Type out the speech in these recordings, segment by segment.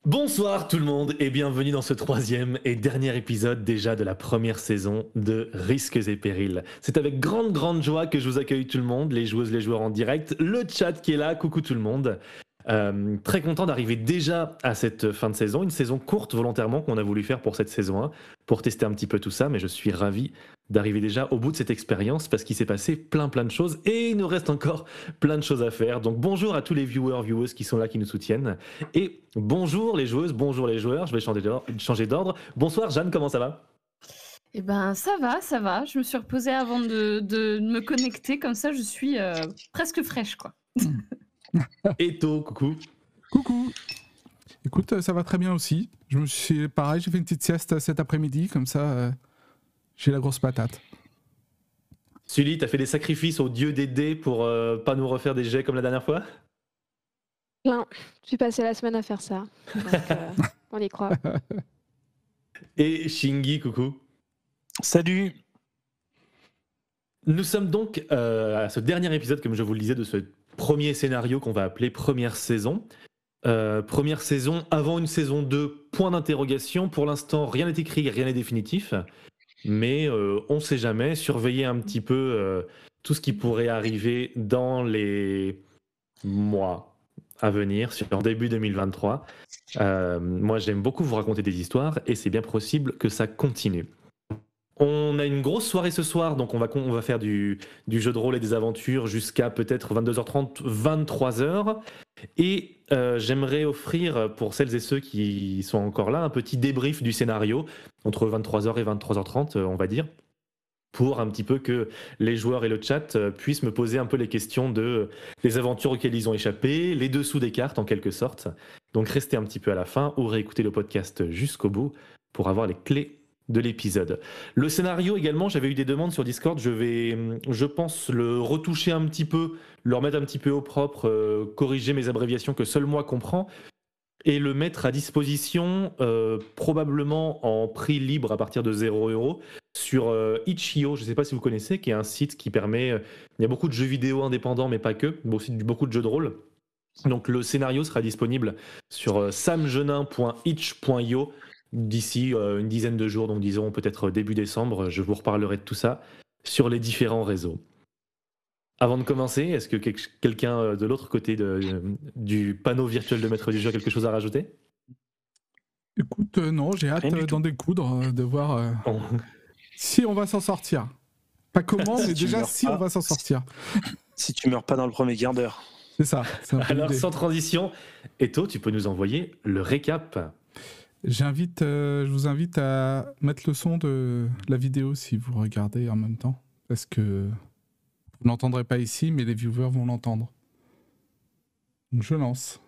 Bonsoir tout le monde et bienvenue dans ce troisième et dernier épisode déjà de la première saison de Risques et Périls. C'est avec grande joie que je vous accueille tout le monde, les joueuses, les joueurs en direct, le chat qui est là, coucou tout le monde. Très content d'arriver déjà à cette fin de saison, une saison courte volontairement qu'on a voulu faire pour cette saison 1, pour tester un petit peu tout ça, mais je suis ravi d'arriver déjà au bout de cette expérience parce qu'il s'est passé plein de choses et il nous reste encore plein de choses à faire. Donc bonjour à tous les viewers qui sont là, qui nous soutiennent et bonjour les joueuses, bonjour les joueurs, je vais changer d'ordre. Bonsoir Jeanne, comment ça va ? Eh ben ça va, je me suis reposée avant de me connecter, comme ça je suis presque fraîche quoi. Eto, coucou. Coucou. Écoute, ça va très bien aussi. J'ai fait une petite sieste cet après-midi, comme ça j'ai la grosse patate. Sully, t'as fait des sacrifices au dieu des dés pour pas nous refaire des jets comme la dernière fois ? Non, je suis passé la semaine à faire ça. Donc, on y croit. Et Shingi, coucou. Salut. Nous sommes donc à ce dernier épisode, comme je vous le disais, de ce premier scénario qu'on va appeler première saison. Première saison avant une saison 2, point d'interrogation. Pour l'instant, rien n'est écrit, rien n'est définitif. Mais on ne sait jamais. Surveiller un petit peu tout ce qui pourrait arriver dans les mois à venir, sur début 2023. Moi, j'aime beaucoup vous raconter des histoires et c'est bien possible que ça continue. On a une grosse soirée ce soir, donc on va faire du jeu de rôle et des aventures jusqu'à peut-être 22h30, 23h. Et j'aimerais offrir, pour celles et ceux qui sont encore là, un petit débrief du scénario, entre 23h et 23h30, on va dire, pour un petit peu que les joueurs et le chat puissent me poser un peu les questions des aventures auxquelles ils ont échappé, les dessous des cartes en quelque sorte. Donc restez un petit peu à la fin ou réécoutez le podcast jusqu'au bout pour avoir les clés de l'épisode. Le scénario également, j'avais eu des demandes sur Discord, je pense le retoucher un petit peu, le remettre un petit peu au propre, corriger mes abréviations que seul moi comprends, et le mettre à disposition probablement en prix libre à partir de 0€ sur Itch.io, je ne sais pas si vous connaissez, qui est un site qui permet, il y a beaucoup de jeux vidéo indépendants, mais pas que, mais aussi beaucoup de jeux de rôle. Donc le scénario sera disponible sur samgenin.itch.io d'ici une dizaine de jours, donc disons peut-être début décembre, je vous reparlerai de tout ça sur les différents réseaux. Avant de commencer, est-ce que quelqu'un de l'autre côté du panneau virtuel de maître du jeu a quelque chose à rajouter ? Écoute, non, j'ai hâte d'en découdre, de voir si on va s'en sortir. Pas comment, mais déjà si on va s'en sortir. Si tu meurs pas dans le premier quart d'heure. C'est ça. Alors sans transition, Eto, tu peux nous envoyer le récap. Je vous invite à mettre le son de la vidéo si vous regardez en même temps, parce que vous ne l'entendrez pas ici, mais les viewers vont l'entendre. Donc je lance.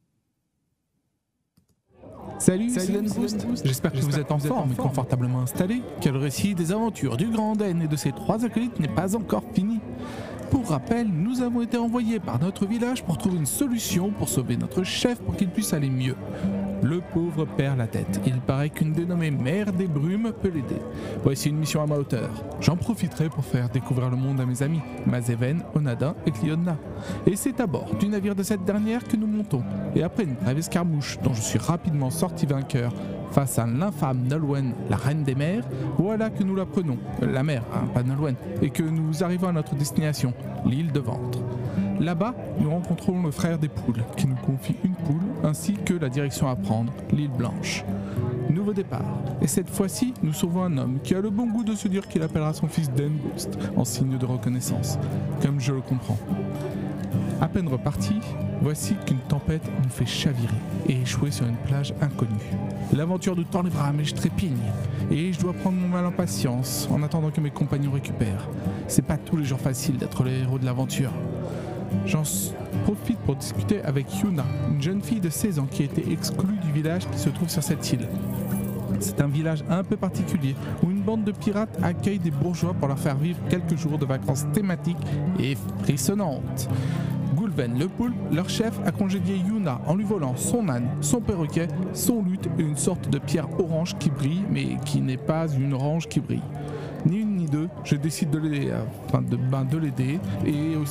Salut Boost. J'espère que vous êtes en forme et confortablement installés, que le récit des aventures du Grand Den et de ses 3 acolytes n'est pas encore fini. Pour rappel, nous avons été envoyés par notre village pour trouver une solution pour sauver notre chef pour qu'il puisse aller mieux. Le pauvre perd la tête. Il paraît qu'une dénommée Mère des Brumes peut l'aider. Voici une mission à ma hauteur. J'en profiterai pour faire découvrir le monde à mes amis, Mazeven, Onada et Cliodna. Et c'est à bord du navire de cette dernière que nous montons. Et après une brève escarmouche dont je suis rapidement sorti vainqueur face à l'infâme Nolwenn, la reine des mers, voilà que nous la prenons, la mer, pas Nolwenn, et que nous arrivons à notre destination, l'île de Ventre. Là-bas, nous rencontrons le frère des poules, qui nous confie une poule, ainsi que la direction à prendre, l'île Blanche. Nouveau départ, et cette fois-ci, nous sauvons un homme qui a le bon goût de se dire qu'il appellera son fils Denboost, en signe de reconnaissance, comme je le comprends. À peine reparti, voici qu'une tempête nous fait chavirer et échouer sur une plage inconnue. L'aventure nous tend les bras, mais je trépigne, et je dois prendre mon mal en patience, en attendant que mes compagnons récupèrent. C'est pas tous les jours facile d'être le héros de l'aventure. J'en profite pour discuter avec Yuna, une jeune fille de 16 ans qui a été exclue du village qui se trouve sur cette île. C'est un village un peu particulier où une bande de pirates accueille des bourgeois pour leur faire vivre quelques jours de vacances thématiques et frissonnantes. Gulven le poulpe, leur chef, a congédié Yuna en lui volant son âne, son perroquet, son luth et une sorte de pierre orange qui brille, mais qui n'est pas une orange qui brille. Ni une ni deux, je décide de l'aider et aussi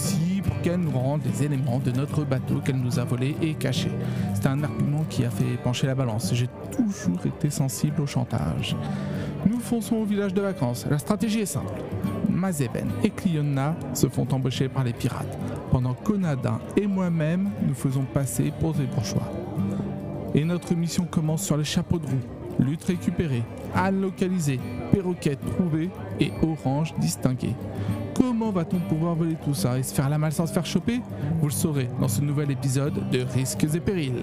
pour qu'elle nous rende les éléments de notre bateau qu'elle nous a volé et caché. C'est un argument qui a fait pencher la balance. J'ai toujours été sensible au chantage. Nous fonçons au village de vacances. La stratégie est simple. Mazeven et Clionna se font embaucher par les pirates, pendant qu'Onadin et moi-même nous faisons passer pour des bourgeois. Et notre mission commence sur les chapeaux de roue. Lutte récupérée, âne localisé, perroquet trouvé et orange distingué. Comment va-t-on pouvoir voler tout ça et se faire la malle sans se faire choper? Vous le saurez dans ce nouvel épisode de Risques et Périls.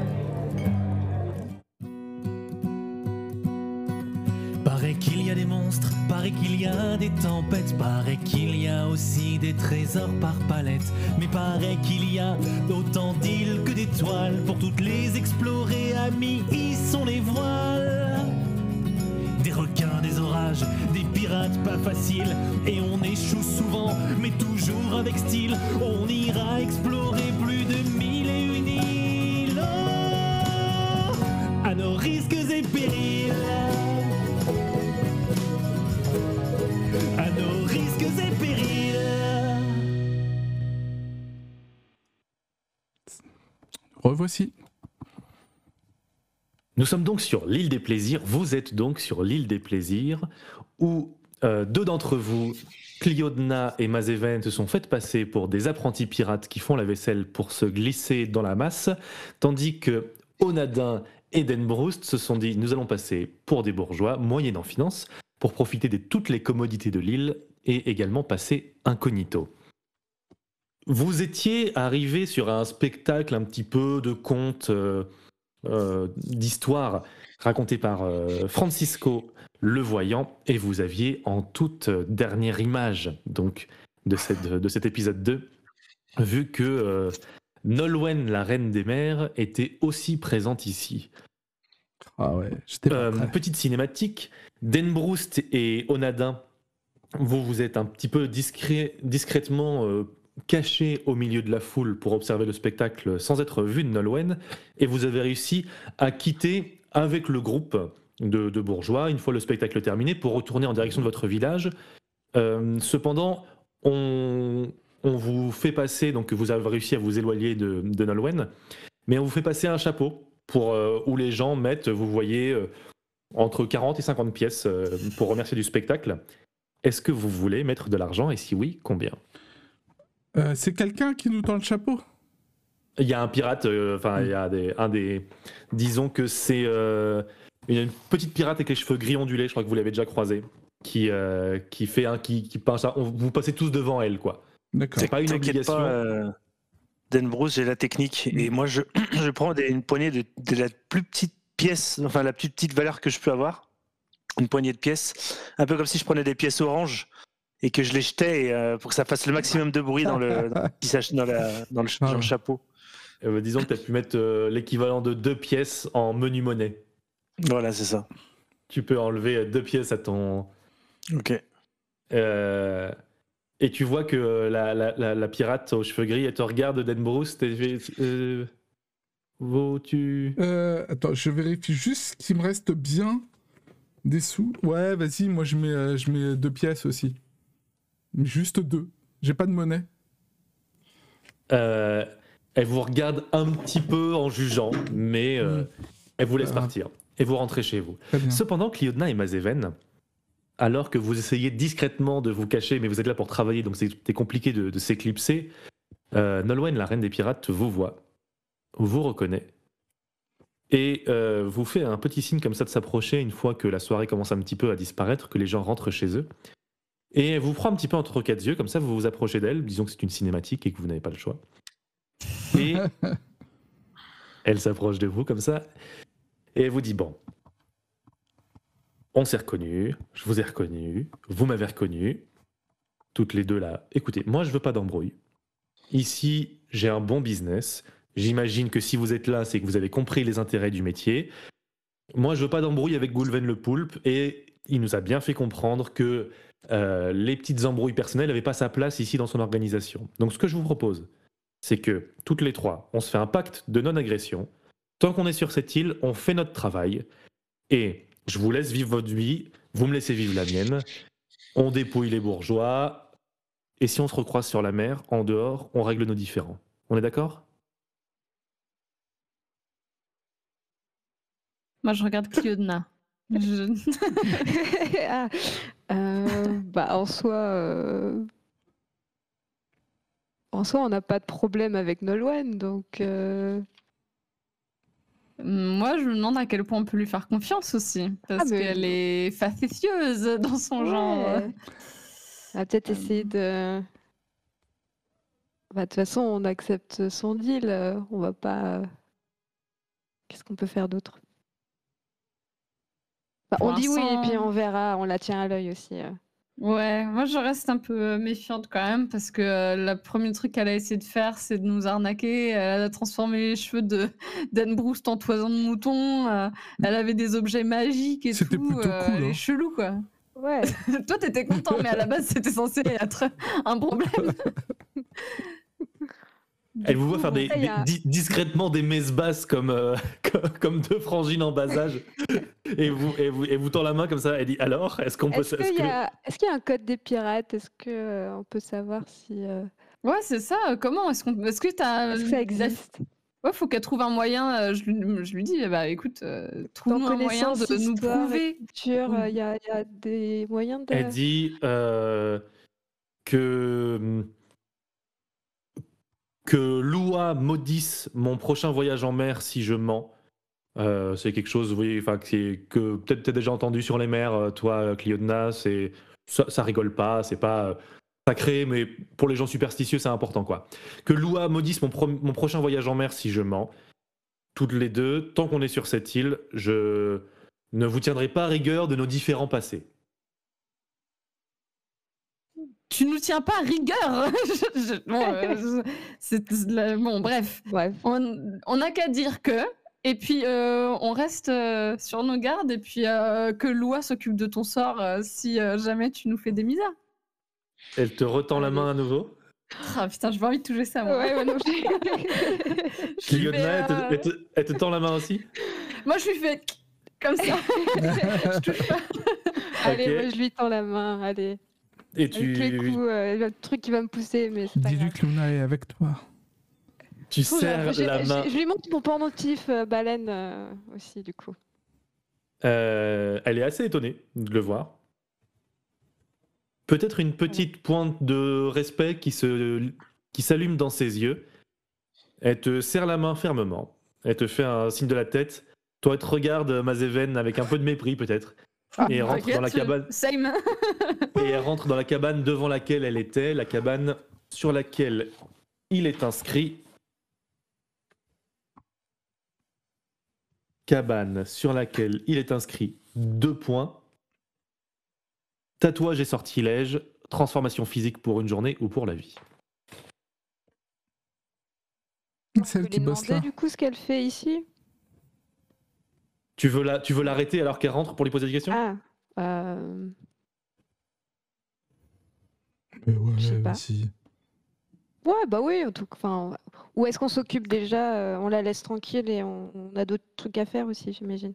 Paraît qu'il y a des monstres, paraît qu'il y a des tempêtes, paraît qu'il y a aussi des trésors par palette. Mais paraît qu'il y a autant d'îles que d'étoiles, pour toutes les explorer, amis, y sont les voiles. Des requins, des orages, des pirates pas faciles, et on échoue souvent, mais toujours avec style. On ira explorer plus de 1001 îles, oh, à nos risques et périls. À nos risques et périls. Revoici. Nous sommes donc sur l'île des plaisirs, vous êtes donc sur l'île des plaisirs, où deux d'entre vous, Cliodna et Mazeven, se sont fait passer pour des apprentis pirates qui font la vaisselle pour se glisser dans la masse, tandis que Onadin et Denbroust se sont dit « nous allons passer pour des bourgeois, moyennant finance, pour profiter de toutes les commodités de l'île et également passer incognito ». Vous étiez arrivé sur un spectacle un petit peu de conte, d'histoire racontée par Francisco le Voyant, et vous aviez en toute dernière image donc, de cet épisode 2 vu que Nolwenn, la reine des mers, était aussi présente ici. Ah ouais, j'étais pas prêt. Petite cinématique, Denbroust et Onadin, vous êtes un petit peu discrètement cachés au milieu de la foule pour observer le spectacle sans être vus de Nolwenn, et vous avez réussi à quitter avec le groupe de bourgeois, une fois le spectacle terminé, pour retourner en direction de votre village. Cependant, on vous fait passer, donc vous avez réussi à vous éloigner de Nolwenn, mais on vous fait passer un chapeau pour où les gens mettent, vous voyez, entre 40 et 50 pièces pour remercier du spectacle. Est-ce que vous voulez mettre de l'argent, et si oui, combien ? C'est quelqu'un qui nous tend le chapeau? Il y a un pirate, il y a disons que c'est une petite pirate avec les cheveux gris ondulés, je crois que vous l'avez déjà croisé, qui passe, vous passez tous devant elle, quoi. D'accord. C'est pas une obligation. Pas, Denbroust, j'ai la technique, et moi je prends une poignée de la plus petite pièce, enfin la plus petite valeur que je peux avoir, une poignée de pièces, un peu comme si je prenais des pièces oranges et que je les jetais pour que ça fasse le maximum de bruit dans le chapeau. Disons que tu as pu mettre l'équivalent de 2 pièces en menu monnaie. Voilà, c'est ça. Tu peux enlever 2 pièces à ton... Ok. Et tu vois que la pirate aux cheveux gris, elle te regarde, Denbroust, Attends, je vérifie juste qu'il me reste bien des sous. Ouais, vas-y, moi je mets 2 pièces aussi. Juste 2. J'ai pas de monnaie. Elle vous regarde un petit peu en jugeant, mais elle vous laisse partir. Et vous rentrez chez vous. Cependant, Cliodna et Mazeven, alors que vous essayez discrètement de vous cacher, mais vous êtes là pour travailler, donc c'était compliqué de s'éclipser, Nolwenn, la reine des pirates, vous voit, vous reconnaît, et vous fait un petit signe comme ça de s'approcher une fois que la soirée commence un petit peu à disparaître, que les gens rentrent chez eux. Et elle vous prend un petit peu entre 4 yeux, comme ça vous vous approchez d'elle, disons que c'est une cinématique et que vous n'avez pas le choix. Et elle s'approche de vous comme ça, et elle vous dit, bon, on s'est reconnus, je vous ai reconnu, vous m'avez reconnu, toutes les deux là. Écoutez, moi je veux pas d'embrouille. Ici, j'ai un bon business. J'imagine que si vous êtes là, c'est que vous avez compris les intérêts du métier. Moi je veux pas d'embrouille avec Goulven le Poulpe, et il nous a bien fait comprendre que les petites embrouilles personnelles n'avaient pas sa place ici dans son organisation. Donc ce que je vous propose, c'est que toutes les trois, on se fait un pacte de non-agression. Tant qu'on est sur cette île, on fait notre travail, et je vous laisse vivre votre vie, vous me laissez vivre la mienne, on dépouille les bourgeois, et si on se recroise sur la mer, en dehors, on règle nos différends. On est d'accord ? Moi, je regarde Cliodna. Ah, en soi, on n'a pas de problème avec Nolwenn, donc. Moi, je me demande à quel point on peut lui faire confiance aussi, parce qu'elle est facétieuse dans son genre. On va peut-être essayer de. De toute façon, on accepte son deal. On va pas. Qu'est-ce qu'on peut faire d'autre ? On dit oui et puis on verra. On la tient à l'œil aussi. Ouais, moi je reste un peu méfiante quand même parce que le premier truc qu'elle a essayé de faire, c'est de nous arnaquer. Elle a transformé les cheveux d'Enbroust en toison de mouton. Elle avait des objets magiques et C'était tout. plutôt cool. Elle est chelou quoi. Ouais. Toi t'étais content, mais à la base c'était censé être un problème. Elle vous voit faire discrètement des messes basses comme deux frangines en bas âge et vous tend la main comme ça. Elle dit alors, est-ce qu'on peut... Est-ce qu'il y a un code des pirates ? Est-ce qu'on peut savoir si... Ouais, c'est ça. Comment est-ce que t'as... Est-ce que ça existe ? Ouais, faut qu'elle trouve un moyen. Je lui dis, bah écoute, trouve-nous un moyen de nous prouver. Il y a des moyens de... Elle dit que Lua maudisse mon prochain voyage en mer si je mens. C'est quelque chose, oui, que peut-être tu as déjà entendu sur les mers, toi, Cliodna. Ça rigole pas, c'est pas sacré, mais pour les gens superstitieux, c'est important, quoi. Que Lua maudisse mon prochain voyage en mer si je mens. Toutes les deux, tant qu'on est sur cette île, je ne vous tiendrai pas rigueur de nos différents passés. Tu nous tiens pas à rigueur. Bon, bref. On n'a qu'à dire que, et puis on reste sur nos gardes, et puis que Lua s'occupe de ton sort si jamais tu nous fais des misères. Elle te retend la main à nouveau. Ah putain, j'ai pas envie de toucher ça, moi. Ouais, non, Cliodna, elle te tend la main aussi. Moi, je lui fais comme ça. Je touche pas. Allez, Okay. moi, je lui tends la main, allez. Et Avec les coups, le truc qui va me pousser, mais c'est pas Dis-lui grave. que Luna est avec toi. Tu serres la main. Je lui montre mon pendentif baleine aussi, du coup. Elle est assez étonnée de le voir. Peut-être une petite pointe de respect qui s'allume dans ses yeux. Elle te serre la main fermement. Elle te fait un signe de la tête. Toi, elle te regarde, Mazéven, avec un peu de mépris peut-être. Et elle rentre dans la cabane. Same. Et elle rentre dans la cabane devant laquelle elle était, la cabane sur laquelle il est inscrit. Cabane sur laquelle il est inscrit 2 points. Tatouage et sortilège, transformation physique pour une journée ou pour la vie. Celle On peut qui lui bosse demander là. du coup ce qu'elle fait ici. Tu veux l'arrêter alors qu'elle rentre pour lui poser des questions ? Ah, Ouais, je sais pas. vas-y. ouais, bah oui, en tout cas. Enfin, ou est-ce qu'on s'occupe déjà, on la laisse tranquille et on a d'autres trucs à faire aussi, j'imagine.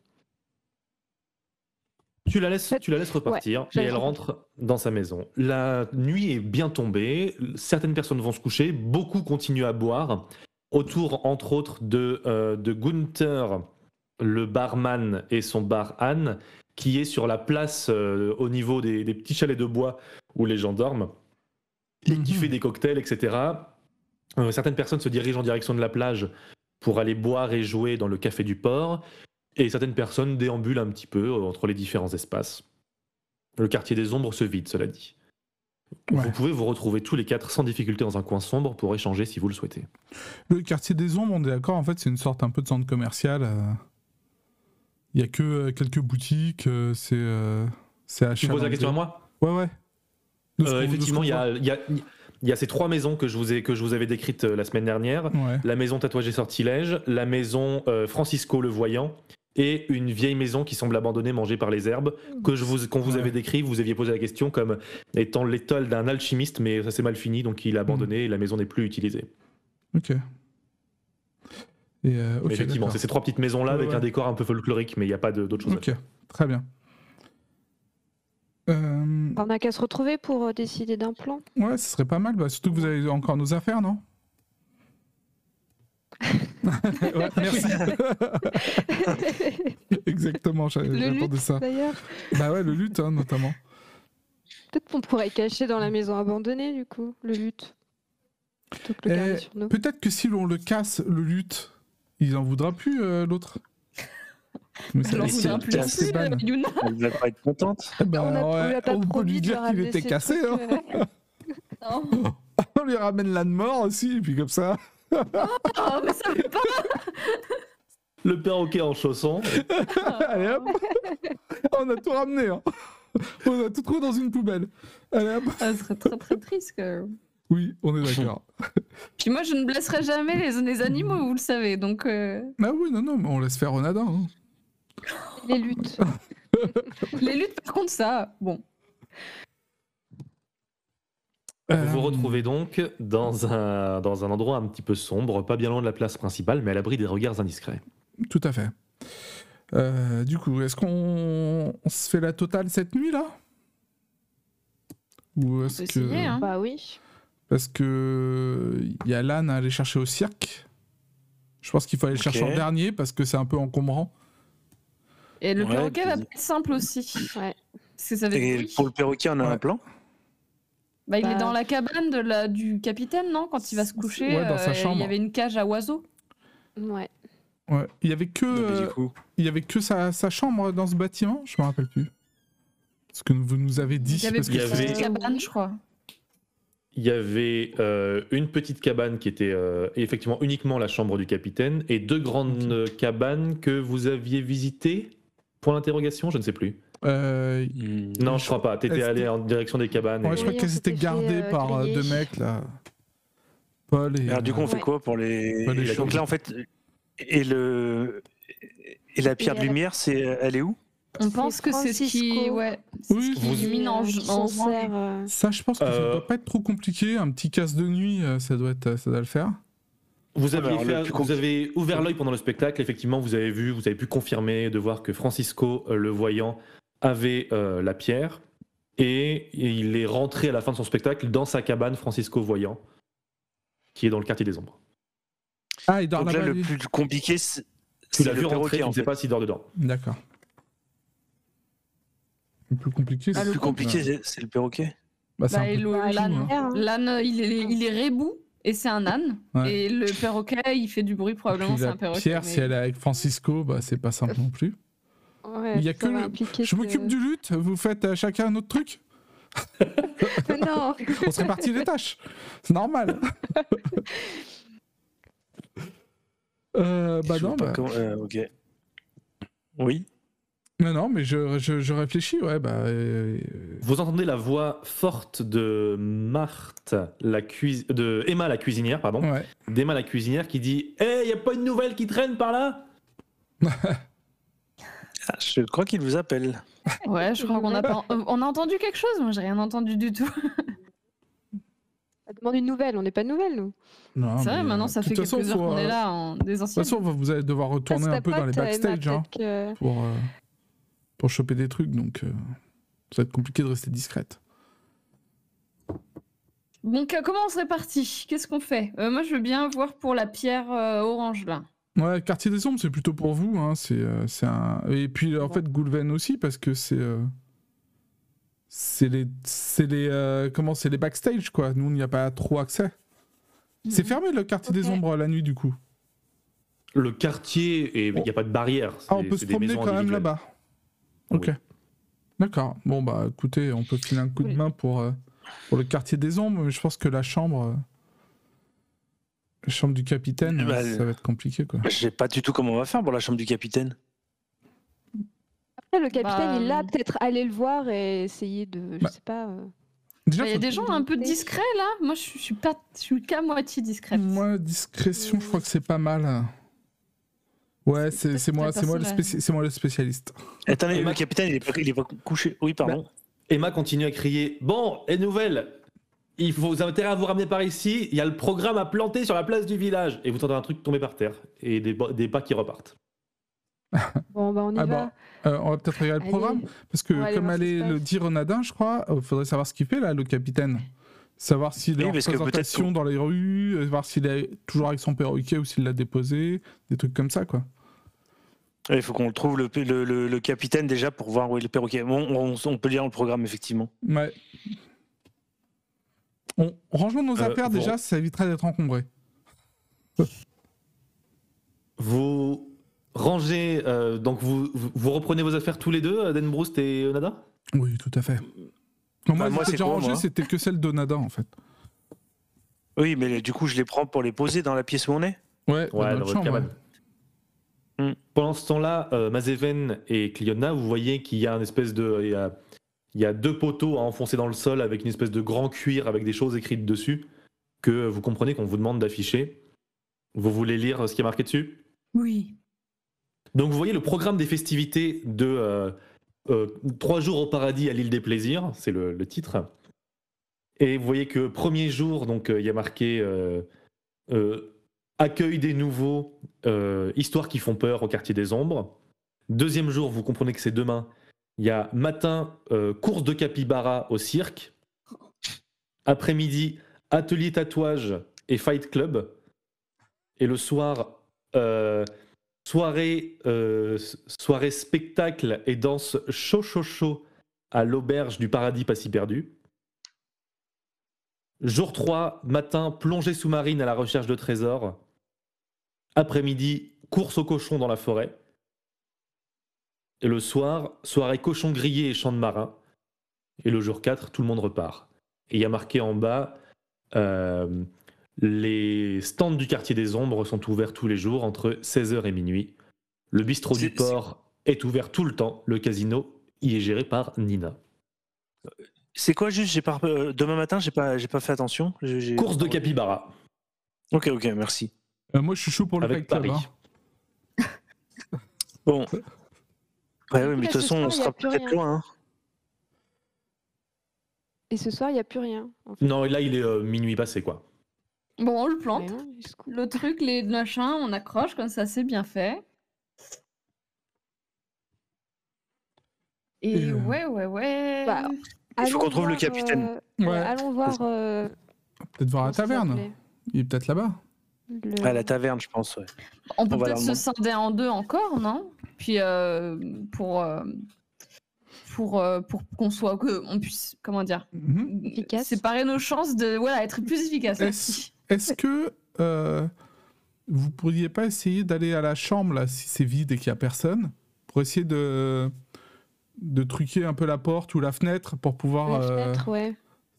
Tu la laisses repartir et elle rentre dans sa maison. La nuit est bien tombée, certaines personnes vont se coucher, beaucoup continuent à boire, autour entre autres de Gunther, le barman et son bar Anne, qui est sur la place au niveau des petits chalets de bois où les gens dorment, et qui fait des cocktails, etc. Certaines personnes se dirigent en direction de la plage pour aller boire et jouer dans le café du port. Et certaines personnes déambulent un petit peu entre les différents espaces. Le quartier des ombres se vide, cela dit. Ouais. Vous pouvez vous retrouver tous les 4 sans difficulté dans un coin sombre pour échanger si vous le souhaitez. Le quartier des ombres, on est d'accord, en fait, c'est une sorte un peu de centre commercial. Il y a que quelques boutiques, c'est achalandé. Tu poses la question à moi ? Ouais. Effectivement, il y a ces 3 maisons que je vous avais décrites la semaine dernière. Ouais. La maison Tatouage et Sortilège, la maison Francisco le Voyant, et une vieille maison qui semble abandonnée, mangée par les herbes, qu'on vous avait décrit. Vous aviez posé la question comme étant l'étole d'un alchimiste, mais ça s'est mal fini, donc il a abandonné et la maison n'est plus utilisée. Ok. Et, Mais effectivement, d'accord. c'est ces 3 petites maisons-là avec un décor un peu folklorique, mais il n'y a pas d'autre chose. Ok, très bien. On n'a qu'à se retrouver pour décider d'un plan. Ouais, ce serait pas mal. Bah, surtout que vous avez encore nos affaires, non? Ouais, merci. Exactement, Le j'attendais lutte, ça. d'ailleurs. Bah ouais, le lutte, hein, notamment. Peut-être qu'on pourrait cacher dans la maison abandonnée, du coup, le lutte. Plutôt que le garder sur nous. Peut-être que si l'on le casse, le lutte, il en voudra plus, l'autre. Mais ça- Alors, mais vous c'est en le plus, cas, c'est ban. Yuna. Elle va pas être contente. Eh ben, On lui a pas on peut promis lui de dire qu'il était cassé. Hein. Non. On lui ramène l'âne mort aussi, et puis comme ça. Oh, mais ça veut pas. Le perroquet en chaussons. Allez hop. On a tout ramené. Hein. On a tout trouvé dans une poubelle. Allez hop. Ça serait très très triste quand même. Oui, on est d'accord. Puis moi, je ne blesserai jamais les animaux, vous le savez, donc... Ah oui, non, mais on laisse faire Ronadin. Hein. Les luttes. Les luttes, par contre, ça, bon. Vous vous retrouvez donc dans un endroit un petit peu sombre, pas bien loin de la place principale, mais à l'abri des regards indiscrets. Tout à fait. Du coup, est-ce qu'on se fait la totale cette nuit là? Ou est-ce peut que essayer, hein. Bah oui. parce que il y a l'âne à aller chercher au cirque. Je pense qu'il faut aller le chercher en dernier parce que c'est un peu encombrant. Et le Ouais, perroquet puis- va être simple aussi. Ouais. Parce que ça va être Et bruit. pour le perroquet, on a Ouais. un plan. Bah, il est Bah, dans la cabane du capitaine, non? Quand il va se coucher, Ouais, dans sa il chambre. y avait une cage à oiseaux. Ouais. Ouais. Il y avait Mais que du coup, sa chambre dans ce bâtiment. Je me rappelle plus. Ce que vous nous avez dit. Il y avait parce que il y plus avait- de cabane, je crois. Il y avait une petite cabane qui était effectivement uniquement la chambre du capitaine et deux grandes cabanes que vous aviez visitées. Point d'interrogation, je ne sais plus. Non, je crois pas. T'étais Est-ce allé que- en direction des cabanes. Ouais, et- je crois Oui, on qu'elles étaient s'était fait, gardées par griller. deux mecs là. Paul et. alors du coup, on fait Ouais. quoi pour les. Bah, les Donc choses. là, en fait, et la pierre de Et lumière, elle est où? On pense que c'est ce qui, Francisco. ouais, c'est Oui, ce qui vous- illumine en S'en sert, Ça, je pense que ça doit pas être trop compliqué. Un petit casse de nuit, ça doit le faire. Vous aviez, Alors, le plus vous avez ouvert l'œil pendant le spectacle. Effectivement, vous avez pu confirmer de voir que Francisco, le voyant, avait la pierre. Et il est rentré à la fin de son spectacle dans sa cabane, Francisco voyant, qui est dans le quartier des ombres. Ah, il dort Donc là, là-bas. le lui. plus compliqué, c'est Tu l'as le vu rentrer, perroquet, tu en ne sais fait. pas s'il dort dedans. D'accord. Le plus compliqué, Ah, c'est Le plus compliqué, c'est le perroquet. Bah, c'est Bah, un et peu le- tout, l'âne, hein. hein. l'âne, il est rébou et c'est un âne. Ouais. Et le perroquet, il fait du bruit, probablement Puis c'est la un perroquet. Pierre, mais- si elle est avec Francisco, bah, c'est pas simple non plus. ouais, Il y a ça que va le- impliquer Je m'occupe du lutte, vous faites chacun un autre truc. Non. On se répartit les tâches. C'est normal. Bah Je non, vois pas bah, comment- ok. Oui. non, mais je réfléchis, ouais, bah. Vous entendez la voix forte de Marthe, de Emma la cuisinière, pardon, Ouais. d'Emma la cuisinière qui dit « Hey, y a pas une nouvelle qui traîne par là ?» Ah, je crois qu'il vous appelle. Ouais, je crois qu'on a pas... On a entendu quelque chose? Moi, j'ai rien entendu du tout. Ça demande une nouvelle, on n'est pas de nouvelles, nous. Non, C'est vrai, mais, maintenant, ça de fait toute quelques façon, heures faut, qu'on est là, des De toute anciennes. façon, vous allez devoir retourner Ah, c'est un peu ta dans les pote, Emma, backstage hein, peut-être pour choper des trucs, donc ça va être compliqué de rester discrète. Donc, comment on se répartit? Qu'est-ce qu'on fait? Moi, je veux bien voir pour la pierre orange, là. Ouais, Quartier des Ombres, c'est plutôt pour vous. Hein, c'est un... Et puis, en fait, Goulven aussi, parce que c'est les backstage, quoi. Nous, il n'y a pas trop accès. C'est fermé, le Quartier des Ok. Ombres, la nuit, du coup. Le quartier, il n'y a pas de barrière. Ah, on peut c'est se des promener maisons quand même individuelles. là-bas. Ok. Oui. D'accord. Bon, bah, écoutez, on peut filer un coup de Oui. main pour le Quartier des Ombres, mais je pense que la chambre du capitaine, Bah, ça va être compliqué, quoi. Je sais pas du tout comment on va faire pour la chambre du capitaine. Après, le capitaine, Bah, il l'a peut-être aller le voir et essayer de. Je Bah, sais pas. Déjà, Il y a faut- des gens un peu discrets, là. Moi, je suis qu'à moitié discrète. Moi, discrétion, je crois que c'est pas mal. Ouais, c'est moi, peut-être c'est moi le spécialiste. Attendez, Emma- le capitaine, il est pas couché. Oui, pardon. Emma continue à crier « Bon, et nouvelle, il faut vous intérêt à vous ramener par ici, il y a le programme à planter sur la place du village. » Et vous entendez un truc tomber par terre et des pas qui repartent. Bon, bah on y Ah va. On va peut-être regarder le Allez, programme, parce que on va aller comme voir ce qui allait se le passe. dire Ronadin, je crois, il faudrait savoir ce qu'il fait là, le capitaine. Savoir s'il est Oui, en parce que peut-être représentation dans les rues, voir s'il est toujours avec son perroquet ou s'il l'a déposé, des trucs comme ça, quoi. Il faut qu'on trouve le capitaine déjà pour voir où est le perroquet. Bon, on peut lire le programme, effectivement. Ouais. Rangeons nos affaires bon. déjà, ça éviterait d'être encombré. Vous rangez, donc vous reprenez vos affaires tous les deux, Denbroust et Onada? Oui, tout à fait. Non, moi, moi, c'était c'est déjà quoi, rangé, moi c'était que celle d'Onada en fait. Oui, mais du coup, je les prends pour les poser dans la pièce où on est. Ouais, Ouais, dans dans notre votre chambre. cabane. Ouais. Pendant ce temps-là, Mazeven et Cliona, vous voyez qu'il y a une espèce de... Il y a 2 poteaux à enfoncer dans le sol avec une espèce de grand cuir avec des choses écrites dessus que vous comprenez qu'on vous demande d'afficher. Vous voulez lire ce qui est marqué dessus? Oui. Donc vous voyez le programme des festivités de 3 jours au paradis à l'île des plaisirs, c'est le titre. Et vous voyez que premier jour, donc il y a marqué accueil des nouveaux, histoires qui font peur au quartier des ombres. Deuxième jour, vous comprenez que c'est demain. Il y a matin, course de capybara au cirque. Après-midi, atelier tatouage et fight club. Et le soir, soirée spectacle et danse chaud à l'auberge du paradis pas si perdu. Jour 3, matin, plongée sous-marine à la recherche de trésors. Après-midi, course aux cochons dans la forêt. Et le soir, soirée cochon grillé et chant de marin. Et le jour 4, tout le monde repart. Et il y a marqué en bas, les stands du quartier des ombres sont ouverts tous les jours entre 16h et minuit. Le bistrot du port est ouvert tout le temps. Le casino y est géré par Nina. C'est quoi juste demain matin, j'ai pas fait attention. Course de capybara. Ok, merci. Moi, je suis chaud pour le Avec Fight Club. Paris. Bon. Ouais, mais de toute ce façon, soir, on il y a sera plus peut-être rien. loin. Hein. Et ce soir, il n'y a plus rien. En fait. Non, là, il est minuit passé, quoi. Bon, on le plante. Rien, jusqu'où Le truc, les machins, on accroche, comme ça, c'est bien fait. Et ouais. Bah, Il faut allons qu'on trouve le voir, capitaine. Ouais. allons voir. Peut-être voir la comment ça taverne. s'appelait Il est peut-être là-bas. À la taverne, je pense. Ouais. On peut On va peut-être leur se scinder en deux encore, non? Puis pour qu'on soit, on puisse, comment dire, Efficace. séparer nos chances de, voilà, être plus efficace. Est-ce que vous pourriez pas essayer d'aller à la chambre là, si c'est vide et qu'il y a personne, pour essayer de truquer un peu la porte ou la fenêtre pour pouvoir La fenêtre, ouais.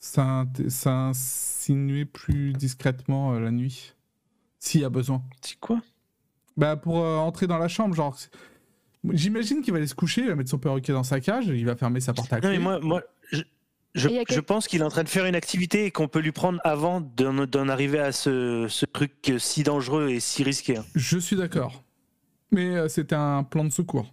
s'insinuer plus discrètement la nuit, s'il y a besoin. C'est quoi? Bah pour entrer dans la chambre, genre. J'imagine qu'il va aller se coucher, il va mettre son perroquet dans sa cage, il va fermer sa porte à clé. Non, mais moi je pense qu'il est en train de faire une activité et qu'on peut lui prendre avant d'en arriver à ce truc si dangereux et si risqué. Hein. Je suis d'accord. Mais c'était un plan de secours.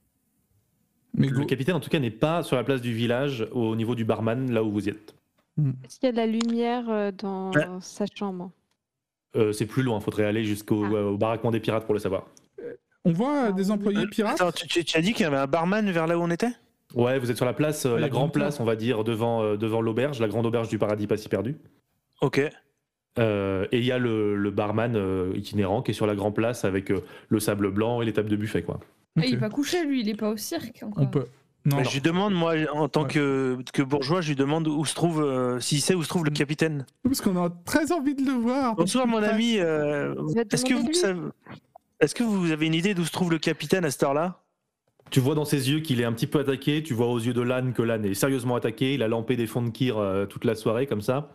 Mais Le capitaine, en tout cas, n'est pas sur la place du village, au niveau du barman, là où vous y êtes. Est-ce qu'il y a de la lumière dans sa chambre? C'est plus loin, il faudrait aller jusqu'au baraquement des pirates pour le savoir. On voit des employés pirates. Attends, tu as dit qu'il y avait un barman vers là où on était? Ouais, vous êtes sur la place, Ouais, la grande place, on va dire, devant l'auberge, la grande auberge du paradis pas si perdu. Ok. Et il y a le barman itinérant qui est sur la grande place avec le sable blanc et les tables de buffet, quoi. Et il est Ok. pas couché, lui, il est pas au cirque encore. On peut. Non, Mais non. je lui demande, moi, en tant que bourgeois, je lui demande où se trouve, s'il sait où se trouve le capitaine. Parce qu'on a très envie de le voir. Bonsoir, mon ami. va te Est-ce que demander vous lui. savez... Est-ce que vous avez une idée d'où se trouve le capitaine à cette heure-là? Tu vois dans ses yeux qu'il est un petit peu attaqué, tu vois aux yeux de l'âne que l'âne est sérieusement attaqué, il a lampé des fonds de kir toute la soirée comme ça.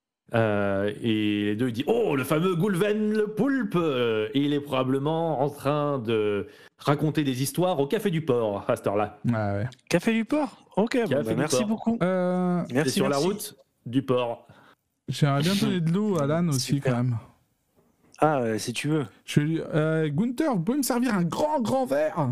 Et les deux, il dit « Oh, le fameux Goulven le poulpe !» Et il est probablement en train de raconter des histoires au Café du Port à cette heure-là. Ah ouais. Café du port? Ok, Café du merci port. beaucoup. C'est Merci, sur la merci. route du port. J'aimerais bien donner de l'eau à l'âne aussi Super. quand même. Ah, si tu veux. Je vais lui... Gunther, vous pouvez me servir un grand verre?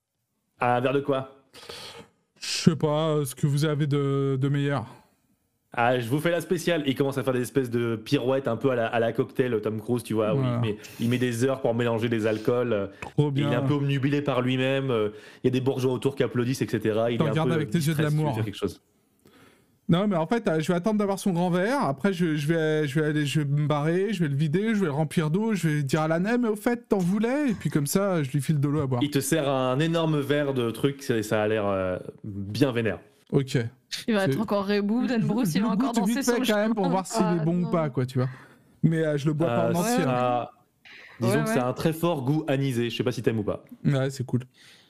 Ah, vers de quoi? Je sais pas ce que vous avez de meilleur. Ah, je vous fais la spéciale. Il commence à faire des espèces de pirouettes un peu à la cocktail Tom Cruise, tu vois, où Voilà. il met des heures pour mélanger des alcools. Trop Il bien. est un peu omnubilé par lui-même. Il y a des bourgeois autour qui applaudissent, etc. Il T'en est un regardes peu avec tes yeux de distrait si tu veux l'amour. faire quelque chose. Non, mais en fait, je vais attendre d'avoir son grand verre. Après, je vais me barrer, je vais le vider, je vais le remplir d'eau, je vais dire à l'âne, mais au fait, t'en voulais. Et puis comme ça, je lui file de l'eau à boire. Il te sert un énorme verre de trucs, ça a l'air bien vénère. Ok. Il va C'est- être encore rebou, Dan Bruce, il va Le encore goût, danser vite sur fait le quand même pour chemin. voir s'il est bon non. ou pas, quoi, tu vois. Mais je le bois pas en entier. hein. Disons Ouais, que ouais. ça a un très fort goût anisé. Je sais pas si t'aimes ou pas. Ouais, c'est cool.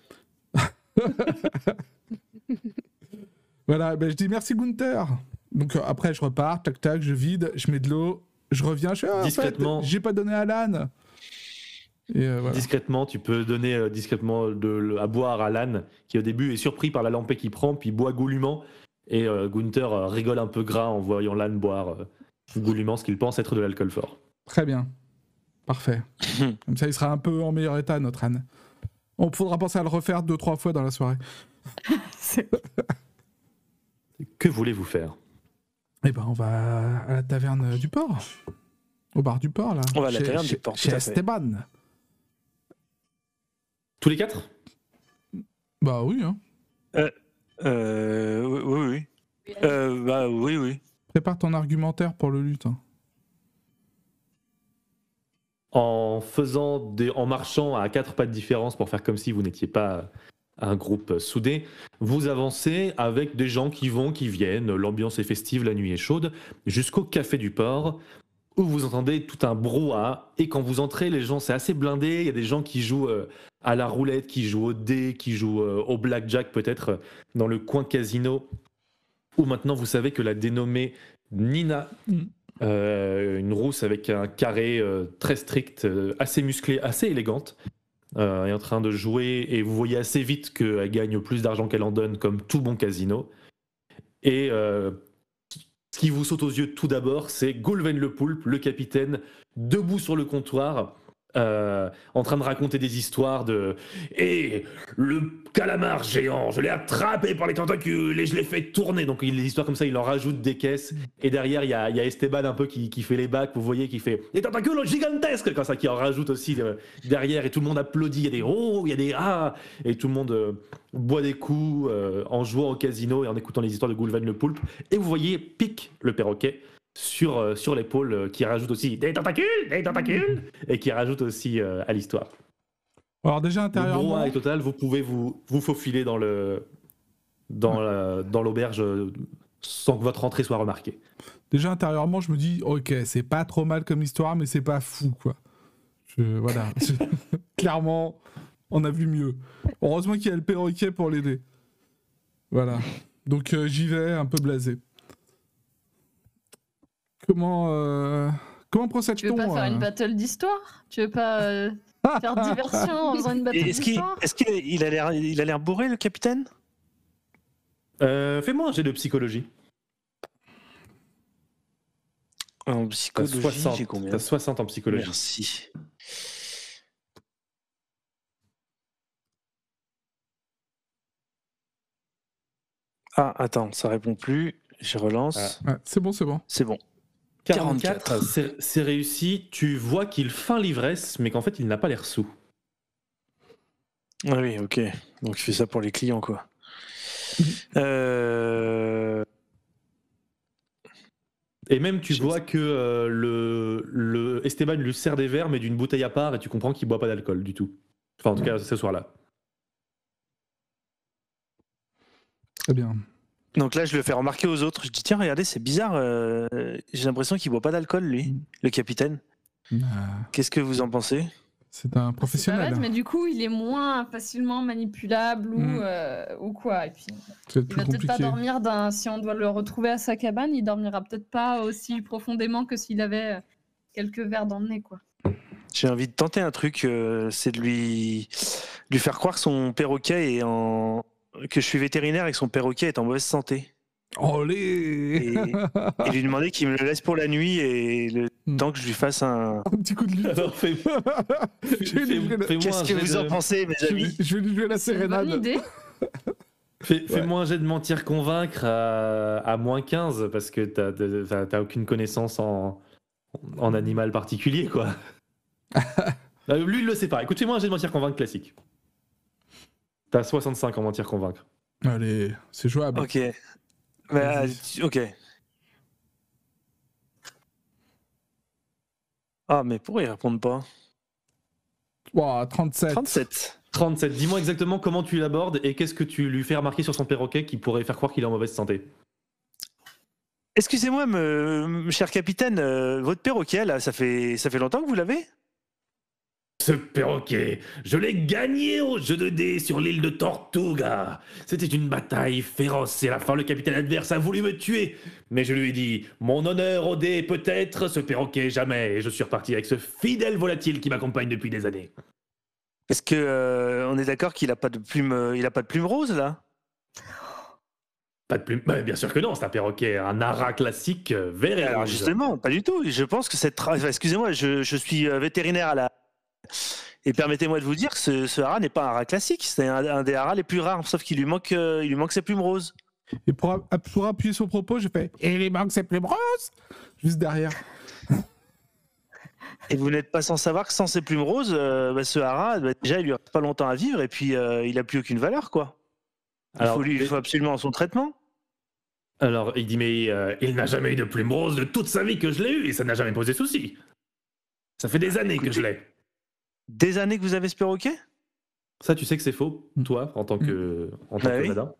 Voilà, ben, je dis merci Gunther. Donc après, je repars, tac tac, je vide, je mets de l'eau, je reviens, je fais, en Discrètement. fait, j'ai pas donné à l'âne. Et voilà. Discrètement, tu peux donner discrètement à boire à l'âne, qui au début est surpris par la lampée qu'il prend, puis boit goulûment. Et Gunther rigole un peu gras en voyant l'âne boire goulûment ce qu'il pense être de l'alcool fort. Très bien. Parfait. Comme ça, il sera un peu en meilleur état, notre âne. On faudra penser à le refaire 2-3 fois dans la soirée. C'est- Que voulez-vous faire? Eh ben, on va à la taverne du port. Au bar du port, là. On va à la taverne du port, Chez tout à fait. Esteban. Tous les quatre? Bah oui, hein. Oui. Bah oui. Prépare ton argumentaire pour le lutte. hein. En marchant à 4 pas de différence pour faire comme si vous n'étiez pas un groupe soudé, vous avancez avec des gens qui vont, qui viennent, l'ambiance est festive, la nuit est chaude, jusqu'au café du port, où vous entendez tout un brouhaha, et quand vous entrez, les gens, c'est assez blindé, il y a des gens qui jouent à la roulette, qui jouent au dé, qui jouent au blackjack peut-être, dans le coin casino, où maintenant vous savez que la dénommée Nina, une rousse avec un carré très strict, assez musclé, assez élégante, est en train de jouer, et vous voyez assez vite qu'elle gagne plus d'argent qu'elle en donne, comme tout bon casino. Et ce qui vous saute aux yeux tout d'abord, c'est Goulven le Poulpe, le capitaine, debout sur le comptoir, en train de raconter des histoires de « Et le calamar géant, je l'ai attrapé par les tentacules et je l'ai fait tourner !» Donc des histoires comme ça, il en rajoute des caisses. Et derrière, il y a Esteban un peu qui fait les bacs, vous voyez, qui fait « Des tentacules gigantesques !» comme ça, qui en rajoute aussi derrière. Et tout le monde applaudit, il y a des « Oh !» il y a des « Ah !» Et tout le monde boit des coups en jouant au casino et en écoutant les histoires de Goulven le Poulpe. Et vous voyez Pic, le perroquet, sur l'épaule, qui rajoute aussi des tentacules, et qui rajoute aussi à l'histoire. Alors déjà Le intérieurement, brouhaha est total, vous pouvez vous faufiler dans l'auberge sans que votre entrée soit remarquée. je me dis, ok, c'est pas trop mal comme histoire, mais c'est pas fou, quoi. Voilà. Clairement, on a vu mieux. Heureusement qu'il y a le perroquet pour l'aider. Voilà. Donc j'y vais un peu blasé. Comment Tu veux procède-t-on pas faire une battle d'histoire? Tu veux pas faire diversion en faisant une battle Et d'histoire? est-ce qu'il a l'air bourré, le capitaine? Fais-moi un jet de psychologie. En T'as psychologie, 60, j'ai combien? t'as 60 en psychologie. Merci. Ah, attends, ça répond plus. Je relance. Ouais, c'est bon. C'est bon. 44, c'est réussi. Tu vois qu'il feint l'ivresse, mais qu'en fait, il n'a pas l'air sous. Ah oui, ok. Donc je fais ça pour les clients, quoi. Et même, tu vois que le Esteban lui sert des verres, mais d'une bouteille à part, et tu comprends qu'il boit pas d'alcool du tout. Enfin, en tout cas, ce soir-là. Très bien. Donc là, je le fais remarquer aux autres. Je dis, tiens, regardez, c'est bizarre. J'ai l'impression qu'il boit pas d'alcool, lui, le capitaine. Qu'est-ce que vous en pensez? C'est un C'est pas professionnel. bête, mais du coup, il est moins facilement manipulable ou quoi. Et puis, Ça va être il va plus peut-être pas compliqué. dormir si on doit le retrouver à sa cabane, il dormira peut-être pas aussi profondément que s'il avait quelques verres dans le nez, quoi. J'ai envie de tenter un truc, c'est de lui faire croire que son perroquet que je suis vétérinaire et que son perroquet est en mauvaise santé. Olé Et lui demander qu'il me le laisse pour la nuit et le temps que je lui fasse un... Un petit coup de lutte. Alors, Je vais lui jouer la- Qu'est-ce que vous en pensez, mes amis? je vais lui jouer la C'est une bonne sérénade. idée. Fais-moi un jet de mentir convaincre à moins 15 parce que t'as aucune connaissance en animal particulier, quoi. Lui, il le sait pas. Écoute, fais-moi un jet de mentir convaincre classique. T'as 65 en mentir convaincre. Allez, c'est jouable. Ok. Bah, ok. Ah, mais pourquoi ils répondent pas? Wow, 37. 37. 37. Dis-moi exactement comment tu l'abordes et qu'est-ce que tu lui fais remarquer sur son perroquet qui pourrait faire croire qu'il est en mauvaise santé. Excusez-moi, cher capitaine, votre perroquet, là, ça fait longtemps que vous l'avez? Ce perroquet, je l'ai gagné au jeu de dés sur l'île de Tortuga. C'était une bataille féroce et à la fin le capitaine adverse a voulu me tuer. Mais je lui ai dit, mon honneur au dé peut-être, ce perroquet jamais. Et je suis reparti avec ce fidèle volatile qui m'accompagne depuis des années. Est-ce que on est d'accord qu'il a pas de plume, il a pas de plume rose là? Pas de plume. Bien sûr que non, c'est un perroquet, un ara classique vert et Alors rouge. justement, pas du tout. Je pense que excusez-moi, je suis vétérinaire à la. Et permettez-moi de vous dire que ce hara n'est pas un hara classique, c'est un des haras les plus rares, sauf qu'il lui manque ses plumes roses. Et pour appuyer sur le propos, je fais et les manque ses plumes roses juste derrière. Et vous n'êtes pas sans savoir que sans ses plumes roses, ce hara, déjà il lui reste pas longtemps à vivre et puis il a plus aucune valeur quoi. Il faut absolument son traitement. Alors il dit mais il n'a jamais eu de plume rose de toute sa vie que je l'ai eu et ça n'a jamais posé souci. Ça fait des années que je l'ai. Des années que vous avez ce perroquet? Ça, tu sais que c'est faux, toi, en tant que oui. Madame.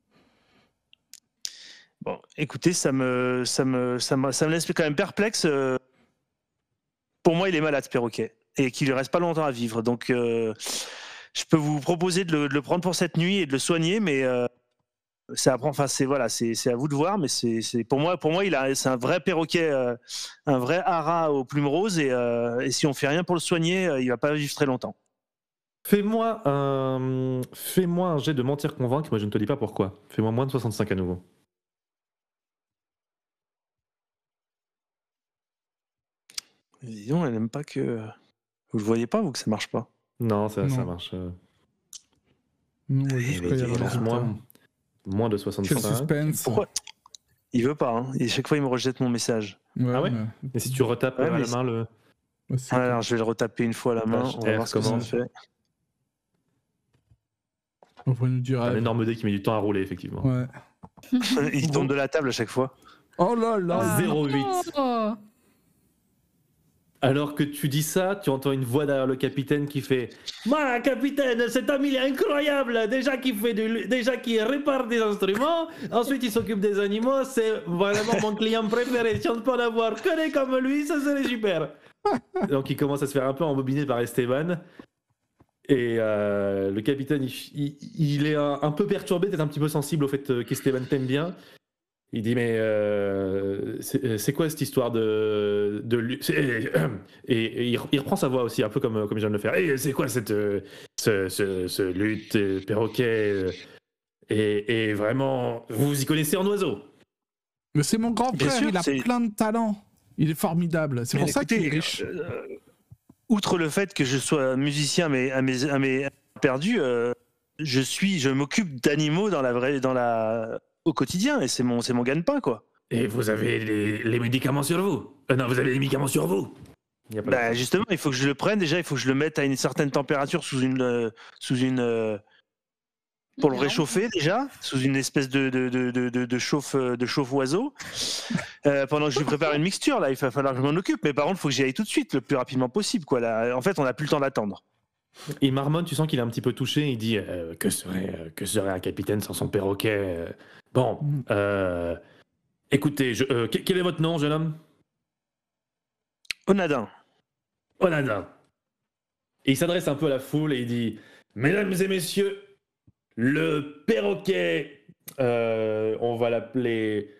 Bon, écoutez, ça me laisse quand même perplexe. Pour moi, il est malade, ce perroquet, et qu'il lui reste pas longtemps à vivre. Donc, je peux vous proposer de le prendre pour cette nuit et de le soigner, mais c'est à vous de voir. Mais pour moi, c'est un vrai perroquet, un vrai hara aux plumes roses, et si on fait rien pour le soigner, il va pas vivre très longtemps. Fais-moi un jet de mentir convaincre, moi je ne te dis pas pourquoi. Fais-moi moins de 65 à nouveau. Disons, elle n'aime pas que... Vous le voyez pas, vous, que ça marche pas? Non, ça marche. Nous, on va juste pas y avoir le résultat. Moins de Quel 65. suspense. Pourquoi? Il veut pas, hein. Et chaque fois, il me rejette mon message. Ouais, Ah ouais? mais- Et si tu retapes Ouais, à mais la main le... Ouais, c'est Alors, je vais le retaper une fois à la main. Tâche On va R, voir ce que ça comment fait. On va nous dire. Un énorme dé qui met du temps à rouler, effectivement. Ouais. Il tombe de la table à chaque fois. Oh là là. 0,8. Oh. Alors que tu dis ça, tu entends une voix derrière le capitaine qui fait « Ma capitaine, cet ami il est incroyable. Déjà qu'il répare des instruments, ensuite il s'occupe des animaux, c'est vraiment mon client préféré. Si on ne peut en avoir que des comme lui, ça serait super. » Donc il commence à se faire un peu embobiner par Esteban. Et le capitaine, il est un peu perturbé, peut-être un petit peu sensible au fait qu'Esteban t'aime bien. Il dit mais c'est quoi cette histoire de et il reprend sa voix aussi un peu comme je viens de le faire. Et c'est quoi ce lutte perroquet et vraiment vous y connaissez en oiseau? Mais c'est mon grand Bien frère, sûr, il a c'est- plein de talents. Il est formidable. C'est Mais pour ça qu'il est écoutez, riche. Outre le fait que je sois musicien, mais à mes perdus, je m'occupe d'animaux au quotidien, et c'est mon gagne-pain, quoi. Et vous avez les médicaments sur vous? Non, vous avez les médicaments sur vous. Il y a pas Bah, de- justement, il faut que je le prenne déjà, il faut que je le mette à une certaine température pour le réchauffer déjà, sous une espèce de chauffe oiseau. Pendant que je lui prépare une mixture, là, il va falloir que je m'en occupe. Mais par contre, il faut que j'y aille tout de suite, le plus rapidement possible, quoi. Là, en fait, on n'a plus le temps d'attendre. Il marmonne, tu sens qu'il est un petit peu touché. Il dit que serait un capitaine sans son perroquet? Bon, écoutez, quel est votre nom, jeune homme? Onadin. Onadin. Et il s'adresse un peu à la foule et il dit mesdames et messieurs, le perroquet, on va l'appeler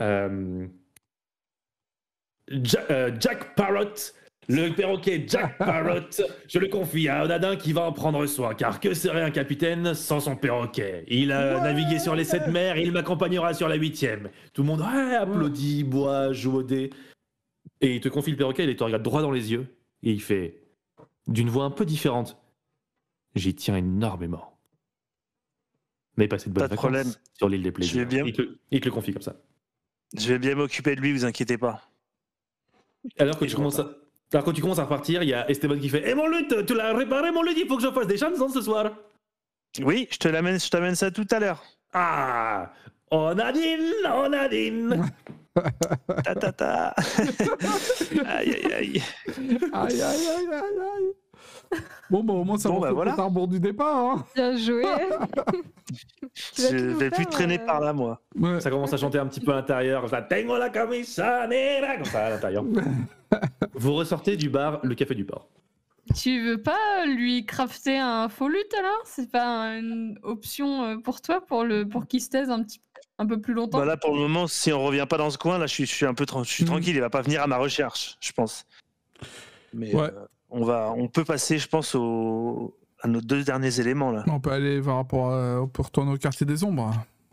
Jack Parrot. Le perroquet Jack Parrot, je le confie à Onadin qui va en prendre soin, car que serait un capitaine sans son perroquet? Il a navigué sur les 7 mers et il m'accompagnera sur la 8e. Tout le monde applaudit, boit, joue au dé. Et il te confie le perroquet, il te regarde droit dans les yeux, et il fait, d'une voix un peu différente, j'y tiens énormément. Vous avez passé de bonnes Pas de vacances problème. sur l'île des plaisirs. Je vais bien- Il te le confie comme ça. Je vais bien m'occuper de lui, vous inquiétez pas. Alors que Et tu je commences à... Alors quand tu commences à repartir, il y a Esteban qui fait « Eh mon lutte, tu l'as réparé mon lutte, il faut que je fasse des chansons ce soir !» Oui, je t'amène ça tout à l'heure. Ah, on a dit. Ta ta ta. Aïe aïe aïe. Aïe, aïe, aïe, aïe, aïe. Bon, bah, au moins, ça Bon, va bah, faire voilà. le tarbon du départ. Hein. Bien joué. Tu vas Je tout nous vais plus faire, traîner par là, moi. Ouais. Ça commence à chanter un petit peu à l'intérieur, comme ça, Tengo la camisa negra, comme ça à l'intérieur. Vous ressortez du bar, le café du port. Tu veux pas lui crafter un faux lutte alors? C'est pas une option pour toi pour qu'il se taise un peu plus longtemps? Bah là, pour le moment, si on revient pas dans ce coin, là, je suis un peu tranquille. Il va pas venir à ma recherche, je pense. Mais Ouais. on peut passer, je pense, à nos 2 derniers éléments là. On peut aller voir on peut retourner au quartier des ombres.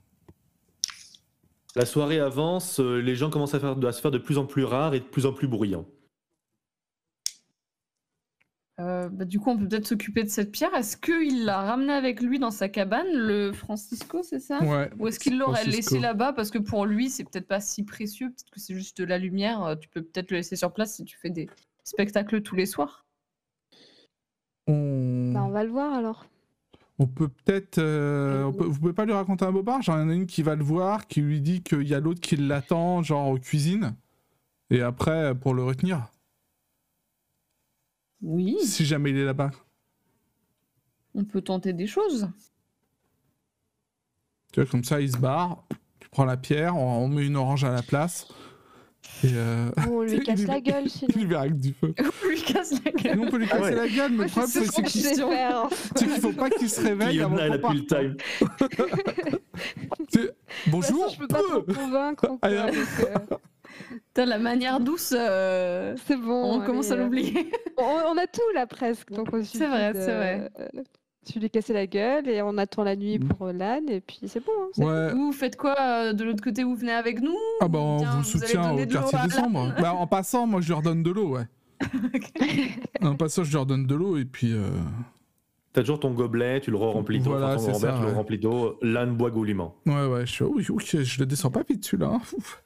La soirée avance, les gens commencent à se faire de plus en plus rares et de plus en plus bruyants. Du coup, on peut peut-être s'occuper de cette pierre. Est-ce qu'il l'a ramené avec lui dans sa cabane, le Francisco, c'est ça? Ouais. Ou est-ce qu'il l'aurait Francisco. laissé là-bas parce que pour lui, c'est peut-être pas si précieux, peut-être que c'est juste de la lumière. Tu peux peut-être le laisser sur place si tu fais des spectacles tous les soirs. Bah, on va le voir alors. On peut peut-être. Vous pouvez pas lui raconter un bobard? Genre, il y en a une qui va le voir, qui lui dit qu'il y a l'autre qui l'attend, genre aux cuisines. Et après, pour le retenir. Oui, Si jamais il est là-bas. on peut tenter des choses. Tu vois, comme ça, il se barre. Tu prends la pierre, on met une orange à la place. Et Ou on lui casse la gueule il sinon. lui verra avec du feu. On lui casse la gueule. Nous, on peut lui casser ouais. la gueule, mais le problème, c'est c'est ce qu'il qu'on Je vais faire. c'est qu'il faut pas qu'il se réveille avant Guillaume, elle qu'on a plus le parte. time. C'est- De toute Bonjour. façon, je peux pas trop convaincre. Quoi, Ah, donc, T'as la manière douce, c'est bon. on commence à allez, l'oublier. on a tout là presque. Donc on C'est vrai, suffit de- c'est vrai. Tu lui casser la gueule et on attend la nuit pour l'âne et puis c'est bon. Hein, c'est Ouais. Vous faites quoi de l'autre côté? Vous venez avec nous? Ah bah on Tiens, vous allez soutient donner au de l'eau quartier à des la- ombres. Bah, en passant, moi je lui redonne de l'eau, ouais. En passant, je lui redonne de l'eau et puis. T'as toujours ton gobelet, tu le remplis d'eau, Voilà, enfin, ton c'est grand verre, ça, tu le ouais. remplis d'eau, l'âne boit goulûment. Ouais, je suis. Oui, je le descends pas vite celui-là. Hein. Ouf.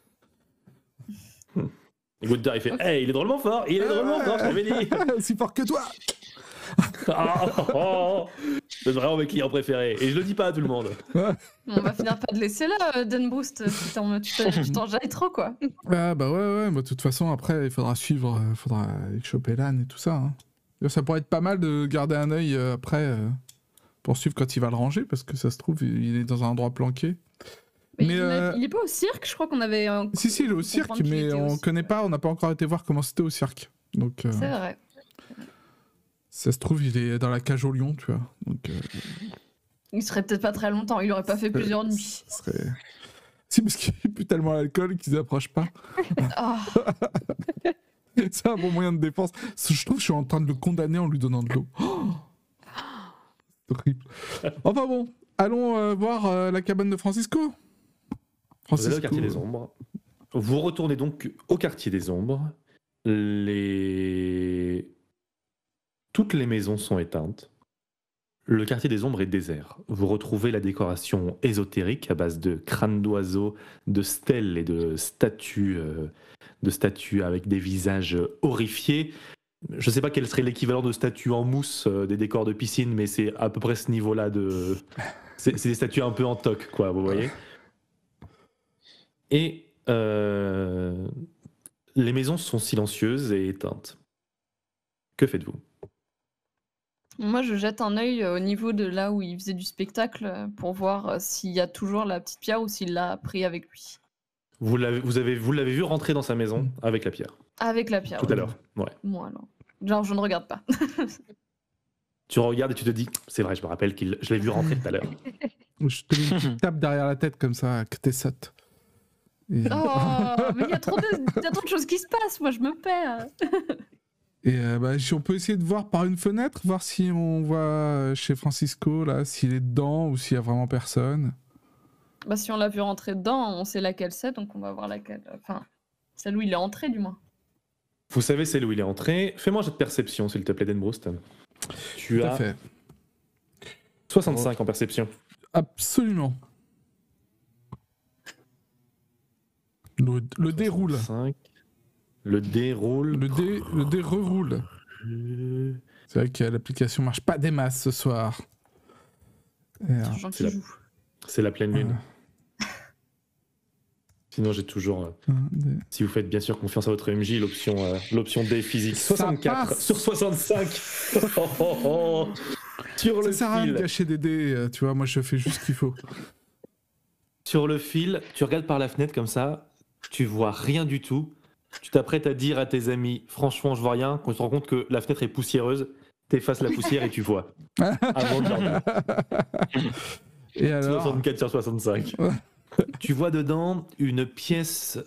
Et Gunther, il fait « Hey, il est drôlement fort, il est drôlement fort, je t'avais dit !» Aussi fort que toi. C'est vraiment mes clients préférés. Et je le dis pas à tout le monde. On va finir par te laisser là, Dan Broost. Tu t'enjailles trop, quoi. Ah bah ouais, bah, de toute façon, après, il faudra suivre, faudra aller choper l'âne et tout ça. Hein. Ça pourrait être pas mal de garder un œil après pour suivre quand il va le ranger, parce que ça se trouve, il est dans un endroit planqué. Mais, Il est pas au cirque, je crois qu'on avait. Si, il est au cirque, comprendre qu'il mais était au on cirque. connaît pas, on n'a pas encore été voir comment c'était au cirque. Donc, C'est vrai. ça se trouve, il est dans la cage au lion, tu vois. Donc, Il serait peut-être pas très longtemps, il aurait pas fait plusieurs nuits. ce serait... Si, parce qu'il pue tellement l'alcool qu'ils n'approchent pas. Ah, C'est un bon moyen de défense. Je trouve que je suis en train de le condamner en lui donnant de l'eau. Oh c'est horrible. Enfin bon, allons voir la cabane de Francisco. Vous allez au quartier des ombres. Vous retournez donc au quartier des ombres. Toutes les maisons sont éteintes. Le quartier des ombres est désert. Vous retrouvez la décoration ésotérique à base de crânes d'oiseaux, de stèles et de statues avec des visages horrifiés. Je ne sais pas quel serait l'équivalent de statues en mousse des décors de piscine, mais c'est à peu près ce niveau-là de... C'est des statues un peu en toc, quoi, vous voyez. Et les maisons sont silencieuses et éteintes. Que faites-vous ? moi, je jette un œil au niveau de là où il faisait du spectacle pour voir s'il y a toujours la petite pierre ou s'il l'a pris avec lui. Vous l'avez vu rentrer dans sa maison avec la pierre, Avec la pierre. tout à l'heure. Ouais. Moi, alors. Genre, je ne regarde pas. Tu regardes et tu te dis, c'est vrai, je me rappelle je l'ai vu rentrer tout à l'heure. Je te mets une petite tape derrière la tête comme ça, que t'es sotte. Et, Oh, mais il y a trop de choses qui se passent, moi je me perds. si on peut essayer de voir par une fenêtre, voir si on voit chez Francisco, là, s'il est dedans ou s'il y a vraiment personne. Bah, si on l'a vu rentrer dedans, on sait laquelle c'est, donc on va voir laquelle. Enfin, celle où il est entré, du moins. Vous savez, c'est où il est entré. Fais-moi un jet de perception, s'il te plaît, Dan Broost. Tu Tout à as fait. 65 en perception. Absolument. Le dé roule. 5. Le dé roule. Le dé reroule. C'est vrai que l'application marche pas des masses ce soir. Gens qui jouent. C'est la pleine lune. Sinon, j'ai toujours, si vous faites bien sûr confiance à votre MJ, l'option D physique. 64 sur 65. Sur le ça sert à rien de fil. gâcher des dés, tu vois, moi je fais juste ce qu'il faut. Sur le fil, tu regardes par la fenêtre comme ça, tu vois rien du tout. Tu t'apprêtes à dire à tes amis, franchement, je vois rien. Quand tu te rends compte que la fenêtre est poussiéreuse, t'effaces la poussière et tu vois. Avant de dormir. Et alors 64 sur 65. Tu vois dedans une pièce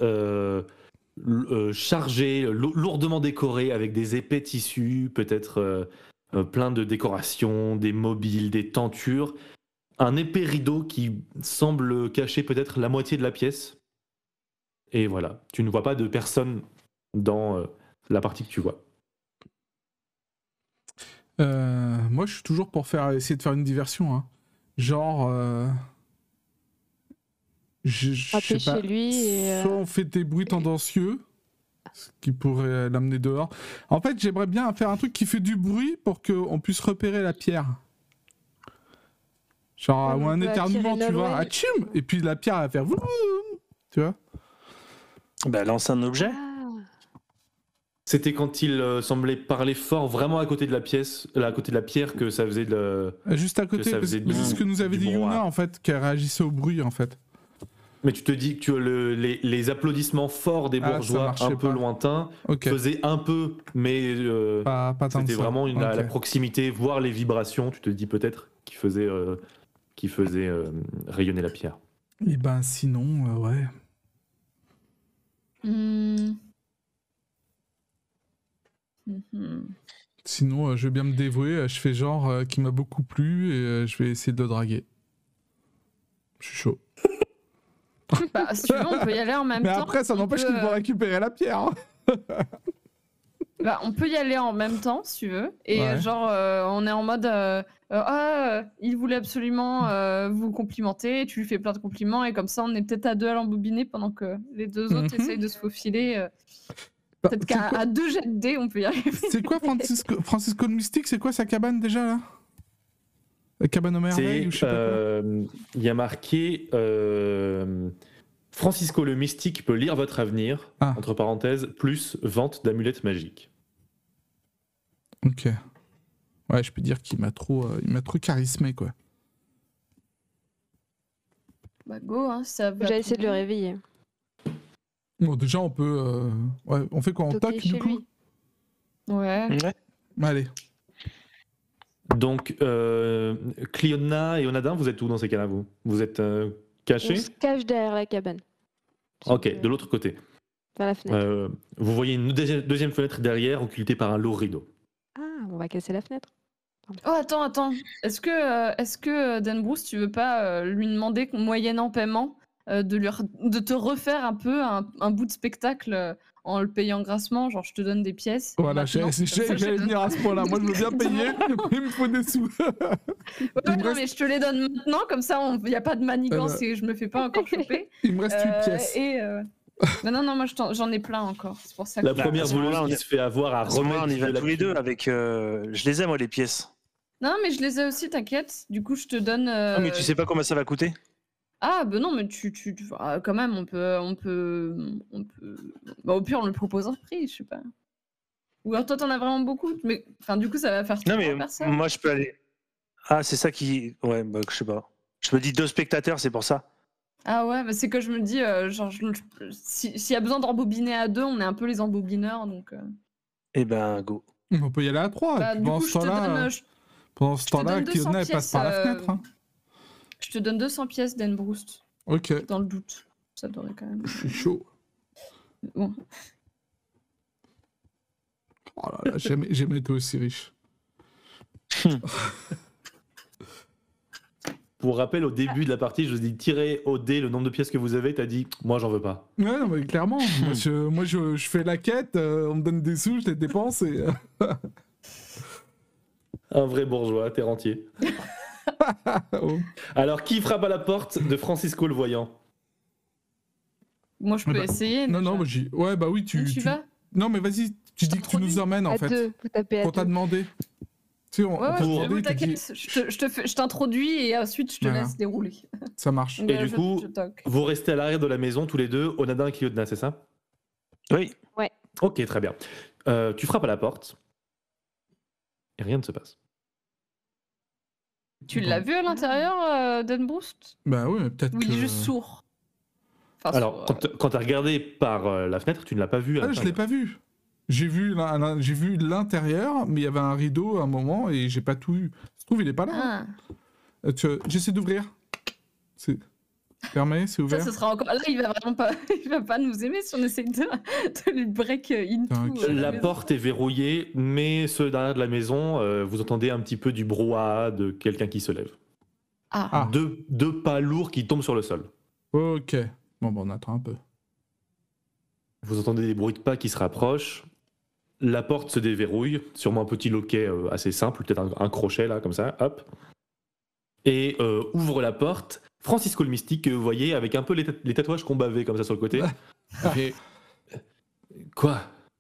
chargée, lourdement décorée, avec des épais tissus, peut-être plein de décorations, des mobiles, des tentures. Un épais rideau qui semble cacher peut-être la moitié de la pièce. Et voilà, tu ne vois pas de personne dans la partie que tu vois. Moi, je suis toujours pour essayer de faire une diversion. Hein. Genre, je sais pas, chez lui et soit on fait des bruits tendancieux, ce qui pourrait l'amener dehors. En fait, j'aimerais bien faire un truc qui fait du bruit pour qu'on puisse repérer la pierre. Genre, ou un éternuement, tu vois, atchoum, et puis la pierre elle va faire vroom, tu vois. Bah, lance un objet. C'était quand il semblait parler fort, vraiment à côté de la pièce, à côté de la pierre, que ça faisait de... Juste à côté, mais c'est ce que nous avait dit Yuna, en fait, qu'elle réagissait au bruit, en fait. Mais tu te dis que les applaudissements forts des bourgeois, un peu lointains, faisaient un peu, mais pas c'était vraiment à la proximité, voir les vibrations, tu te dis peut-être, qui faisait rayonner la pierre. Et ben sinon, ouais. Sinon, je vais bien me dévouer, je fais genre qui m'a beaucoup plu et je vais essayer de le draguer. Je suis chaud. Bah, si tu veux, on peut y aller en même temps. Mais après, ça n'empêche qu'il faut récupérer la pierre. Hein. Bah, on peut y aller en même temps, si tu veux. Et genre, on est en mode il voulait absolument vous complimenter. Tu lui fais plein de compliments. Et comme ça, on est peut-être à deux à l'embobiner pendant que les deux autres essayent de se faufiler. Peut-être qu'à deux jets de dés, on peut y arriver. C'est quoi Francisco le Mystique? C'est quoi sa cabane déjà là? La cabane aux merveilles ou je sais pas quoi. Il y a marqué Francisco le Mystique peut lire votre avenir, entre parenthèses, plus vente d'amulettes magiques. Ok. Ouais, je peux dire qu'il m'a trop charismé, quoi. Bah go, hein, ça va. J'ai essayé de le réveiller. Bon, déjà, on peut... Ouais, on fait quoi? On toque, du coup? Ouais. Allez. Donc, Cliona et Onadin, vous êtes où dans ces cas-là, vous? Vous êtes cachés? On se cache derrière la cabane. Ok, de l'autre côté. Vers la fenêtre. Vous voyez une deuxième fenêtre derrière, occultée par un lourd rideau. Ah, on va casser la fenêtre. Oh, attends. Est-ce que Dan Bruce, tu veux pas lui demander, moyennant paiement, de te refaire un peu un bout de spectacle en le payant grassement, genre je te donne des pièces. Voilà, j'allais venir à ce point-là. Moi, je veux bien payer, il me faut des sous. Mais je te les donne maintenant, comme ça, il n'y a pas de manigance et je me fais pas encore choper. Il me reste 8 pièces. Non, moi j'en ai plein encore. C'est pour ça que la première voleuse qui se fait avoir à remettre. On y va tous les deux avec. Je les ai, moi, les pièces. Non, mais je les ai aussi, t'inquiète. Du coup, je te donne. Ah, mais tu sais pas combien ça va coûter? Ah, bah non, mais quand même, on peut. Bah, au pire, on le propose un prix, je sais pas. Ou alors toi, t'en as vraiment beaucoup, mais enfin, du coup, ça va faire. Non, mais moi, je peux aller. Ah, c'est ça qui. Ouais, bah, je sais pas. Je me dis 2 spectateurs, c'est pour ça. Ah ouais, bah c'est que je me dis, genre, s'il y a besoin d'embobiner à 2, on est un peu les embobineurs, donc. Eh ben, go. On peut y aller à 3. Bah, du coup, pendant ce temps-là, Cliona, elle passe par la fenêtre. Hein. Je te donne 200 pièces Dan Bruce. Ok. Dans le doute. Ça devrait quand même. Je suis chaud. Bon. Oh là là, jamais été aussi riche. Pour rappel, au début de la partie, je vous ai dit tirez au dé le nombre de pièces que vous avez, t'as dit moi j'en veux pas. Ouais, non, mais clairement. moi, je fais la quête, on me donne des sous, je les dépense et. Un vrai bourgeois, t'es rentier. Oh. Alors, qui frappe à la porte de Francisco le voyant? Moi, je peux Bah, essayer. Non, déjà. non, ouais, bah oui, Tu vas Non, mais vas-y, tu dis que tu nous emmènes, en À fait. deux, vous tapez à Qu'on t'a deux. demandé. Tu sais, on Ouais, peut te ouais, demander, il te dit, t'inquiète, je t'introduis et ensuite je te Voilà. laisse dérouler. ça marche. Donc, Et du coup, je toque. vous restez à l'arrière de la maison tous les deux, Onada et Kyodna, c'est ça? Oui. Ok, très bien. Tu frappes à la porte et rien ne se passe. Tu l'as vu à l'intérieur, Dunbrust? Bah oui, mais peut-être Ou que... il est juste sourd? Enfin, Alors, sourd, quand tu as regardé par la fenêtre, tu ne l'as pas vu. à Ah, je l'ai l'intérieur. pas vu. J'ai vu l'intérieur, mais il y avait un rideau à un moment et j'ai pas tout vu. Ça se trouve, il est pas là. hein. Ah. J'essaie d'ouvrir. C'est fermé, c'est Ça, ouvert. ce sera encore. Là, il va vraiment pas. Il va pas nous aimer si on essaye de lui break into. T'inquiète. la La maison. porte est verrouillée, mais ceux derrière de la maison, vous entendez un petit peu du brouhaha de quelqu'un qui se lève. Ah. Ah. Deux pas lourds qui tombent sur le sol. Ok. Bon, bah, on attend un peu. Vous entendez des bruits de pas qui se rapprochent. La porte se déverrouille, sûrement un petit loquet assez simple, peut-être un crochet là, comme ça, hop. Et ouvre la porte. Francisco le mystique que vous voyez avec un peu les tatouages qu'on bavait comme ça sur le côté. Et... Quoi?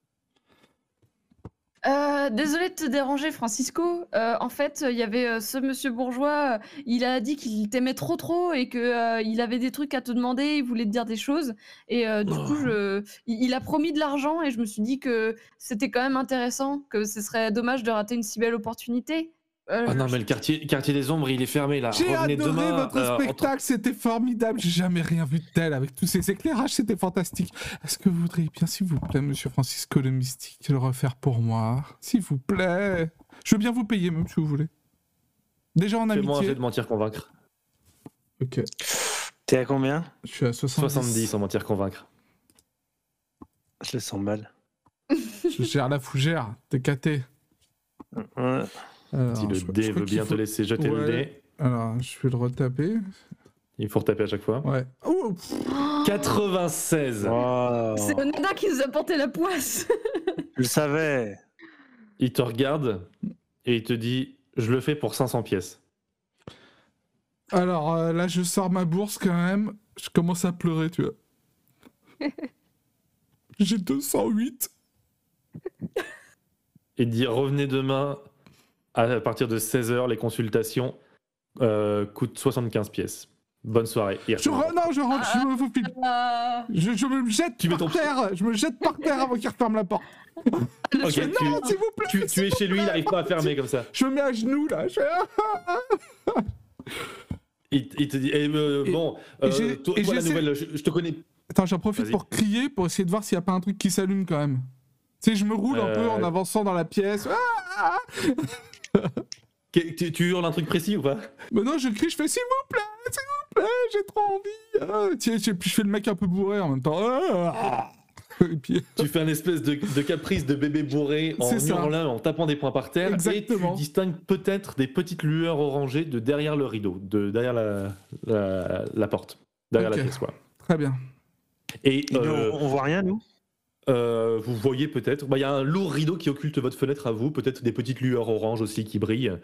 Désolé de te déranger, Francisco. En fait, il y avait ce monsieur bourgeois. Il a dit qu'il t'aimait trop et que il avait des trucs à te demander. Il voulait te dire des choses. Et du coup, il a promis de l'argent et je me suis dit que c'était quand même intéressant, que ce serait dommage de rater une si belle opportunité. Ah non, mais le quartier des ombres, il est fermé là. J'ai Revenez adoré demain, votre spectacle, c'était formidable. J'ai jamais rien vu de tel avec tous ces éclairages, c'était fantastique. Est-ce que vous voudriez bien, s'il vous plaît, monsieur Francisco le Mystique, le refaire pour moi? S'il vous plaît. Je veux bien vous payer, même si vous voulez. Déjà en Fais-moi un jet amitié. de mentir convaincre. Ok. T'es à combien? Je suis à 70 en mentir convaincre. Je le sens mal. Je gère la fougère. T'es caté. Ouais. Alors, Si le je dé crois veut qu'il bien faut- te laisser jeter le Ouais. dé, Alors, je vais le retaper. il faut retaper à chaque fois. Ouais. Oh, 96. Wow. C'est Onada qui nous a porté la poisse. Je le savais. Il te regarde et il te dit je le fais pour 500 pièces. Alors là, je sors ma bourse quand même. Je commence à pleurer, tu vois. J'ai 208. Il te dit revenez demain à partir de 16h, les consultations coûtent 75 pièces. Bonne soirée. Il retourne. Non, je rentre, je me faufile. Ah. Je me jette Tu mets par ton- terre. Je me jette par terre avant qu'il referme la porte. Ok, Je fais, non, s'il vous plaît. tu es chez lui, il n'arrive pas à fermer comme ça. Je me mets à genoux là. Je fais, Il te dit bon, j'ai- toi, et la j'essaie- nouvelle, je te connais. Attends, j'en profite Vas-y. pour crier, pour essayer de voir s'il n'y a pas un truc qui s'allume quand même. Tu sais, je me roule un peu en avançant dans la pièce. Ah. Tu hurles un truc précis ou pas? Mais non, je crie, je fais s'il vous plaît, j'ai trop envie. Tiens, puis je fais le mec un peu bourré en même temps. Et puis, Tu fais un espèce de caprice de bébé bourré en C'est ça. hurlant, en tapant des poings par terre. Exactement. Et tu distingues peut-être des petites lueurs orangées de derrière le rideau, derrière la porte, derrière Ok. la pièce, quoi. très bien. Et Et nous, on voit rien, nous? vous voyez peut-être, il y a un lourd rideau qui occulte votre fenêtre à vous, peut-être des petites lueurs oranges aussi qui brillent.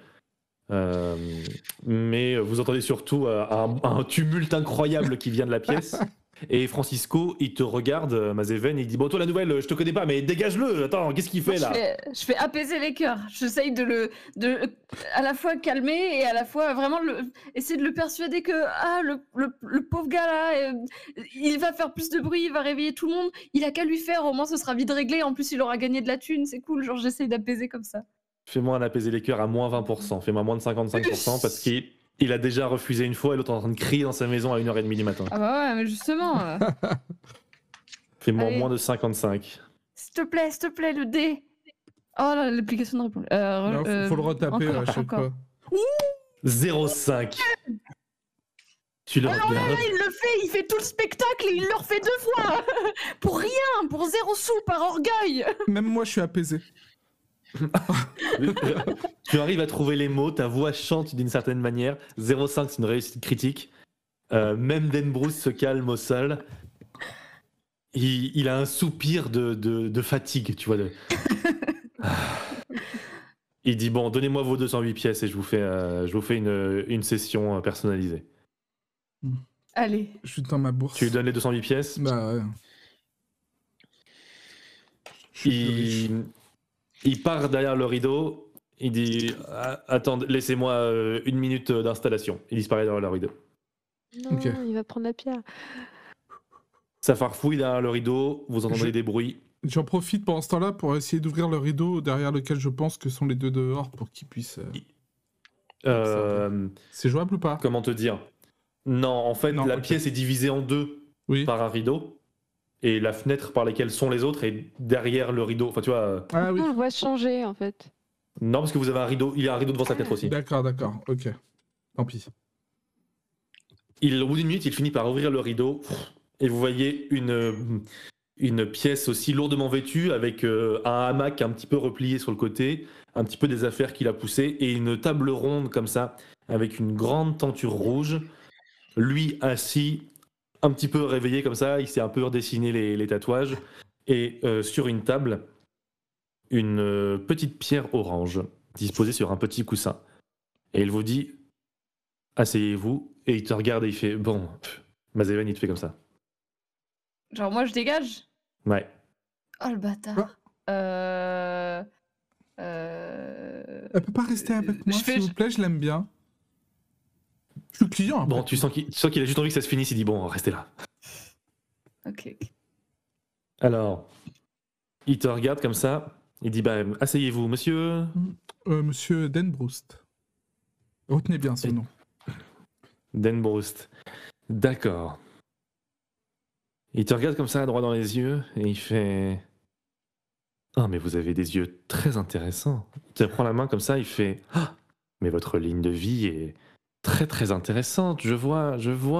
Mais vous entendez surtout un tumulte incroyable qui vient de la pièce. Et Francisco, il te regarde, Mazéven, il dit bon, toi la nouvelle, je te connais pas, mais dégage-le. Attends, qu'est-ce qu'il fait là? Je fais apaiser les cœurs. J'essaye de à la fois calmer et à la fois vraiment essayer de le persuader que le pauvre gars là, il va faire plus de bruit, il va réveiller tout le monde. Il a qu'à lui faire, au moins ce sera vite réglé. En plus, il aura gagné de la thune, c'est cool. Genre, j'essaye d'apaiser comme ça. Fais-moi un apaiser les cœurs à moins 20%. Fais-moi moins de 55% parce qu'il a déjà refusé une fois et l'autre est en train de crier dans sa maison à 1h30 du matin. Ah bah ouais, mais justement. Fais-moi Allez. moins de 55. S'il te plaît, le dé. Oh là, l'application de réponse. Non, faut le retaper encore, à chaque encore. fois. 0,5. Tu le Alors là, regardes. il fait tout le spectacle et il le refait 2 fois. Pour rien, pour 0 sous par orgueil. Même moi, je suis apaisé. Tu arrives à trouver les mots, ta voix chante d'une certaine manière. 0,5, c'est une réussite critique. Même Denbrousse se calme au sol. Il a un soupir de fatigue, tu vois. Il dit bon, donnez-moi vos 208 pièces et je vous fais une session personnalisée. Allez. Je suis dans ma bourse. Tu lui donnes les 208 pièces. Bah ouais. Je suis plus riche. Il part derrière le rideau. Il dit attendez, laissez-moi 1 minute d'installation. Il disparaît derrière le rideau. Non, Ok. il va prendre la pierre. Ça farfouille derrière le rideau. Vous entendez des bruits. J'en profite pendant ce temps-là pour essayer d'ouvrir le rideau derrière lequel je pense que sont les deux dehors pour qu'ils puissent... C'est jouable ou pas? Comment te dire? Non, en fait, Non, la ok. pièce est divisée en deux Oui. par un rideau. Et la fenêtre par laquelle sont les autres est derrière le rideau. Enfin, tu vois. Ah oui. On le voit changer en fait. Non, parce que vous avez un rideau. Il y a un rideau devant sa fenêtre aussi. D'accord, ok. Tant pis. Au bout d'une minute, il finit par ouvrir le rideau. Et vous voyez une pièce aussi lourdement vêtue avec un hamac un petit peu replié sur le côté, un petit peu des affaires qu'il a poussées, et une table ronde comme ça, avec une grande tenture rouge. Lui assis, un petit peu réveillé comme ça, il s'est un peu redessiné les tatouages, et sur une table, une petite pierre orange disposée sur un petit coussin. Et il vous dit, asseyez-vous, et il te regarde et il fait, bon, Mazeven, il te fait comme ça. Genre, moi, je dégage. Ouais. Oh, le bâtard. Elle peut pas rester avec moi, Je fais- s'il vous plaît, je l'aime bien. Je suis client. Bon, après. tu sens qu'il a juste envie que ça se finisse, il dit, bon, restez là. Ok. Alors, il te regarde comme ça, il dit, bah, asseyez-vous, monsieur. Monsieur Denbroust. Retenez bien ce Et- nom. Denbroust. D'accord. Il te regarde comme ça, droit dans les yeux, et il fait... Oh, mais vous avez des yeux très intéressants. Il te prend la main comme ça, il fait... Ah, mais votre ligne de vie est très très intéressante, je vois...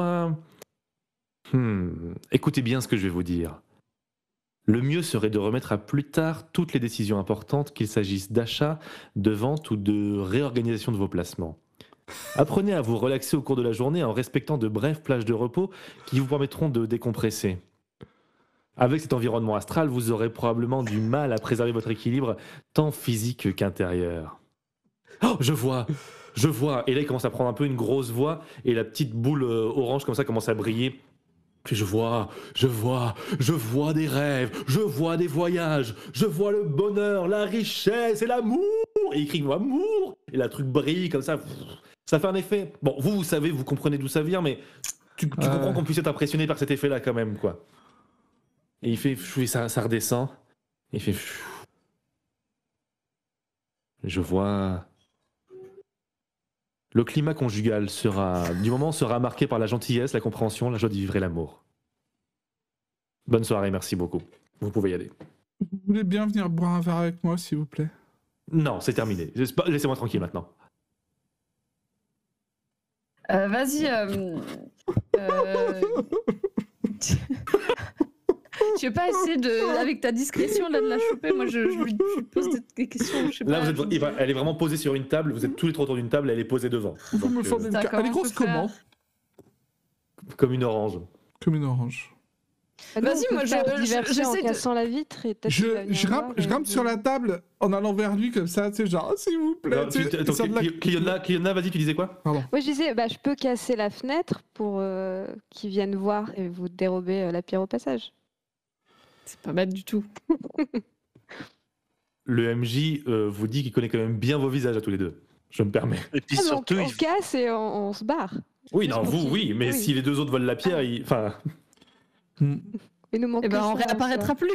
Écoutez bien ce que je vais vous dire. Le mieux serait de remettre à plus tard toutes les décisions importantes, qu'il s'agisse d'achat, de vente ou de réorganisation de vos placements. Apprenez à vous relaxer au cours de la journée en respectant de brèves plages de repos qui vous permettront de décompresser. Avec cet environnement astral, vous aurez probablement du mal à préserver votre équilibre, tant physique qu'intérieur. Oh, je vois. Et là, il commence à prendre un peu une grosse voix, et la petite boule orange comme ça commence à briller. Puis je vois des rêves, je vois des voyages, je vois le bonheur, la richesse et l'amour. Et il crie amour, et la truc brille comme ça. Ça fait un effet. Bon, vous savez, vous comprenez d'où ça vient, mais tu comprends qu'on puisse être impressionné par cet effet-là quand même, quoi. Et il fait, ça redescend. Et il fait, je vois. Le climat conjugal sera marqué par la gentillesse, la compréhension, la joie de vivre et l'amour. Bonne soirée, merci beaucoup. Vous pouvez y aller. Vous voulez bien venir boire un verre avec moi, s'il vous plaît? Non, c'est terminé. Laissez-moi tranquille maintenant. Vas-y. Tu veux pas essayer avec ta discrétion là, de la choper? Moi, je lui pose des questions. Je sais Là, pas. elle est vraiment posée sur une table. Vous êtes tous les trois autour d'une table. Elle est posée devant. Vous pouvez me Donc, faire une D'accord, Elle est on grosse peut faire. comment? comme une orange. Comme une orange. Ah non, Vas-y, on peut moi, faire diverser en j'essaie de- cassant la vitre et peut-être qu'il va venir Je voir et grimpe sur la table en allant vers lui comme ça, tu sais, genre, s'il vous plaît. Alors, tu sais, attends, histoire de la- Cliona, vas-y, tu disais quoi? Pardon. Moi, je disais, bah, je peux casser la fenêtre pour qu'ils viennent voir et vous dérober la pierre au passage. C'est pas bête du tout. Le MJ vous dit qu'il connaît quand même bien vos visages à tous les deux. Je me permets. Et puis Ah, mais surtout, on casse et on se barre. Oui, Juste non, pour vous, qu'il- oui, mais oui. si les deux autres volent la pierre, enfin, Il nous manque Eh ben, que on ça, réapparaîtra plus.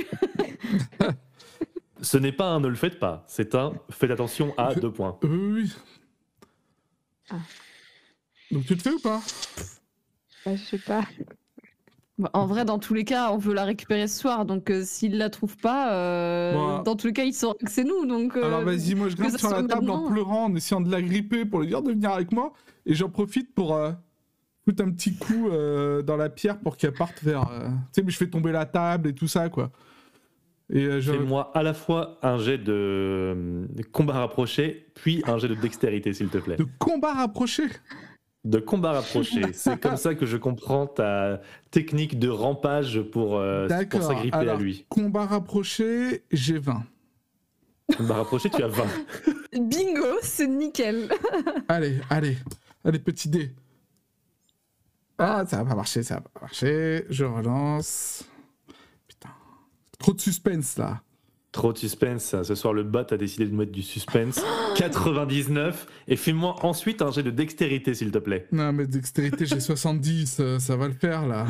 ce n'est pas un ne le faites pas. C'est un faites attention à 2 points. Oui. Ah. Donc tu le fais ou pas? Bah, je sais pas. Bah, en vrai, dans tous les cas, on veut la récupérer ce soir. Donc, s'il la trouve pas, Bon. dans tous les cas, il saura que c'est nous. Donc, Alors vas-y, moi je grimpe ça sur la soit table en maintenant. pleurant, en essayant de la gripper pour lui dire de venir avec moi. Et j'en profite pour foutre un petit coup dans la pierre pour qu'elle parte vers... Tu sais, mais je fais tomber la table et tout ça, quoi. Et Fais-moi à la fois un jet de combat rapproché, puis un jet de dextérité, s'il te plaît. de combat rapproché. De combat rapproché. C'est comme ça que je comprends ta technique de rampage pour D'accord. s'agripper à Alors, lui. combat rapproché, j'ai 20. Combat rapproché, tu as 20. Bingo, c'est nickel. Allez, petit dé. Ah, ça va pas marcher. Je relance. Putain. Trop de suspense, là. Trop de suspense. Ce soir, le bot a décidé de nous mettre du suspense. 99. Et fais-moi ensuite un jet de dextérité, s'il te plaît. Non, mais dextérité, j'ai 70. Ça va le faire, là.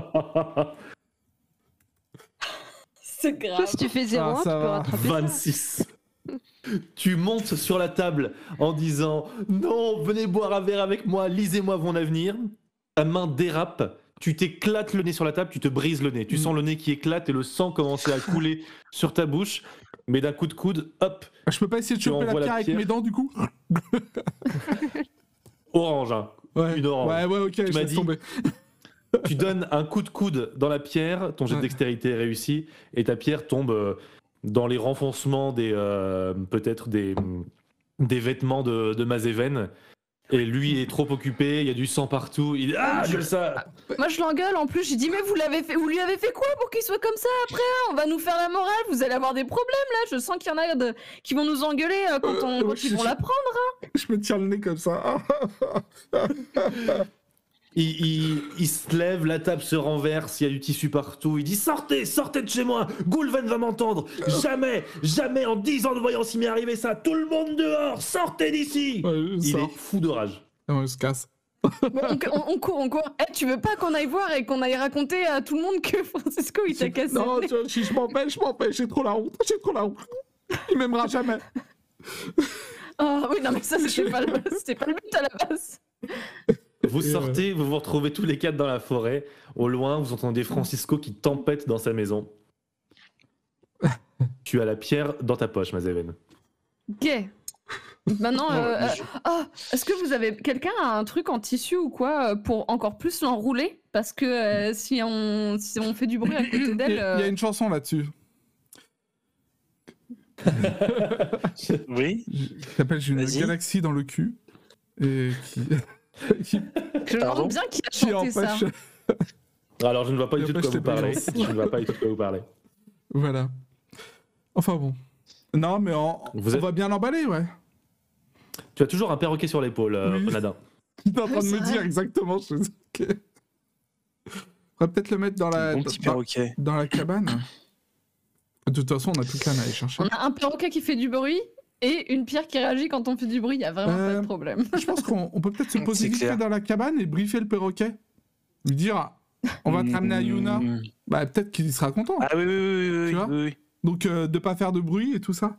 C'est grave. Si tu fais 0, tu peux va. rattraper ça. 26. Tu montes sur la table en disant « Non, venez boire un verre avec moi, lisez-moi mon avenir ». Ta main dérape, tu t'éclates le nez sur la table, tu te brises le nez. Tu sens le nez qui éclate et le sang commencer à couler sur ta bouche. Mais d'un coup de coude, hop, Je peux pas essayer de Tu choper la envoies la pierre avec pierre. mes dents, du coup? orange. Hein. Ouais. Une orange. Ouais, ok, je m'as laisse dit. tomber. Tu donnes un coup de coude dans la pierre, ton jet de Ouais. dextérité est réussi, et ta pierre tombe dans les renfoncements peut-être des vêtements de Mazéven. Et lui est trop occupé, il y a du sang partout. Il dit ah, je ça. Moi je l'engueule en plus, j'ai dit mais vous lui avez fait quoi pour qu'il soit comme ça après hein? On va nous faire la morale, vous allez avoir des problèmes là, je sens qu'il y en a qui vont nous engueuler quand ils vont la prendre. Je me tiens le nez comme ça. Il se lève, la table se renverse, il y a du tissu partout. Il dit sortez de chez moi, Goulven va m'entendre. Jamais en 10 ans de voyance il m'est arrivé ça. Tout le monde dehors, sortez d'ici. Ouais, je Il sors. est fou de rage. On se casse. Bon, on court. Eh, tu veux pas qu'on aille voir et qu'on aille raconter à tout le monde que Francisco il t'a cassé Non, le nez tu vois, je m'empêche, j'ai trop la honte. Il m'aimera jamais. Ah oui non mais ça c'était pas le but à la base. Vous sortez, vous vous retrouvez tous les quatre dans la forêt. Au loin, vous entendez Francisco qui tempête dans sa maison. Tu as la pierre dans ta poche, Mazéven. Ok. Maintenant, est-ce que vous avez quelqu'un a un truc en tissu ou quoi pour encore plus l'enrouler? Parce que si on fait du bruit à côté Il d'elle. y a une chanson là-dessus. Oui. Qui s'appelle J'ai une Vas-y. galaxie dans le cul. Et qui Je me Pardon demande bien qui a qui chanté ça. empêche. Alors, je ne vois pas du tout de quoi Après, vous parlez. je t'ai Je ne vois pas du tout de quoi vous parlez. Voilà. Enfin bon. Non, mais on Vous êtes- va bien l'emballer, ouais. Tu as toujours un perroquet sur l'épaule, Oui. Nadin. Il est en train de C'est me vrai. dire exactement. Ok. On va peut-être le mettre dans la, Bon petit perroquet. dans la cabane. De toute façon, on a toute l'âne à aller chercher. On a un perroquet qui fait du bruit et une pierre qui réagit quand on fait du bruit. Il y a vraiment pas de problème. Je pense qu'on peut peut-être se poser C'est vite fait clair. dans la cabane et briefer le perroquet. Lui dire, on va te ramener à Yuna. Bah, peut-être qu'il sera content. Ah oui, Tu vois oui. Donc, de pas faire de bruit et tout ça.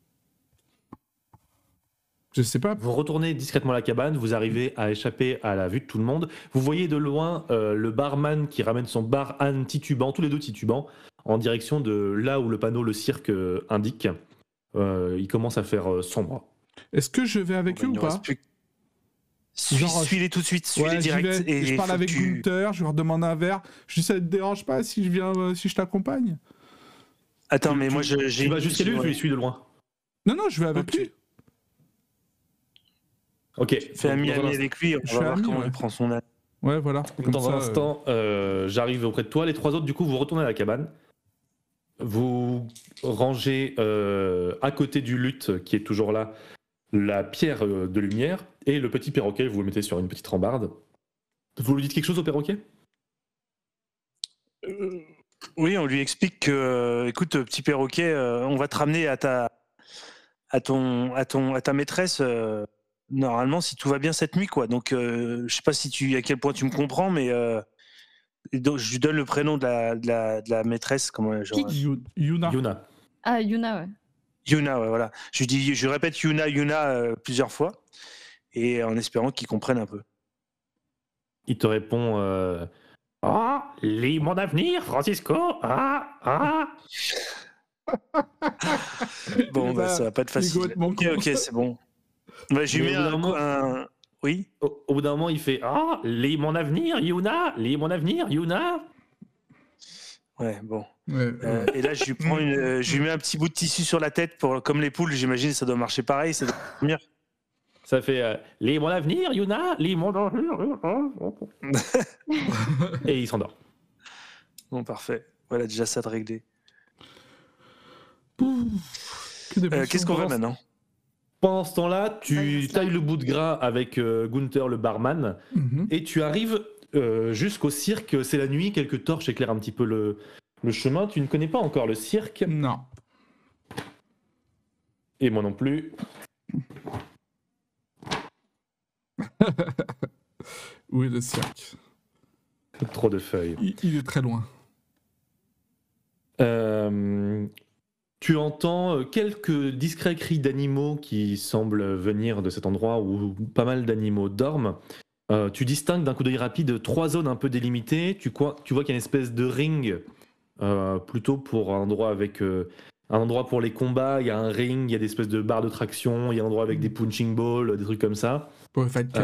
Je sais pas. Vous retournez discrètement à la cabane, vous arrivez à échapper à la vue de tout le monde. Vous voyez de loin le barman qui ramène son bar Anne titubant, tous les deux titubants, en direction de là où le panneau le cirque indique. Il commence à faire sombre. Est-ce que je vais avec eux ou pas? Genre, Suis-les tout de suite, suis-les Ouais, j'y direct. vais. Je parle faut avec que tu- Gunther, je lui redemande un verre. Je dis, ça te dérange pas si je viens, si je t'accompagne? Attends, mais moi j'ai. Tu vas jusqu'à lui ou tu les suis de loin? Non, je vais avec Ok. lui. Ok. Fais ami Dans un avec lui, on Je va fais voir ami, comment ouais. il prend son âme. Ouais, voilà. Comme Dans ça, un instant, j'arrive auprès de toi. Les trois autres, du coup, vous retournez à la cabane. Vous rangez à côté du luth qui est toujours là la pierre de lumière et le petit perroquet, vous le mettez sur une petite rambarde. Vous lui dites quelque chose au perroquet? Oui, on lui explique que, écoute, petit perroquet, on va te ramener à ta maîtresse. Normalement, si tout va bien cette nuit, quoi. Donc, je sais pas à quel point tu me comprends, mais donc, je lui donne le prénom de la maîtresse, comment genre, Yuna. Yuna. Ah, Yuna, ouais. Yuna, ouais, voilà. Je répète Yuna plusieurs fois, et en espérant qu'il comprenne un peu. Il te répond ah, lis mon avenir, Francisco. Ah. Bon, bah, ça va pas être Il est facile. complètement Ok, con. c'est bon. Bah, je lui Mais mets au bout d'un moment- un. Oui. Au bout d'un moment, il fait ah, lis mon avenir, Yuna. Lis mon avenir, Yuna. Ouais, bon. Ouais, Et là, je lui mets un petit bout de tissu sur la tête, comme les poules, j'imagine, ça doit marcher pareil, ça doit dormir. Ça fait lis mon avenir, Yuna. Lis mon avenir. Et il s'endort. Bon, parfait. Voilà, déjà ça de réglé. Que d'émotions. Qu'est-ce qu'on veut maintenant? Pendant ce temps-là, tu Ouais, tailles le bout de gras avec Gunther le barman Mhm. et tu arrives jusqu'au cirque. C'est la nuit, quelques torches éclairent un petit peu le chemin. Tu ne connais pas encore le cirque, Non. et moi non plus. Où est le cirque? Trop de feuilles. Il est très loin. Tu entends quelques discrets cris d'animaux qui semblent venir de cet endroit où pas mal d'animaux dorment. Tu distingues d'un coup d'œil rapide 3 zones un peu délimitées. Tu vois qu'il y a une espèce de ring, plutôt pour un endroit avec un endroit pour les combats. Il y a un ring, il y a des espèces de barres de traction, il y a un endroit avec des punching balls, des trucs comme ça. Pour le Fight Club,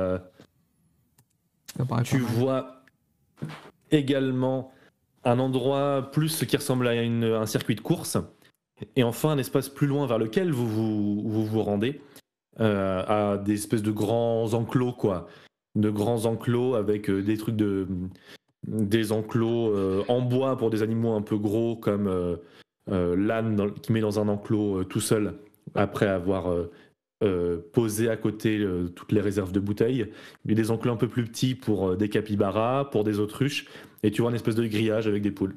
ça paraît Tu pas mal. vois également un endroit plus qui ressemble à un circuit de course. Et enfin, un espace plus loin vers lequel vous rendez, à des espèces de grands enclos, quoi. De grands enclos avec des trucs des enclos en bois pour des animaux un peu gros, comme l'âne qui met dans un enclos tout seul, après avoir posé à côté toutes les réserves de bouteilles. Mais des enclos un peu plus petits pour des capybaras, pour des autruches. Et tu vois une espèce de grillage avec des poules.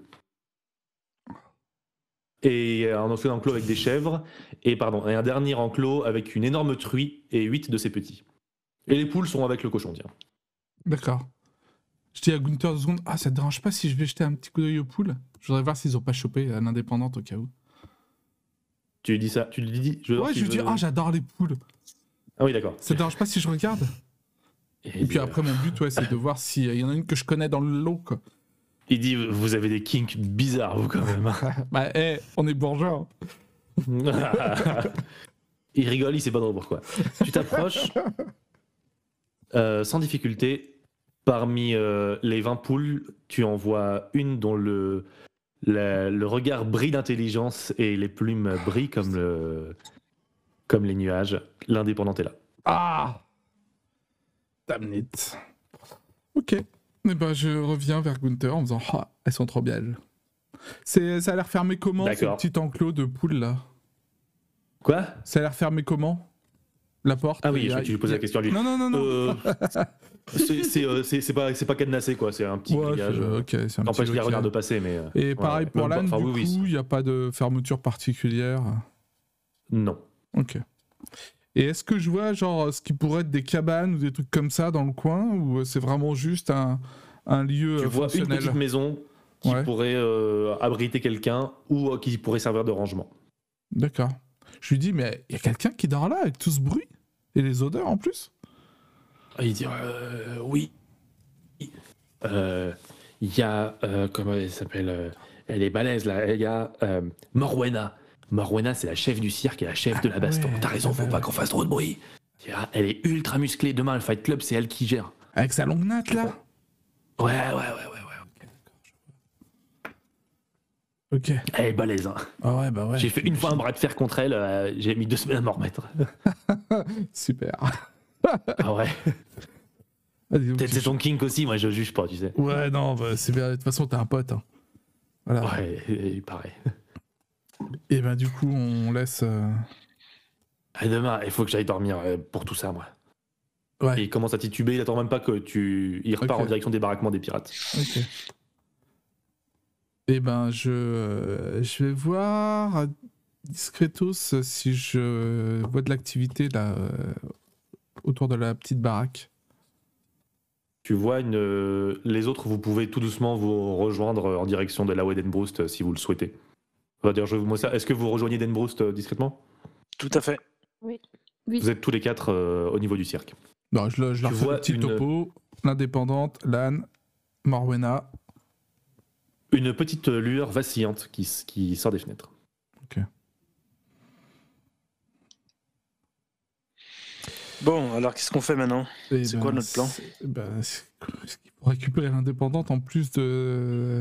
Et un autre enclos avec des chèvres, et un dernier enclos avec une énorme truie et 8 de ses petits. Et les poules sont avec le cochon, tiens. D'accord. Je dis à Gunther 2 secondes, ça te dérange pas si je vais jeter un petit coup d'œil aux poules? Je voudrais voir s'ils ont pas chopé l'indépendante au cas où. Tu lui dis ça? Tu lui dis? Ouais, je lui dis, j'adore les poules. Ah oui, d'accord. Ça te dérange pas si je regarde? Et puis après, mon but, c'est de voir s'il y en a une que je connais dans le lot, quoi. Il dit, vous avez des kinks bizarres, vous, quand même. Bah, on est bourgeois. Il rigole, il sait pas trop pourquoi. Tu t'approches, sans difficulté. Parmi les 20 poules, tu en vois une dont le regard brille d'intelligence et les plumes brillent comme les nuages. L'indépendante est là. Ah! Damn it. Ok. Et ben, je reviens vers Gunther en me disant, elles sont trop belles. Ça a l'air fermé comment, ce D'accord. petit enclos de poules, là? Quoi? Ça a l'air fermé comment? La porte? Ah oui, tu lui poses la question à lui. Non. C'est pas cadenassé, quoi. C'est un petit grillage. Ok, c'est un petit T'empêches les local. regards de passer, mais... Et pareil pour l'âne, enfin, du oui, coup, il n'y a pas de fermeture particulière. Non. Ok. Et est-ce que je vois, genre, ce qui pourrait être des cabanes ou des trucs comme ça dans le coin, ou c'est vraiment juste un lieu Tu vois une fonctionnel? petite maison qui pourrait abriter quelqu'un ou qui pourrait servir de rangement. D'accord. Je lui dis, mais il y a quelqu'un qui dort là avec tout ce bruit? Et les odeurs en plus? Il dit oui. Il y a comment elle s'appelle, elle est balèze là. Il y a Morwena. Morwena, c'est la chef du cirque et la chef de la baston. ouais, T'as raison, faut pas qu'on fasse trop de bruit. Elle est ultra musclée. Demain, le Fight Club, c'est elle qui gère. Avec sa longue natte là? Ouais. Ok. Elle est balèze. Hein. Ah ouais, bah ouais. J'ai fait une fois un bras de fer contre elle. J'ai mis 2 semaines à m'en remettre. Super. Ah ouais. Ah, dis donc, Peut-être c'est ton kink aussi. Moi, je juge pas, tu sais. Ouais, non, bah, c'est bien. De toute façon, t'es un pote. Hein. Voilà. Ouais, et pareil. Et ben du coup, on laisse. Et demain, il faut que j'aille dormir pour tout ça, moi. Ouais. Et il commence à tituber, il attend même pas que il repart Ok. en direction des baraquements des pirates. Ok. Et ben je vais voir discretos si je vois de l'activité là autour de la petite baraque. Tu vois les autres, vous pouvez tout doucement vous rejoindre en direction de la Denbroust si vous le souhaitez. On va dire, moi ça. Est-ce que vous rejoignez Denbroust discrètement? Tout à fait. Oui. Vous êtes tous les 4 au niveau du cirque. Non, je leur fais vois le petit une- topo. L'indépendante, l'âne, Morwena. Une petite lueur vacillante qui sort des fenêtres. Bon, alors qu'est-ce qu'on fait maintenant? Et C'est quoi notre plan? C'est pour récupérer l'indépendante en plus de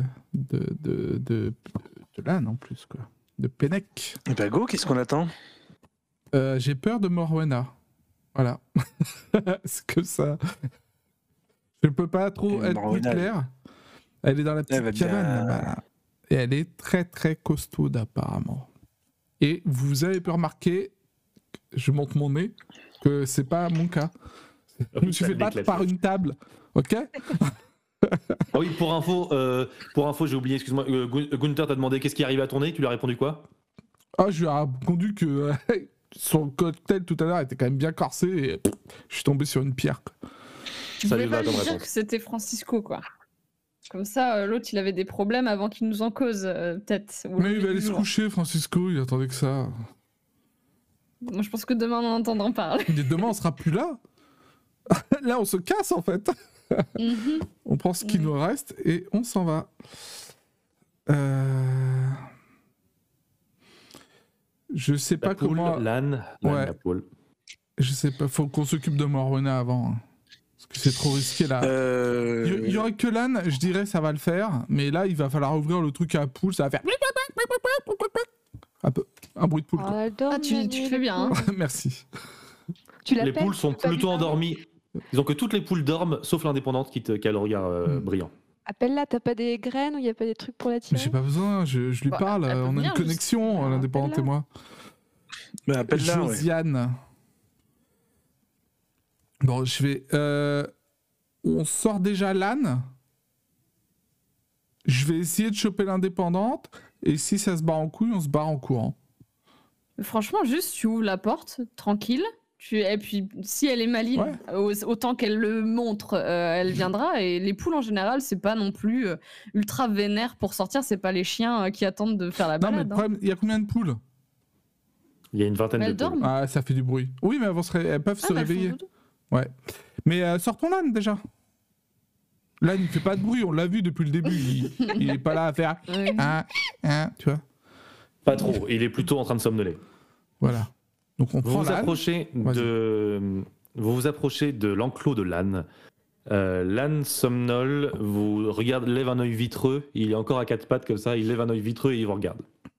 l'âne en plus quoi. De Pennec. Eh ben go, qu'est-ce qu'on attend? J'ai peur de Morwena. Voilà. C'est que ça. Je peux pas trop Et être plus Morwena, clair. Elle est dans la elle va petite bien- cabane là-bas. Là. Et elle est très très costaude apparemment. Et vous avez pu remarquer, je monte mon nez, que c'est pas mon cas. Je me suis Ça fait battre l'éclate, par ouais. une table, ok? Ah oui, pour info, j'ai oublié, excuse-moi, Gunther t'a demandé qu'est-ce qui arrive à ton nez, tu lui as répondu quoi? Ah, je lui ai répondu que son cocktail tout à l'heure était quand même bien corsé et je suis tombé sur une pierre. Quoi. Tu Ça pouvais lui pas va lui comme dire réponse. que c'était Francisco, quoi. Comme ça, l'autre, il avait des problèmes avant qu'il nous en cause, peut-être. au Mais lever il va du aller se jour. coucher, Francisco, il attendait que ça. Moi, je pense que demain, on en entendra parler. Mais demain, on sera plus là. Là, on se casse en fait. Mhm. On prend ce qui nous reste et on s'en va. Je sais La pas poule, comment. l'âne, Ouais. la poule. Je sais pas, faut qu'on s'occupe de Morwena avant. Hein. Parce que c'est trop risqué là. Il y aurait que l'âne, je dirais ça va le faire. Mais là, il va falloir ouvrir le truc à la poule, ça va faire. Un bruit de poule. Oh, Quoi. elle dort, Ah, tu Manu, fais bien, hein. Merci. Tu Les l'appelles, poules sont tu peux pas lui plutôt parler endormies. Disons que toutes les poules dorment, sauf l'indépendante qui a le regard brillant. Appelle-la, t'as pas des graines ou y a pas des trucs pour la Mais tirer? j'ai pas besoin, je lui Bah, parle, elle peut on a venir, une connexion, juste- l'indépendante et appelle-la. moi. Mais appelle-la, ouais. Josiane. Bon, je vais. On sort déjà l'âne. Je vais essayer de choper l'indépendante. Et si ça se barre en couille, on se barre en courant. Franchement, juste, tu ouvres la porte, tranquille. Et puis, si elle est maligne, autant qu'elle le montre, elle viendra. Et les poules, en général, c'est pas non plus ultra vénère pour sortir. C'est pas les chiens qui attendent de faire la Non, mais balade. le problème, il y a combien de poules? Il y a une vingtaine Mais de elles poules. dorment. Ah, ça fait du bruit. Oui, mais elles peuvent se Ah, bah, elles font réveiller. dodo. Ouais. Mais sortons l'âne déjà. L'âne, il fait pas de bruit, on l'a vu depuis le début. Il est pas là à faire. Ouais. Tu vois. Pas trop, il est plutôt en train de somnoler. Voilà. Donc on prend Vous l'âne. vous approchez de l'enclos de l'âne. L'âne somnole, lève un œil vitreux, il est encore à quatre pattes comme ça, il lève un œil vitreux et il vous regarde.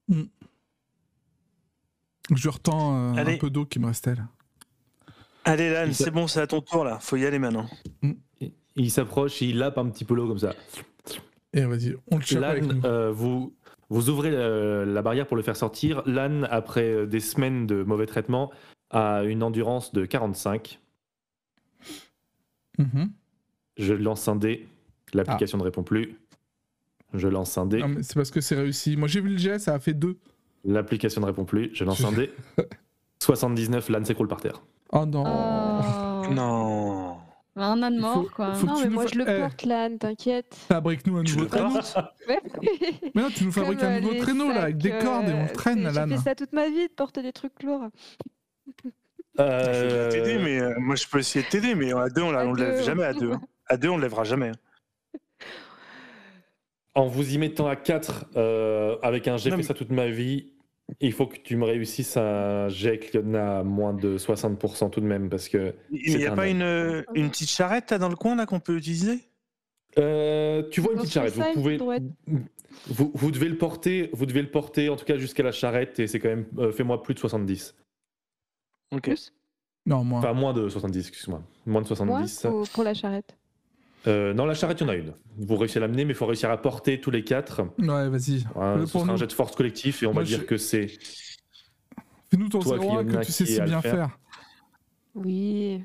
Je retends un Allez. peu d'eau qui me restait là. Allez, Lan, c'est bon, c'est à ton tour là. Faut y aller maintenant. Il s'approche, il lappe un petit peu l'eau comme ça. Et vas-y, on le chope avec nous. L'âne, vous ouvrez la barrière pour le faire sortir. L'âne, après des semaines de mauvais traitement, a une endurance de 45. Mhm. Je lance un dé. L'application ne répond plus. Je lance un dé. Non, mais c'est parce que c'est réussi. Moi j'ai vu le jet, ça a fait 2. L'application ne répond plus. Je lance un dé. 79, l'âne s'écroule par terre. Oh non. Oh. Non. Un âne mort, quoi. faut- Non, tu mais nous moi fa- je le Eh. porte, l'âne, t'inquiète. Fabrique-nous un Tu nouveau le traîneau. portes Ouais. Mais non, tu nous fabriques Comme, un nouveau les traîneau là, avec des sacs, cordes et on traîne la J'ai lame. fait ça toute ma vie, de porter des trucs lourds. Je vais t'aider, mais moi je peux essayer de t'aider, mais à deux, on ne lève jamais à deux. À deux, on ne lèvera jamais. En vous y mettant à 4, avec un j'ai Non, fait mais- ça toute ma vie, il faut que tu me réussisses un jet qui en a moins de 60% tout de même, parce que Il n'y a un pas âne. une petite charrette là, dans le coin là qu'on peut utiliser? Tu vois une Dans petite ce charrette. sens-là, Vous pouvez, il doit vous devez le porter. Vous devez le porter en tout cas jusqu'à la charrette et c'est quand même fais-moi plus de 70. Ok. Plus Non, moi. Enfin moins de 70, excuse-moi. Moins de Moi 70. pour la charrette. Non, la charrette, il y en a une. Vous réussissez à l'amener, mais il faut réussir à porter tous les 4. Ouais, vas-y. Voilà, Fais-le ce pour sera un nous. jet de force collectif et on Moi, va dire que c'est. Fais-nous ton Toi, 0-1 que Fiona, tu sais qui si a le bien faire. faire. Oui.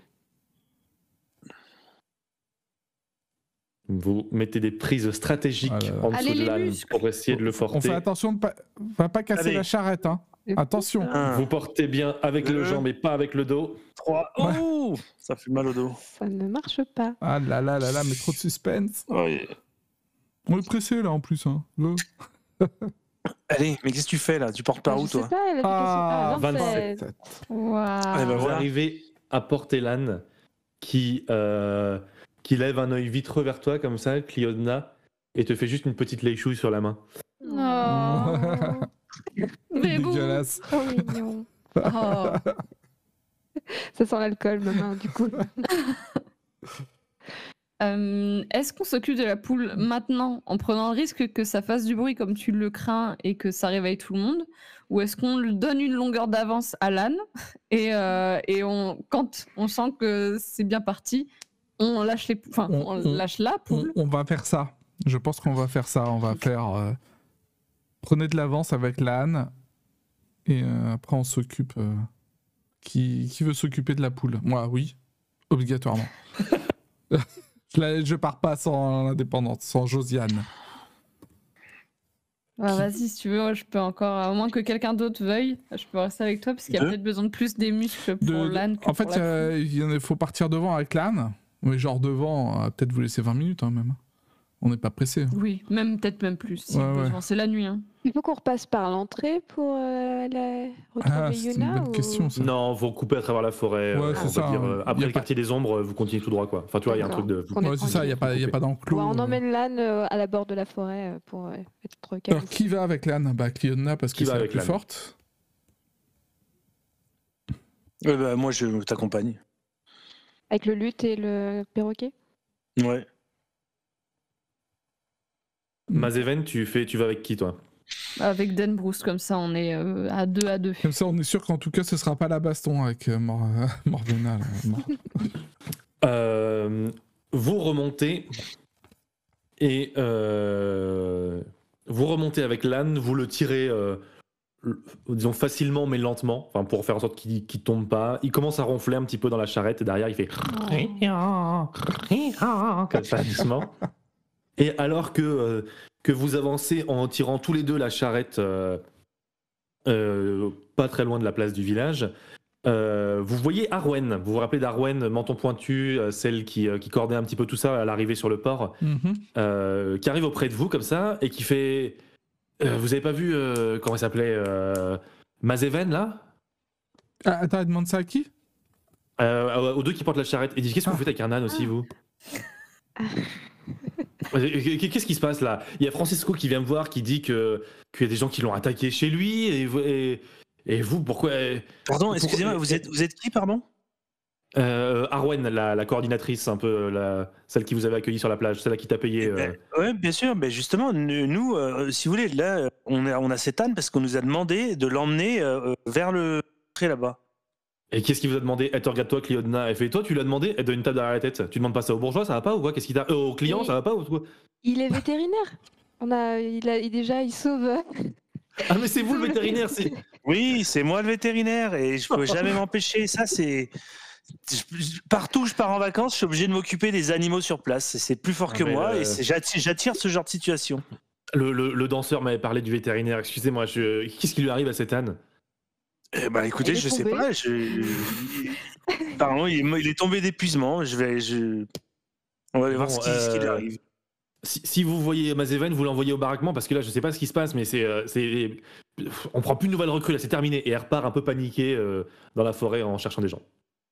Vous mettez des prises stratégiques Ah là là. en dessous Allez, de les l'âne muscles. pour essayer de le porter. On fait attention de pas casser Allez. la charrette, hein. Attention. Un, Vous portez bien avec le Deux. jambe et pas avec le dos. 3. Oh, ça fait mal au dos. Ça ne marche pas. Ah là là là là, mais trop de suspense. Oh, yeah. On est pressé là en plus, hein. Là. Allez, mais qu'est-ce que tu fais là? Tu portes par où Je sais toi? pas, l'application. Ah, 27. 27. Waouh. Eh ben, Vous voilà. arrivez à porter l'âne qui lève un œil vitreux vers toi comme ça, Cliodna, et te fait juste une petite léchouille sur la main. Oh. Mais bon. Dégueulasse. Trop mignon. Oh. Ça sent l'alcool, ma main, du coup. Est-ce qu'on s'occupe de la poule maintenant en prenant le risque que ça fasse du bruit comme tu le crains et que ça réveille tout le monde? Ou est-ce qu'on lui donne une longueur d'avance à l'âne et quand on sent que c'est bien parti, on lâche on lâche la poule? On va faire ça. Je pense qu'on va faire ça. On va faire. Prenez de l'avance avec l'âne. Et après, on s'occupe. Qui veut s'occuper de la poule? Moi, oui, obligatoirement. Je pars pas sans l'indépendante, sans Josiane. Vas-y, si tu veux, je peux encore, à moins que quelqu'un d'autre veuille, je peux rester avec toi parce qu'il y a peut-être besoin de plus des muscles pour l'âne que En fait, pour la poule. il faut partir devant avec l'âne. Mais genre devant, peut-être vous laisser 20 minutes même. On n'est pas pressé. Oui, peut-être même plus, si Ouais, besoin. C'est la nuit. Hein. Il faut qu'on repasse par l'entrée pour retrouver C'est Yuna une bonne question, ça. Non, vous coupez à travers la forêt. Ouais, on c'est va ça, dire, hein. après Y a le pas- quartier des ombres, vous continuez tout droit, quoi. Enfin, tu vois, il y a un truc de. Qu'on est Ouais, c'est ça, il n'y a pas tranquille. d'enclos. Ouais, on emmène l'âne à la bord de la forêt pour être calme. Alors, qui va avec l'âne? Bah, Cliona, parce que Qui va c'est la avec plus l'âne forte. Moi, je t'accompagne. Avec le luth et le perroquet. Ouais. Mazeven, tu vas avec qui, toi? Avec Dan Bruce, comme ça, on est à deux. Comme ça, on est sûr qu'en tout cas, ce sera pas la baston avec Morvena. Vous remontez et vous remontez avec l'âne, vous le tirez, disons facilement mais lentement, enfin pour faire en sorte qu'il tombe pas. Il commence à ronfler un petit peu dans la charrette et derrière il fait comme ça doucement. Et alors que vous avancez en tirant tous les deux la charrette pas très loin de la place du village, vous voyez Arwen. Vous vous rappelez d'Arwen, menton pointu, celle qui coordonnait un petit peu tout ça à l'arrivée sur le port, qui arrive auprès de vous comme ça et qui fait... vous avez pas vu, comment il s'appelait, Mazeven là? Attends, elle demande ça à qui? Aux deux qui portent la charrette. Et dit, qu'est-ce que vous faites avec un âne aussi, vous? Qu'est-ce qui se passe là? Il y a Francisco qui vient me voir, qui dit qu'il y a des gens qui l'ont attaqué chez lui, et vous, pourquoi? Pardon, excusez-moi, vous êtes qui, pardon? Arwen, la coordinatrice, un peu celle qui vous avait accueilli sur la plage, celle qui t'a payé. Oui, bien sûr. Mais justement, nous, si vous voulez, là, on a cet âne parce qu'on nous a demandé de l'emmener vers le pré là-bas. Et qu'est-ce qu'il vous a demandé? Elle te regarde toi, Cliodna. Elle fait, toi, tu lui as demandé? Elle donne une tape derrière la tête. Tu demandes pas ça aux bourgeois, ça va pas ou quoi? Qu'est-ce qu'il t'a... Aux clients, ça va pas ou quoi? Il est vétérinaire. Il sauve. Ah mais c'est vous le vétérinaire, c'est... Oui, c'est moi le vétérinaire et je peux jamais m'empêcher. Ça, c'est... Partout où je pars en vacances, je suis obligé de m'occuper des animaux sur place. C'est plus fort que moi et j'attire ce genre de situation. Le danseur m'avait parlé du vétérinaire. Excusez-moi, qu'est-ce qui lui arrive à cet âne? Écoutez, je sais pas. Pardon, il est tombé d'épuisement. On va aller voir ce qui lui arrive. Si vous voyez Mazeven, vous l'envoyez au baraquement parce que là, je sais pas ce qui se passe, mais on prend plus de nouvelles recrues, là, c'est terminé. Et elle repart un peu paniquée dans la forêt en cherchant des gens.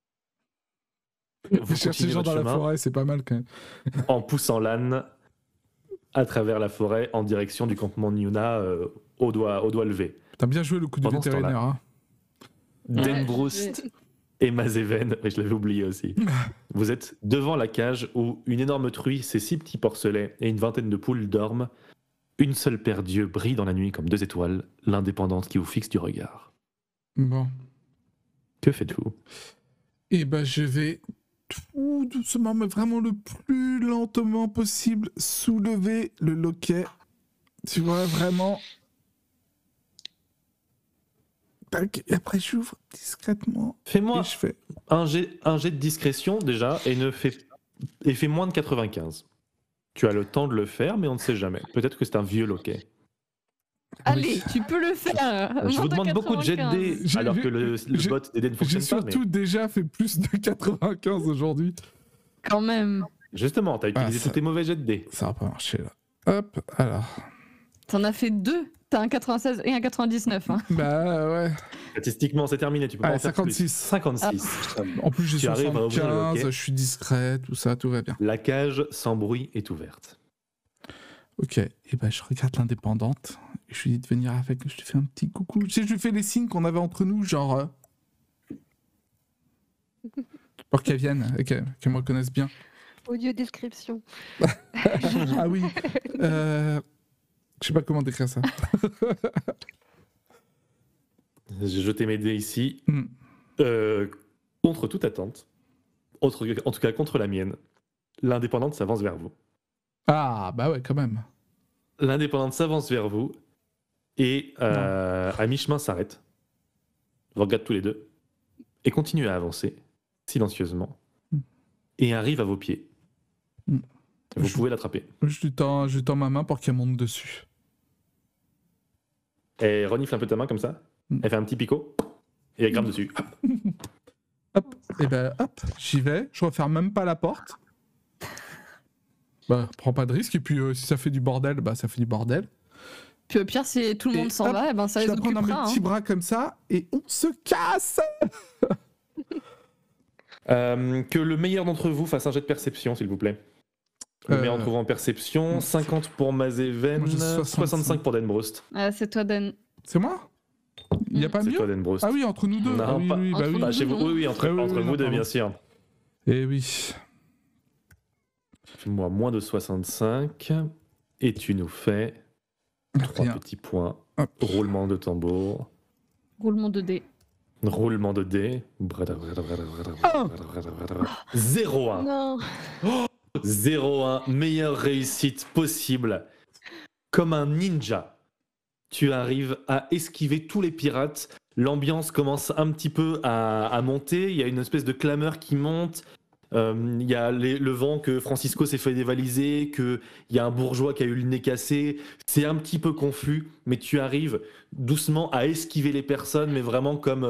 Vous cherchez des gens dans la forêt, c'est pas mal quand même. En poussant l'âne à travers la forêt en direction du campement de Yuna au doigt levé. T'as bien joué le coup du Pendant ce vétérinaire. Hein. Denbroust et Mazeven, je l'avais oublié aussi. Vous êtes devant la cage où une énorme truie, ses 6 petits porcelets et une vingtaine de poules dorment. Une seule paire d'yeux brille dans la nuit comme 2 étoiles, l'indépendante qui vous fixe du regard. Bon. Que faites-vous? Eh ben, je vais tout doucement, mais vraiment le plus lentement possible, soulever le loquet. Tu vois, vraiment. Tac, et après j'ouvre discrètement. Fais-moi Et je fais. un jet de discrétion déjà et fais moins de 95. Tu as le temps de le faire, mais on ne sait jamais. Peut-être que c'est un vieux loquet. Allez, tu peux le faire. Je vous demande beaucoup de jet de dés, alors que le bot des dés ne J'ai fonctionne pas. surtout déjà fait plus de 95 aujourd'hui. Quand même. Justement, t'as utilisé tous tes mauvais jets de dés. Ça va pas marcher là. Hop, alors. T'en as fait 2. T'as un 96 et un 99. Hein. Bah ouais. Statistiquement, c'est terminé. Tu peux pas en faire 56. plus. 56. En plus, j'ai Tu arrives à ouvrir le 75, loquet. je suis discret, tout ça, tout va bien. La cage sans bruit est ouverte. Ok, et ben je regarde l'indépendante. Et je lui dis de venir avec. Je lui fais un petit coucou. Tu sais, je lui fais les signes qu'on avait entre nous, genre. Pour qu'elle vienne et qu'elle me reconnaisse bien. Audio description. Ah oui. Je sais pas comment décrire ça. J'ai jeté mes dés ici. Hmm. Contre toute attente, en tout cas contre la mienne, l'indépendante s'avance vers vous. Ah, bah ouais, quand même. L'indépendante s'avance vers vous et à mi-chemin s'arrête. Vous regarde tous les deux. et continue à avancer silencieusement et arrive à vos pieds. Vous pouvez l'attraper. Je lui tends ma main pour qu'elle monte dessus. Elle renifle un peu ta main comme ça, elle fait un petit picot et elle grimpe dessus. Hop, et ben hop, j'y vais, je referme même pas la porte. Bah, prends pas de risque, et puis si ça fait du bordel, bah ça fait du bordel. Puis au pire, si tout le monde s'en va, eh ben ça les je vais prendre dans mes occupera. petits bras comme ça, et on se casse. Que le meilleur d'entre vous fasse un jet de perception, s'il vous plaît. Le meilleur d'entre vous en perception, 50 pour Mazeven, Moi, j'ai 65 pour Denbroust. Ah, c'est toi, Dan. C'est moi? Il y a pas C'est mieux? toi, Denbroust. Ah oui, entre nous deux. Non, Ah oui, pas- oui, bah entre oui. nous Bah, chez vous, oui, entre Ah oui, entre oui, vous non, deux, pardon. bien sûr. Eh oui. Fais-moi moins de 65, et tu nous fais 3 Rien. petits points. Hop. Roulement de tambour, Roulement de dés. roulement de dés. 0-1. Non. 0-1, meilleure réussite possible. Comme un ninja, tu arrives à esquiver tous les pirates. L'ambiance commence un petit peu à monter. Il y a une espèce de clameur qui monte. Il y a le vent que Francisco s'est fait dévaliser, qu'il y a un bourgeois qui a eu le nez cassé. C'est un petit peu confus, mais tu arrives doucement à esquiver les personnes, mais vraiment comme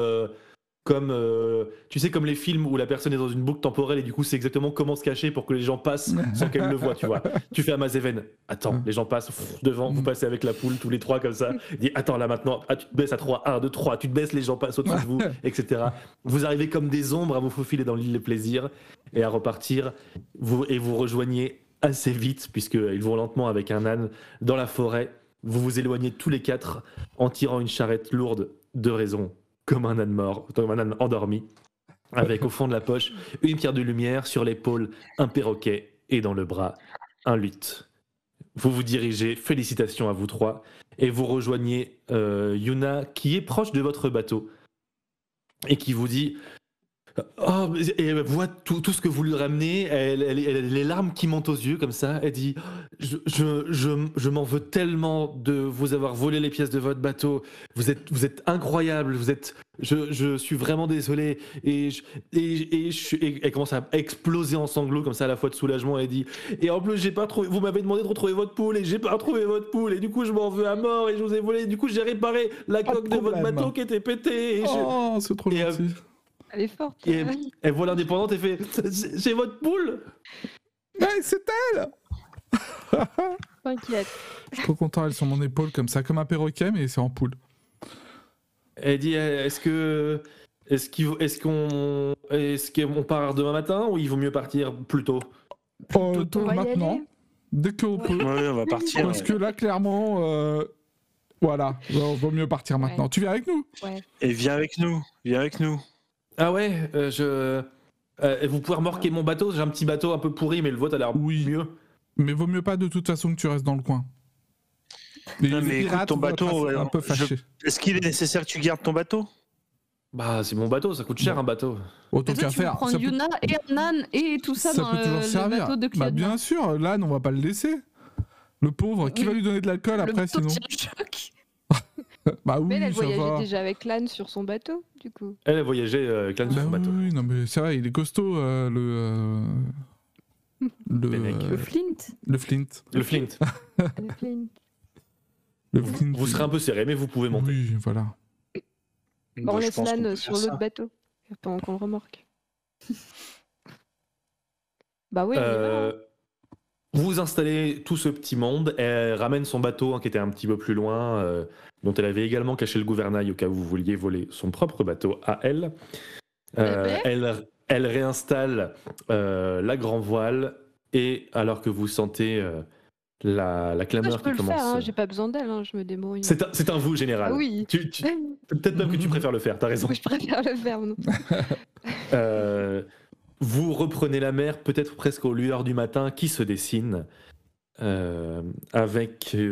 tu sais, comme les films où la personne est dans une boucle temporelle et du coup c'est exactement comment se cacher pour que les gens passent sans qu'elle le voient, tu vois. Tu fais à Mazeven, attends, les gens passent devant, vous passez avec la poule tous les trois comme ça. Dis attends là maintenant, tu te baisses à 3, 1, 2, 3, tu te baisses, les gens passent au-dessus de vous, etc. Vous arrivez comme des ombres à vous faufiler dans l'île des plaisirs et à repartir, et vous rejoignez assez vite, puisqu'ils vont lentement avec un âne dans la forêt. Vous vous éloignez tous les quatre en tirant une charrette lourde de raison. Comme un âne mort, comme un âne endormi, avec au fond de la poche une pierre de lumière, sur l'épaule un perroquet et dans le bras un luth. Vous vous dirigez, félicitations à vous trois, et vous rejoignez Yuna qui est proche de votre bateau et qui vous dit oh, et elle voit tout ce que vous lui ramenez, elle a les larmes qui montent aux yeux comme ça, elle dit je m'en veux tellement de vous avoir volé les pièces de votre bateau, vous êtes incroyable, je suis vraiment désolé, et elle commence à exploser en sanglots comme ça à la fois de soulagement, elle dit et en plus j'ai pas trouvé, vous m'avez demandé de retrouver votre poule et j'ai pas retrouvé votre poule et du coup je m'en veux à mort et je vous ai volé, du coup j'ai réparé la Pas de coque de votre problème. bateau qui était pétée et Oh, c'est trop et, gentil. Elle est forte. et elle voit l'indépendante et fait c'est votre poule. Ouais, c'est elle. T'inquiète. Je suis trop content, elles sont mon épaule comme ça, comme un perroquet, mais c'est en poule. Elle dit est-ce qu'on part demain matin ou il vaut mieux partir plus tôt? Oh, On va y maintenant, aller. dès qu'on peut. Ouais, on va partir. Parce que là, clairement, voilà, vaut mieux partir maintenant. Ouais. Tu viens avec nous? Ouais. Et viens avec nous. Ah ouais, vous pouvez remorquer mon bateau, j'ai un petit bateau un peu pourri mais le vôtre a l'air Oui. mieux. Mais vaut mieux pas de toute façon que tu restes dans le coin. Non, mais écoute, ton vont être bateau, un peu fâchés. Est-ce qu'il est nécessaire que tu gardes ton bateau? Bah c'est mon bateau, ça coûte cher un bateau. Autant Et toi, qu'à tu veux faire. prendre Ça peut, Yuna et un âne et tout ça, ça dans peut toujours le servir. bateau de Bah Claude. bien sûr, l'âne, on va pas le laisser. Le pauvre, qui Oui. va lui donner de l'alcool Le après bateau sinon? tient le choc. Bah oui, Mais elle ça voyageait va. déjà avec l'âne sur son bateau, du coup. Elle a voyagé avec l'âne sur Bah son oui, bateau. oui, non mais c'est vrai, il est costaud le mec. Le Flint. le Flint. Le Flint. Elle est pleine. Le Flint. Vous serez un peu serré mais vous pouvez monter. Oui, voilà. Bon, on Je laisse pense qu'on peut l'âne sur faire ça. l'autre bateau, pendant qu'on le remorque. Bah oui, on y va. Vous installez tout ce petit monde, elle ramène son bateau qui était un petit peu plus loin, dont elle avait également caché le gouvernail au cas où vous vouliez voler son propre bateau à elle. Elle réinstalle la grand voile et alors que vous sentez la Moi, clameur je peux qui le faire, commence... hein, j'ai pas besoin d'elle, hein, je me débrouille. C'est un vous général. Ah oui. Peut-être même que tu préfères le faire, t'as raison. Oui, je préfère le faire, non. Vous reprenez la mer, peut-être presque aux lueurs du matin, qui se dessine avec tout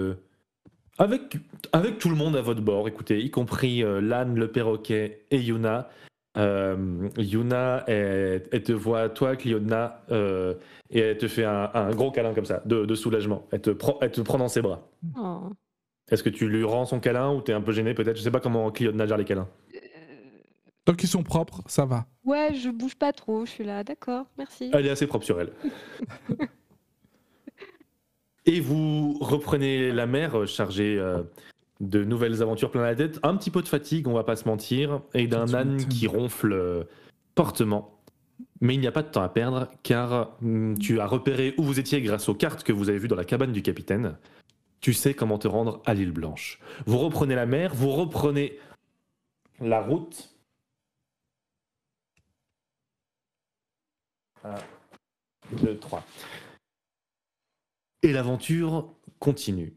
le monde à votre bord, écoutez, y compris l'âne, le perroquet et Yuna. Yuna, elle te voit, toi, Cliodna, et elle te fait un gros câlin comme ça, de soulagement. Elle te prend dans ses bras. Tant qu'ils sont propres, ça va. Ouais, je bouge pas trop, je suis là, d'accord, merci. Elle est assez propre sur elle. Et vous reprenez la mer chargée de nouvelles aventures plein la tête. Un petit peu de fatigue, on va pas se mentir, et d'un Tu âne m'étonnes. qui ronfle fortement. Mais il n'y a pas de temps à perdre, car tu as repéré où vous étiez grâce aux cartes que vous avez vues dans la cabane du capitaine. Tu sais comment te rendre à l'île Blanche. Vous reprenez la mer, vous reprenez la route. 1, 2, 3. Et l'aventure continue.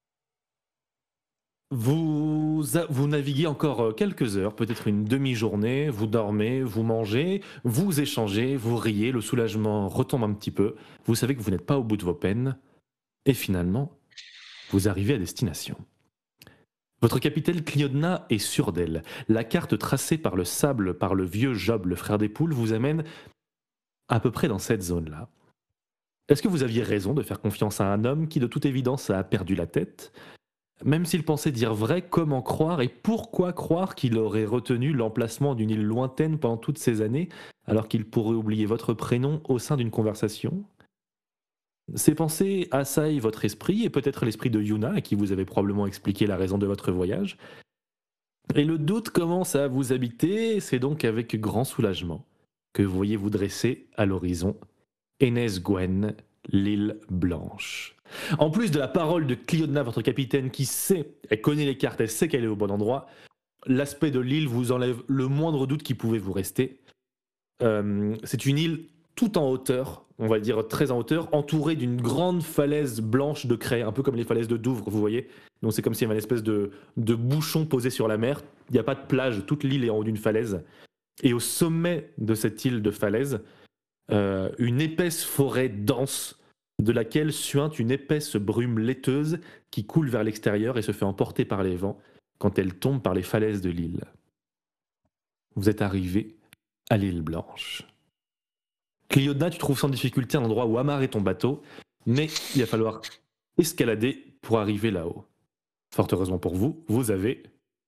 Vous naviguez encore quelques heures, peut-être une demi-journée, vous dormez, vous mangez, vous échangez, vous riez, le soulagement retombe un petit peu, vous savez que vous n'êtes pas au bout de vos peines, et finalement, vous arrivez à destination. Votre capitaine Cliodna est sûr d'elle. La carte tracée par le sable par le vieux Job, le frère des poules, vous amène à peu près dans cette zone-là. Est-ce que vous aviez raison de faire confiance à un homme qui, de toute évidence, a perdu la tête ? Même s'il pensait dire vrai, comment croire et pourquoi croire qu'il aurait retenu l'emplacement d'une île lointaine pendant toutes ces années, alors qu'il pourrait oublier votre prénom au sein d'une conversation ? Ces pensées assaillent votre esprit et peut-être l'esprit de Yuna, à qui vous avez probablement expliqué la raison de votre voyage. Et le doute commence à vous habiter, c'est donc avec grand soulagement que vous voyez vous dresser à l'horizon Enes Gwen, l'île Blanche. En plus de la parole de Cliodna, votre capitaine, qui sait, elle connaît les cartes, elle sait qu'elle est au bon endroit, l'aspect de l'île vous enlève le moindre doute qui pouvait vous rester. C'est une île tout en hauteur, on va dire très en hauteur, entourée d'une grande falaise blanche de craie, un peu comme les falaises de Douvres, vous voyez. Donc c'est comme s'il y avait une espèce de bouchon posé sur la mer. Il n'y a pas de plage, toute l'île est en haut d'une falaise. Et au sommet de cette île de falaise, une épaisse forêt dense de laquelle suinte une épaisse brume laiteuse qui coule vers l'extérieur et se fait emporter par les vents quand elle tombe par les falaises de l'île. Vous êtes arrivé à l'île Blanche. Cliodna, tu trouves sans difficulté un endroit où amarrer ton bateau, mais il va falloir escalader pour arriver là-haut. Fort heureusement pour vous, vous avez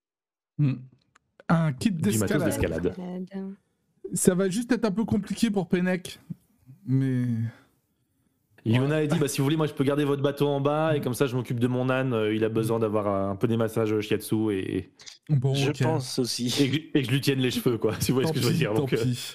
un kit du matos d'escalade. d'escalade. Ça va juste être un peu compliqué pour Pennec, mais... Yuna a dit si vous voulez, moi je peux garder votre bateau en bas et comme ça je m'occupe de mon âne. Il a besoin d'avoir un peu des massages shiatsu et Bon, Je ok. pense aussi. que je lui tienne les cheveux, quoi, si vous voyez ce que je veux dire. Tant Donc, pis.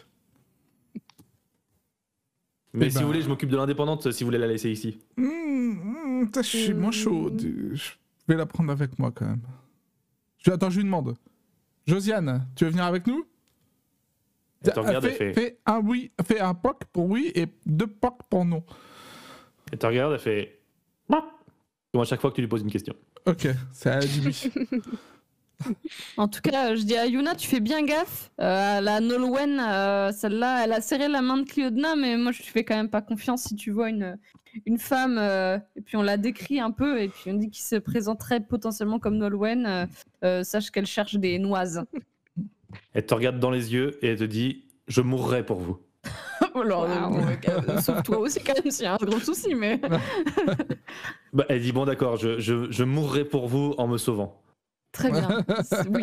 mais Eh si ben. vous voulez, je m'occupe de l'indépendante si vous voulez la laisser ici. Ça, je suis moins chaud. Je vais la prendre avec moi quand même. Attends, je lui demande. Josiane, tu veux venir avec nous? Elle te regarde, elle fait. Fais un oui, fais un POC pour oui et 2 POC pour non. Elle te regarde, elle fait. Comme à chaque fois que tu lui poses une question. Ok, ça a dit oui. En tout cas, je dis à Yuna, tu fais bien gaffe. La Nolwenn, celle-là, elle a serré la main de Cliodna, mais moi je lui fais quand même pas confiance. Si tu vois une femme, et puis on la décrit un peu, et puis on dit qu'il se présenterait potentiellement comme Nolwenn, sache qu'elle cherche des noises. Elle te regarde dans les yeux et elle te dit je mourrai pour vous. Alors, Wow. sauf toi aussi quand même, s'il y a un gros souci, mais... Elle dit bon d'accord, je mourrai pour vous en me sauvant. Très bien, oui.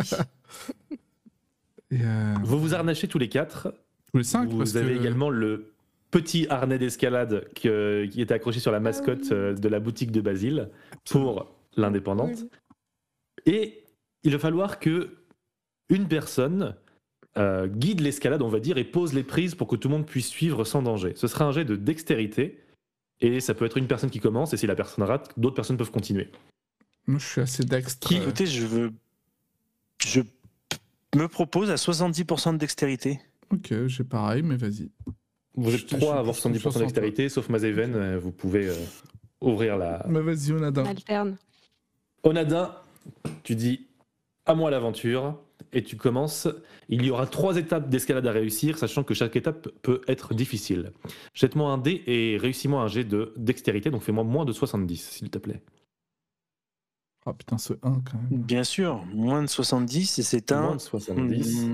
Et Vous vous harnachez tous les 4. tous les 5 Vous parce avez que... également le petit harnais d'escalade qui était accroché sur la mascotte de la boutique de Basile pour l'indépendante. Cool. Et il va falloir que une personne guide l'escalade, on va dire, et pose les prises pour que tout le monde puisse suivre sans danger. Ce sera un jet de dextérité, et ça peut être une personne qui commence, et si la personne rate, d'autres personnes peuvent continuer. Moi, je suis assez dextre. Écoutez, je me propose à 70% de dextérité. Ok, j'ai pareil, mais vas-y. Vous Je êtes te- 3 à je- avoir je- 70% 60. dextérité, sauf Mazeven, vous pouvez ouvrir la... Mais vas-y, on a On d'un. alterne. Onadin, tu dis à moi l'aventure et tu commences. Il y aura 3 étapes d'escalade à réussir, sachant que chaque étape peut être difficile. Jette-moi un dé et réussis-moi un jet de dextérité, donc fais-moi moins de 70, s'il te plaît. Ah putain, ce 1 quand même. Bien sûr, moins de 70, et c'est Moins un... de 70.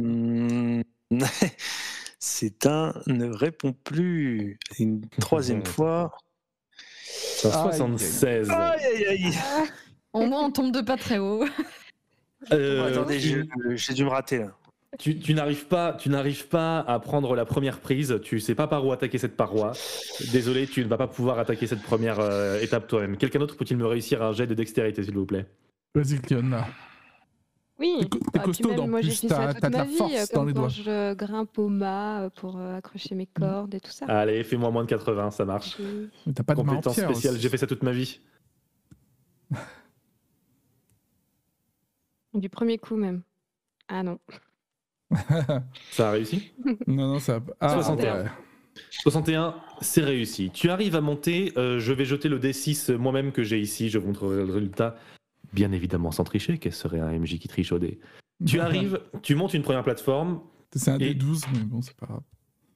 C'est un... Ne réponds plus. Une troisième fois. C'est un 76. Aïe, aïe, aïe. Au moins, on tombe de pas très haut. Euh, Attendez, j'ai dû me rater là. tu n'arrives pas à prendre la première prise, tu sais pas par où attaquer cette paroi. Désolé, tu ne vas pas pouvoir attaquer cette première étape toi-même. Quelqu'un d'autre peut-il me réussir un jet de dextérité, s'il vous plaît? Vas-y, Cliona. Oui, T'es puis costaud, même en moi j'ai plus, fait ça toute t'as de ma la vie, force dans comme les quand doigts. je grimpe au mât pour accrocher mes cordes et tout ça. Allez, fais-moi moins de 80, ça marche. J'ai- Mais t'as pas de main en Compétence pierre spéciale, aussi. j'ai fait ça toute ma vie. Du premier coup même. Ah non. Ça a réussi? Non, ça... Ah, 61. ouais. 61, c'est réussi. Tu arrives à monter, je vais jeter le D6 moi-même que j'ai ici, je vous montrerai le résultat. Bien évidemment sans tricher, quel serait un MJ qui triche au dé? Tu arrives, tu montes une première plateforme C'est un Et- D12, mais bon, c'est pas grave.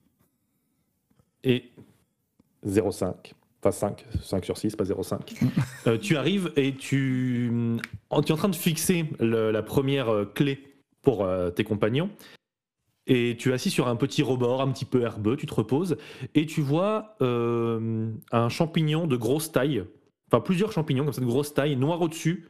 et 0,5. Enfin 5 sur 6, pas 0,5. Tu arrives et tu es en train de fixer la première clé pour tes compagnons. Et tu es assis sur un petit rebord un petit peu herbeux, tu te reposes, et tu vois un champignon de grosse taille, enfin plusieurs champignons comme ça de grosse taille, noirs au-dessus,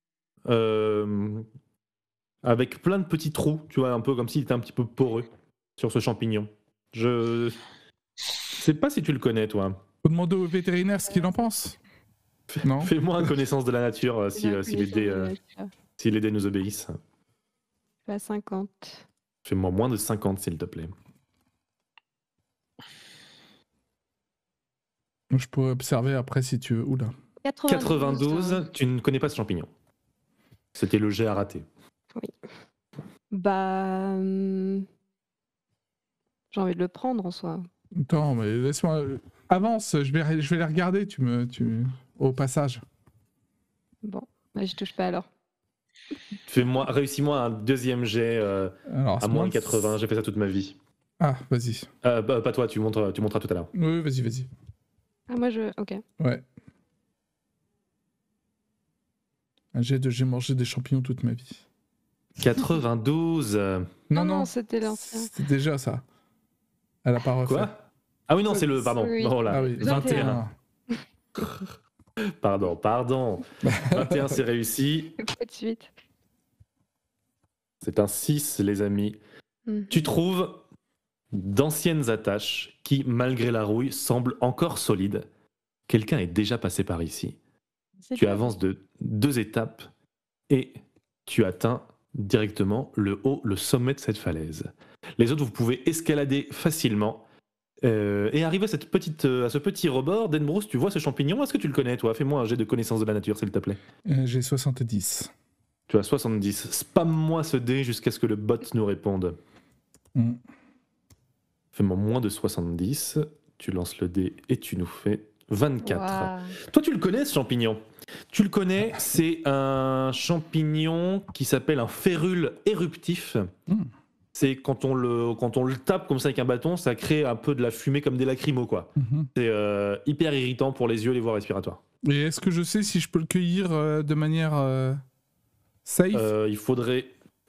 avec plein de petits trous, tu vois, un peu comme s'il était un petit peu poreux sur ce champignon. Je sais pas si tu le connais, toi. Faut demander au vétérinaire ce qu'il en pense. Non. Fais-moi une connaissance de la nature si les dés nous obéissent. Je suis à 50. Fais-moi moins de 50, s'il te plaît. Je pourrais observer après si tu veux. Oula. 92, tu ne connais pas ce champignon. C'était le jet à rater. Bah. J'ai envie de le prendre en soi. Attends, mais laisse-moi. Avance, je vais les regarder, au passage. Bon, bah, je touche pas alors. Réussis-moi un deuxième jet Alors, à moins de 80, j'ai fait ça toute ma vie. Ah, vas-y. Pas toi, tu monteras tout à l'heure. Oui, vas-y. Ah, moi je. Ok. Ouais. J'ai mangé des champignons toute ma vie. 92. Non, c'était l'ancien. c'était déjà ça. Elle a pas refait. Quoi? Ah oui, non, c'est le. Pardon. Oui. Oh là, Ah oui, 21. Pardon. 21, c'est réussi. Pas de suite. C'est un 6, les amis. Tu trouves d'anciennes attaches qui, malgré la rouille, semblent encore solides. Quelqu'un est déjà passé par ici. Tu avances de 2 étapes et tu atteins directement le sommet de cette falaise. Les autres, vous pouvez escalader facilement et arriver à ce petit rebord. Denbrousse, tu vois ce champignon? Est-ce que tu le connais, toi? Fais-moi un jet de connaissance de la nature, s'il te plaît. J'ai 70. Tu as 70. Spamme-moi ce dé jusqu'à ce que le bot nous réponde. Fais-moi moins de 70. Tu lances le dé et tu nous fais 24. Wow. Toi, tu le connais, ce champignon? Tu le connais, c'est un champignon qui s'appelle un férule éruptif. C'est quand on le tape comme ça avec un bâton, ça crée un peu de la fumée comme des lacrymos, quoi. C'est hyper irritant pour les yeux et les voies respiratoires. Et est-ce que je sais si je peux le cueillir de manière safe Il faudrait...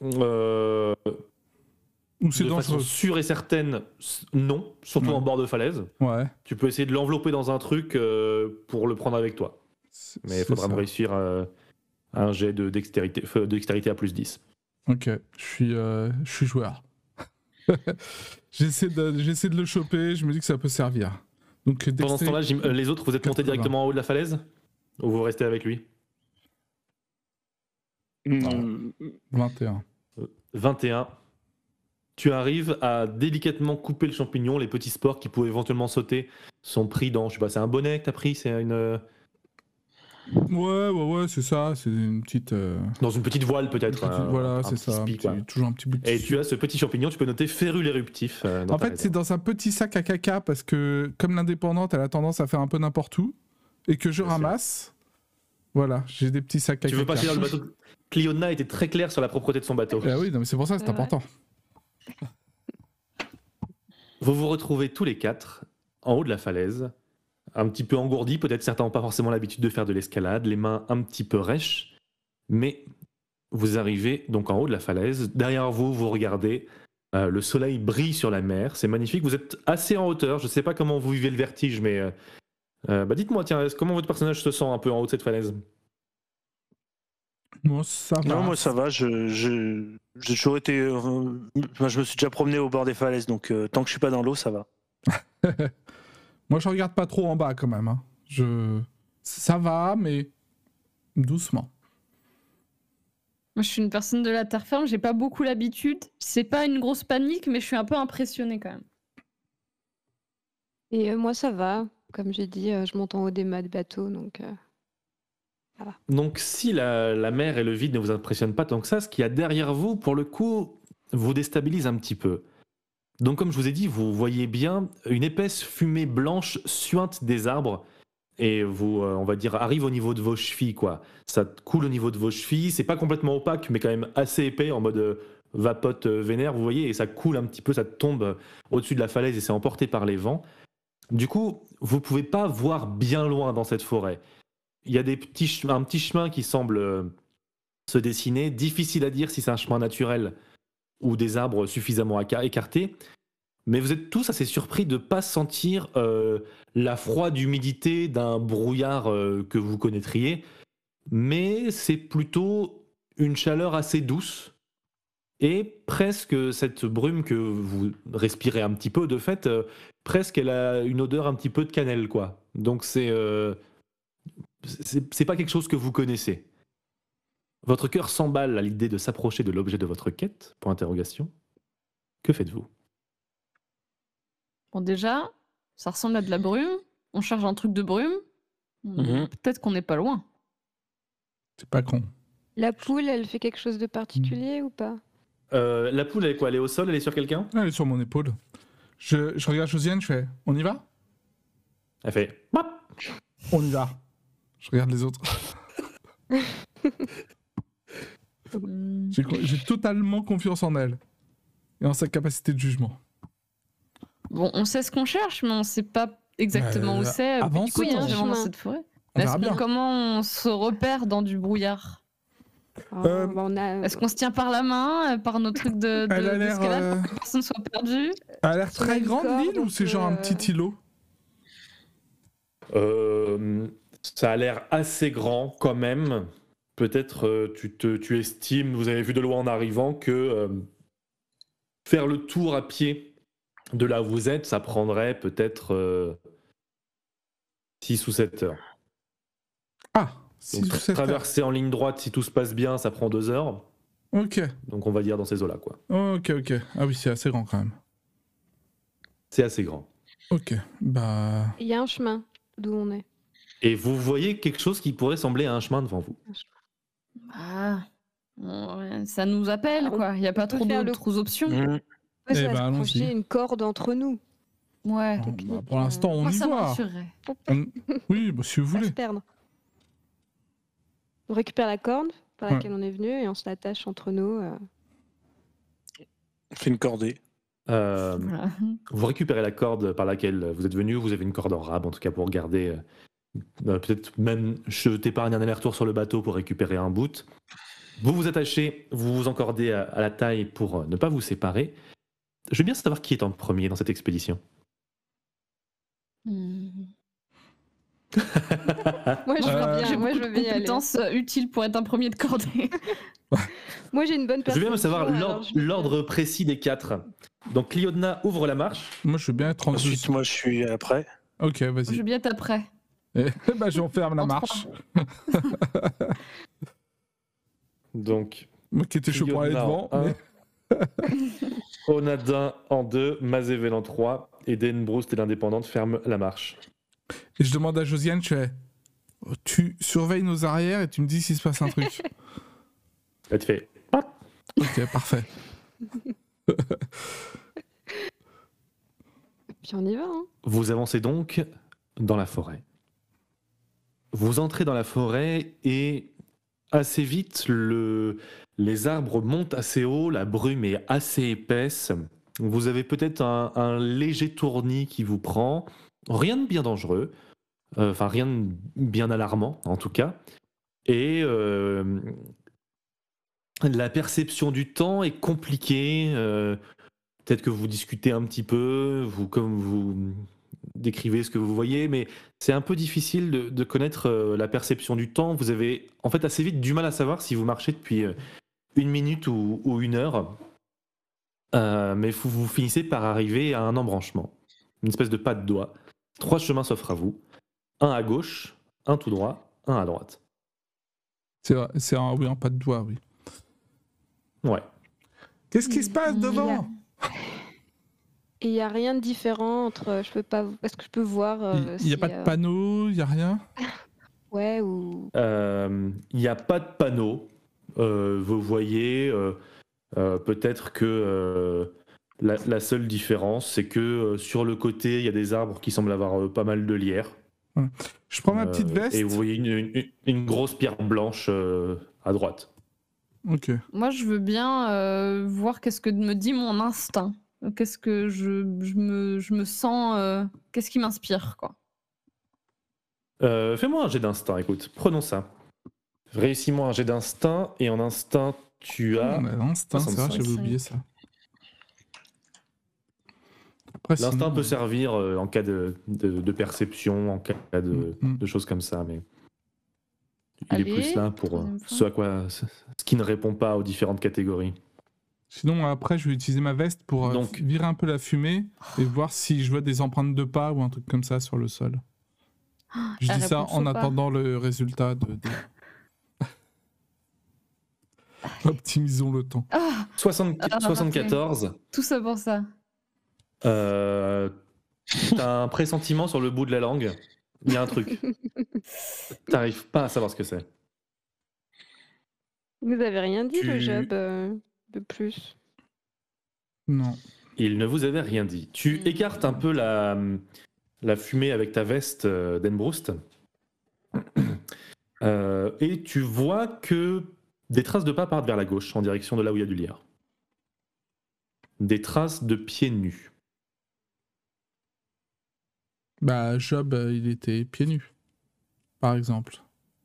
ou c'est de façon dangereux? sûre et certaine, non, surtout Ouais. en bord de falaise. Ouais. Tu peux essayer de l'envelopper dans un truc pour le prendre avec toi. Mais il faudra me réussir un jet de dextérité à plus 10. Ok, je suis joueur. J'essaie de le choper, je me dis que ça peut servir. Donc, Pendant ce temps-là, les autres, vous êtes montés 80. directement en haut de la falaise? Ou vous restez avec lui? 21. 21. Tu arrives à délicatement couper le champignon. Les petits spores qui pouvaient éventuellement sauter sont pris dans... Je sais pas, c'est un bonnet que t'as pris? C'est une... Ouais, c'est ça, c'est une petite... Dans une petite voile peut-être. voilà, un c'est petit ça, spi, quoi. toujours un petit bout de Et tissu. tu as ce petit champignon, tu peux noter férule éruptif. En fait, c'est dans un petit sac à caca parce que, comme l'indépendante, elle a tendance à faire un peu n'importe où et que je Bien sûr. ramasse. Voilà, j'ai des petits sacs à Tu caca. veux passer dans le bateau? Cliona était très claire sur la propreté de son bateau. Ah oui, non, mais c'est pour ça que c'est C'est vrai. important. Vous vous retrouvez tous les 4 en haut de la falaise, un petit peu engourdis, peut-être certains n'ont pas forcément l'habitude de faire de l'escalade, les mains un petit peu rêches, mais vous arrivez donc en haut de la falaise. Derrière vous, vous regardez, le soleil brille sur la mer, c'est magnifique, vous êtes assez en hauteur, je ne sais pas comment vous vivez le vertige, mais dites-moi, tiens, comment votre personnage se sent un peu en haut de cette falaise? Moi, ça va. Non, moi ça va, j'ai toujours été. Je me suis déjà promené au bord des falaises, donc tant que je suis pas dans l'eau, ça va. Moi, je regarde pas trop en bas quand même. Hein. Ça va, mais doucement. Moi, je suis une personne de la terre ferme, j'ai pas beaucoup l'habitude. C'est pas une grosse panique, mais je suis un peu impressionnée quand même. Et moi, ça va. Comme j'ai dit, je monte en haut des mâts de bateau, donc... Donc si la mer et le vide ne vous impressionnent pas tant que ça, ce qu'il y a derrière vous, pour le coup, vous déstabilise un petit peu. Donc comme je vous ai dit, vous voyez bien une épaisse fumée blanche suinte des arbres et vous, on va dire, arrive au niveau de vos chevilles, quoi. Ça coule au niveau de vos chevilles, c'est pas complètement opaque, mais quand même assez épais, en mode vapote vénère, vous voyez, et ça coule un petit peu, ça tombe au-dessus de la falaise et c'est emporté par les vents. Du coup, vous pouvez pas voir bien loin dans cette forêt. Il y a un petit chemin qui semble se dessiner. Difficile à dire si c'est un chemin naturel ou des arbres suffisamment écartés. Mais vous êtes tous assez surpris de ne pas sentir la froide humidité d'un brouillard que vous connaîtriez. Mais c'est plutôt une chaleur assez douce. Et presque cette brume que vous respirez un petit peu, de fait, presque elle a une odeur un petit peu de cannelle, quoi. Donc c'est pas quelque chose que vous connaissez. Votre cœur s'emballe à l'idée de s'approcher de l'objet de votre quête, pour interrogation. Que faites-vous ? Bon, déjà, ça ressemble à de la brume. On cherche un truc de brume. Peut-être qu'on n'est pas loin. C'est pas con. La poule, elle fait quelque chose de particulier ou pas? La poule, elle est quoi ? Elle est au sol ? Elle est sur quelqu'un ? Elle est sur mon épaule. Je regarde Josiane, je fais « On y va ?» Elle fait « Bop !» On y va. Je regarde les autres. J'ai totalement confiance en elle. Et en sa capacité de jugement. Bon, on sait ce qu'on cherche, mais on sait pas exactement où c'est. avance, Du coup, il y a un chemin dans cette forêt. On verra bien. Comment on se repère dans du brouillard ? Est-ce qu'on se tient par la main, par nos trucs d'escalade, pour que personne ne soit perdu ? Elle a l'air très grande l'île ou c'est genre un petit îlot ? Ça a l'air assez grand quand même. Peut-être tu estimes, vous avez vu de loin en arrivant, que faire le tour à pied de là où vous êtes, ça prendrait peut-être 6 ou 7 heures. Ah, 6 Donc ou 7 heures. traverser en ligne droite, si tout se passe bien, ça prend 2 heures. Ok. Donc on va dire dans ces eaux-là, quoi. Ok. Ah oui, c'est assez grand quand même. C'est assez grand. Ok, bah... Il y a un chemin d'où on est. Et vous voyez quelque chose qui pourrait sembler à un chemin devant vous. Ça nous appelle, quoi. Il n'y a pas trop d'autres options. On peut Eh ben, s'accrocher allons-y. une corde entre nous. Ouais. Bah, pour l'instant, on y Ça me va. rassurerait. Oui, bah, si vous Pas voulez. se perdre. On récupère la corde par laquelle on est venu et on se l'attache entre nous. On fait une cordée. Voilà. Vous récupérez la corde par laquelle vous êtes venu. Vous avez une corde en rab, en tout cas, pour garder... peut-être même je t'épargne un aller-retour sur le bateau pour récupérer un bout. Vous vous attachez, vous vous encordez à la taille pour ne pas vous séparer. Je veux bien savoir qui est en premier dans cette expédition. Moi, je veux bien. J'ai Moi, beaucoup je de veux bien y aller. compétences utiles pour être un premier de cordée. Moi, j'ai une bonne Je personne. veux bien savoir l'ordre précis des 4. Donc Cliodna ouvre la marche. Moi, je veux bien être en Ensuite, dessous. moi, je suis après. Ok, Je vas-y. veux bien être après. Bah, j'enferme la En marche. Donc Moi qui étais chaud pour aller Cliodna devant. en mais- 1, Onadin en 2, Mazével en 3 et Denbroust et l'indépendante ferment la marche. Et je demande à Josiane, je fais... Tu surveilles nos arrières et tu me dis s'il se passe un truc. Elle te fait Ok, parfait. Puis on y va. Hein. Vous avancez donc dans la forêt. Vous entrez dans la forêt et assez vite, les arbres montent assez haut, la brume est assez épaisse. Vous avez peut-être un léger tournis qui vous prend. Rien de bien dangereux, enfin rien de bien alarmant en tout cas. Et la perception du temps est compliquée. Peut-être que vous discutez un petit peu, décrivez ce que vous voyez, mais c'est un peu difficile de connaître la perception du temps. Vous avez en fait assez vite du mal à savoir si vous marchez depuis 1 minute ou 1 heure, mais vous finissez par arriver à un embranchement, une espèce de pas de doigt. 3 chemins s'offrent à vous, un à gauche, un tout droit, un à droite. C'est un pas de doigt, oui. Ouais. Qu'est-ce qui se passe devant? Et il n'y a rien de différent entre. Est-ce que je peux voir. Il n'y a pas de panneau, il n'y a rien? Ouais, ou. Il n'y a pas de panneau. Vous voyez, peut-être que la seule différence, c'est que sur le côté, il y a des arbres qui semblent avoir pas mal de lierre. Je prends ma petite veste. Et vous voyez une grosse pierre blanche à droite. Ok. Moi, je veux bien voir qu'est-ce que me dit mon instinct. Qu'est-ce que je me sens. Qu'est-ce qui m'inspire, quoi. Fais-moi un jet d'instinct, écoute. Prenons ça. Réussis-moi un jet d'instinct, et en instinct, tu as... L'instinct, c'est vrai, 65. j'avais oublié ça. Après, L'instinct sinon, peut servir en cas de perception, en cas de choses comme ça, mais il est plus là pour troisième fois. ce qui ne répond pas aux différentes catégories. Sinon, après, je vais utiliser ma veste pour Donc- virer un peu la fumée et voir si je vois des empreintes de pas ou un truc comme ça sur le sol. Je La dis ça réponse en au pas. attendant le résultat de... Optimisons le temps. Ah, 74, tout ça pour ça. t'as un pressentiment sur le bout de la langue. Il y a un truc. T'arrives pas à savoir ce que c'est. Vous avez rien dit, le Tu- job de plus. Non. Il ne vous avait rien dit. Tu écartes un peu la fumée avec ta veste d'Enbroust. Et tu vois que des traces de pas partent vers la gauche, en direction de là où il y a du lierre. Des traces de pieds nus. Bah, Job, il était pieds nus, par exemple.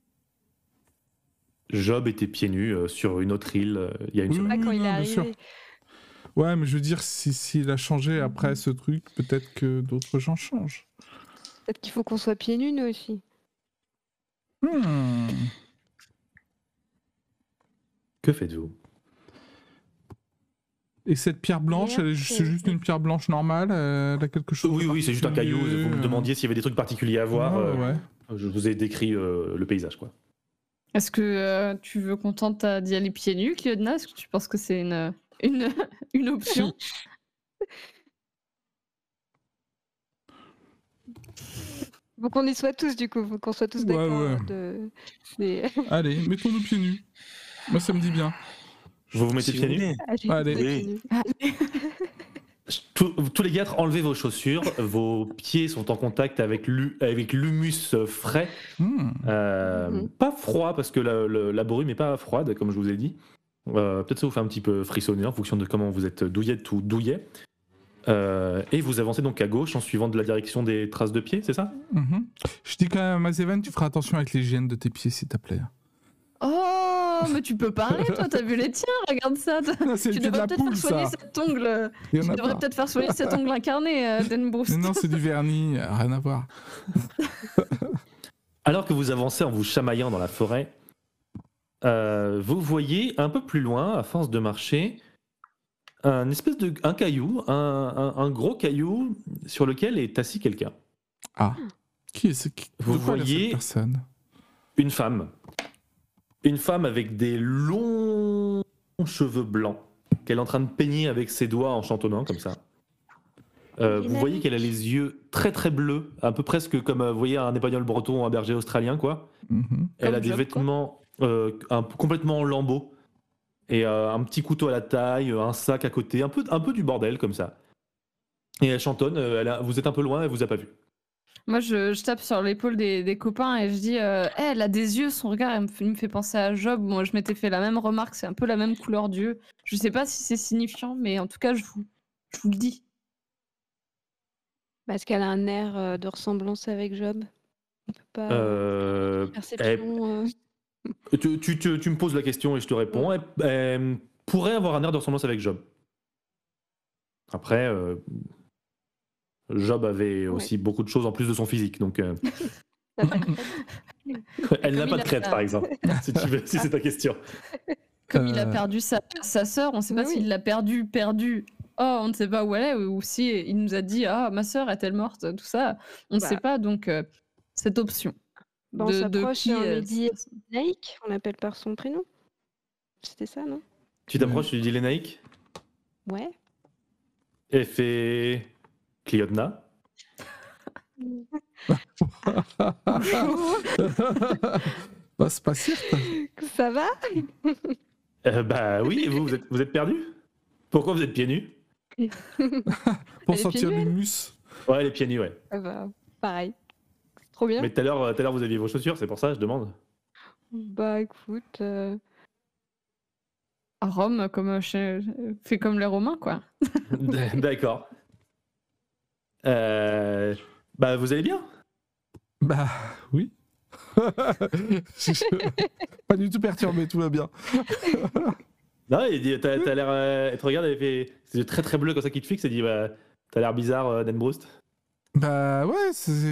Job était pieds nus sur une autre île il y a une Oui, semaine. Ah, quand il est non, bien sûr. arrivé. Ouais, mais je veux dire, s'il a changé après ce truc, peut-être que d'autres gens changent. Peut-être qu'il faut qu'on soit pieds nus, nous aussi. Que faites-vous? Et cette pierre blanche, c'est juste une pierre blanche normale, elle a quelque chose de Oui, c'est juste un caillou. particulier, Vous me demandiez s'il y avait des trucs particuliers à voir. Ouais. Je vous ai décrit le paysage, quoi. Est-ce que tu veux qu'on tente d'y aller pieds nus, Cléodna? Est-ce que tu penses que c'est une option? Faut qu'on y soit tous, du coup. Faut qu'on soit tous Ouais, d'accord. ouais. Mais- Allez, mettons-nous pieds nus. Moi, ça me dit bien. Vous mettez Si pieds vous nus? voulez. Ah, j'ai Allez. dit Oui. pieds nus. Tous les gars, enlevez vos chaussures. Vos pieds sont en contact avec l'humus frais. Pas froid, parce que la brume n'est pas froide, comme je vous ai dit. Peut-être ça vous fait un petit peu frissonner en fonction de comment vous êtes douillette ou douillet. Et vous avancez donc à gauche en suivant de la direction des traces de pieds, c'est ça? Je dis quand même à Mazeven, tu feras attention avec l'hygiène de tes pieds, s'il te plaît. Oh, mais tu peux parler, toi, t'as vu les tiens, regarde ça. C'est Tu le pied de devrais la peut-être poule, faire soigner ça. cet ongle. Il y en Tu a devrais pas. peut-être faire soigner cet ongle incarné, Denbroust. Mais non, c'est du vernis, rien à voir. Alors que vous avancez en vous chamaillant dans la forêt, vous voyez un peu plus loin, à force de marcher, un caillou, un gros caillou sur lequel est assis quelqu'un. Ah. Qui est ce qui... Vous de quoi a l'air voyez- cette personne? Une femme. Une femme avec des longs cheveux blancs qu'elle est en train de peigner avec ses doigts en chantonnant comme ça. Vous voyez qu'elle a les yeux très très bleus, un peu presque comme vous voyez un épagneul breton ou un berger australien, quoi. Elle a des Job, vêtements complètement en lambeaux et un petit couteau à la taille, un sac à côté, un peu du bordel comme ça. Et elle chantonne, vous êtes un peu loin, elle vous a pas vu. Moi, je tape sur l'épaule des copains et je dis elle a des yeux, son regard, il me fait penser à Job. Moi, je m'étais fait la même remarque, c'est un peu la même couleur d'yeux. Je sais pas si c'est signifiant, mais en tout cas, je vous le dis. Parce qu'elle a un air de ressemblance avec Job. On peut pas. Perception. Tu me poses la question et je te réponds. Elle pourrait avoir un air de ressemblance avec Job. Après, Job avait aussi beaucoup de choses en plus de son physique, donc T'as pas de crête. elle n'a Comme pas il de a crête, ça. par exemple, si c'est ta question. Comme il a Euh, perdu sa sœur, on ne sait pas Oui. s'il l'a perdu. Oh, on ne sait pas où elle est, ou si il nous a dit ah ma sœur est-elle morte, tout ça, on ne Bah. sait pas. Donc cette option Bah, on s'approche et on lui dit cette- Naïk, on l'appelle par son prénom. C'était ça, non? Tu t'approches, tu lui dis Lénaïque, Ouais. elle fait Cliodna. Bah, c'est pas certes. Ça va? Bah oui, et vous êtes perdu? Pourquoi vous êtes pieds nus? Pour Elle est sentir pieds nus, l'humus. Ouais, les pieds nus, ouais. Ah bah, pareil. C'est trop bien. Mais tout à l'heure, vous aviez vos chaussures, c'est pour ça, je demande. Bah écoute, à Rome, fait comme les Romains, quoi. D'accord. Bah, vous allez bien? Bah, oui. Pas du tout perturbé, tout va bien. Non, il dit, t'as l'air. Elle te regarde, elle fait. C'est très très bleu comme ça qui te fixe, elle dit, bah, t'as l'air bizarre, Dan Broust. Bah, ouais,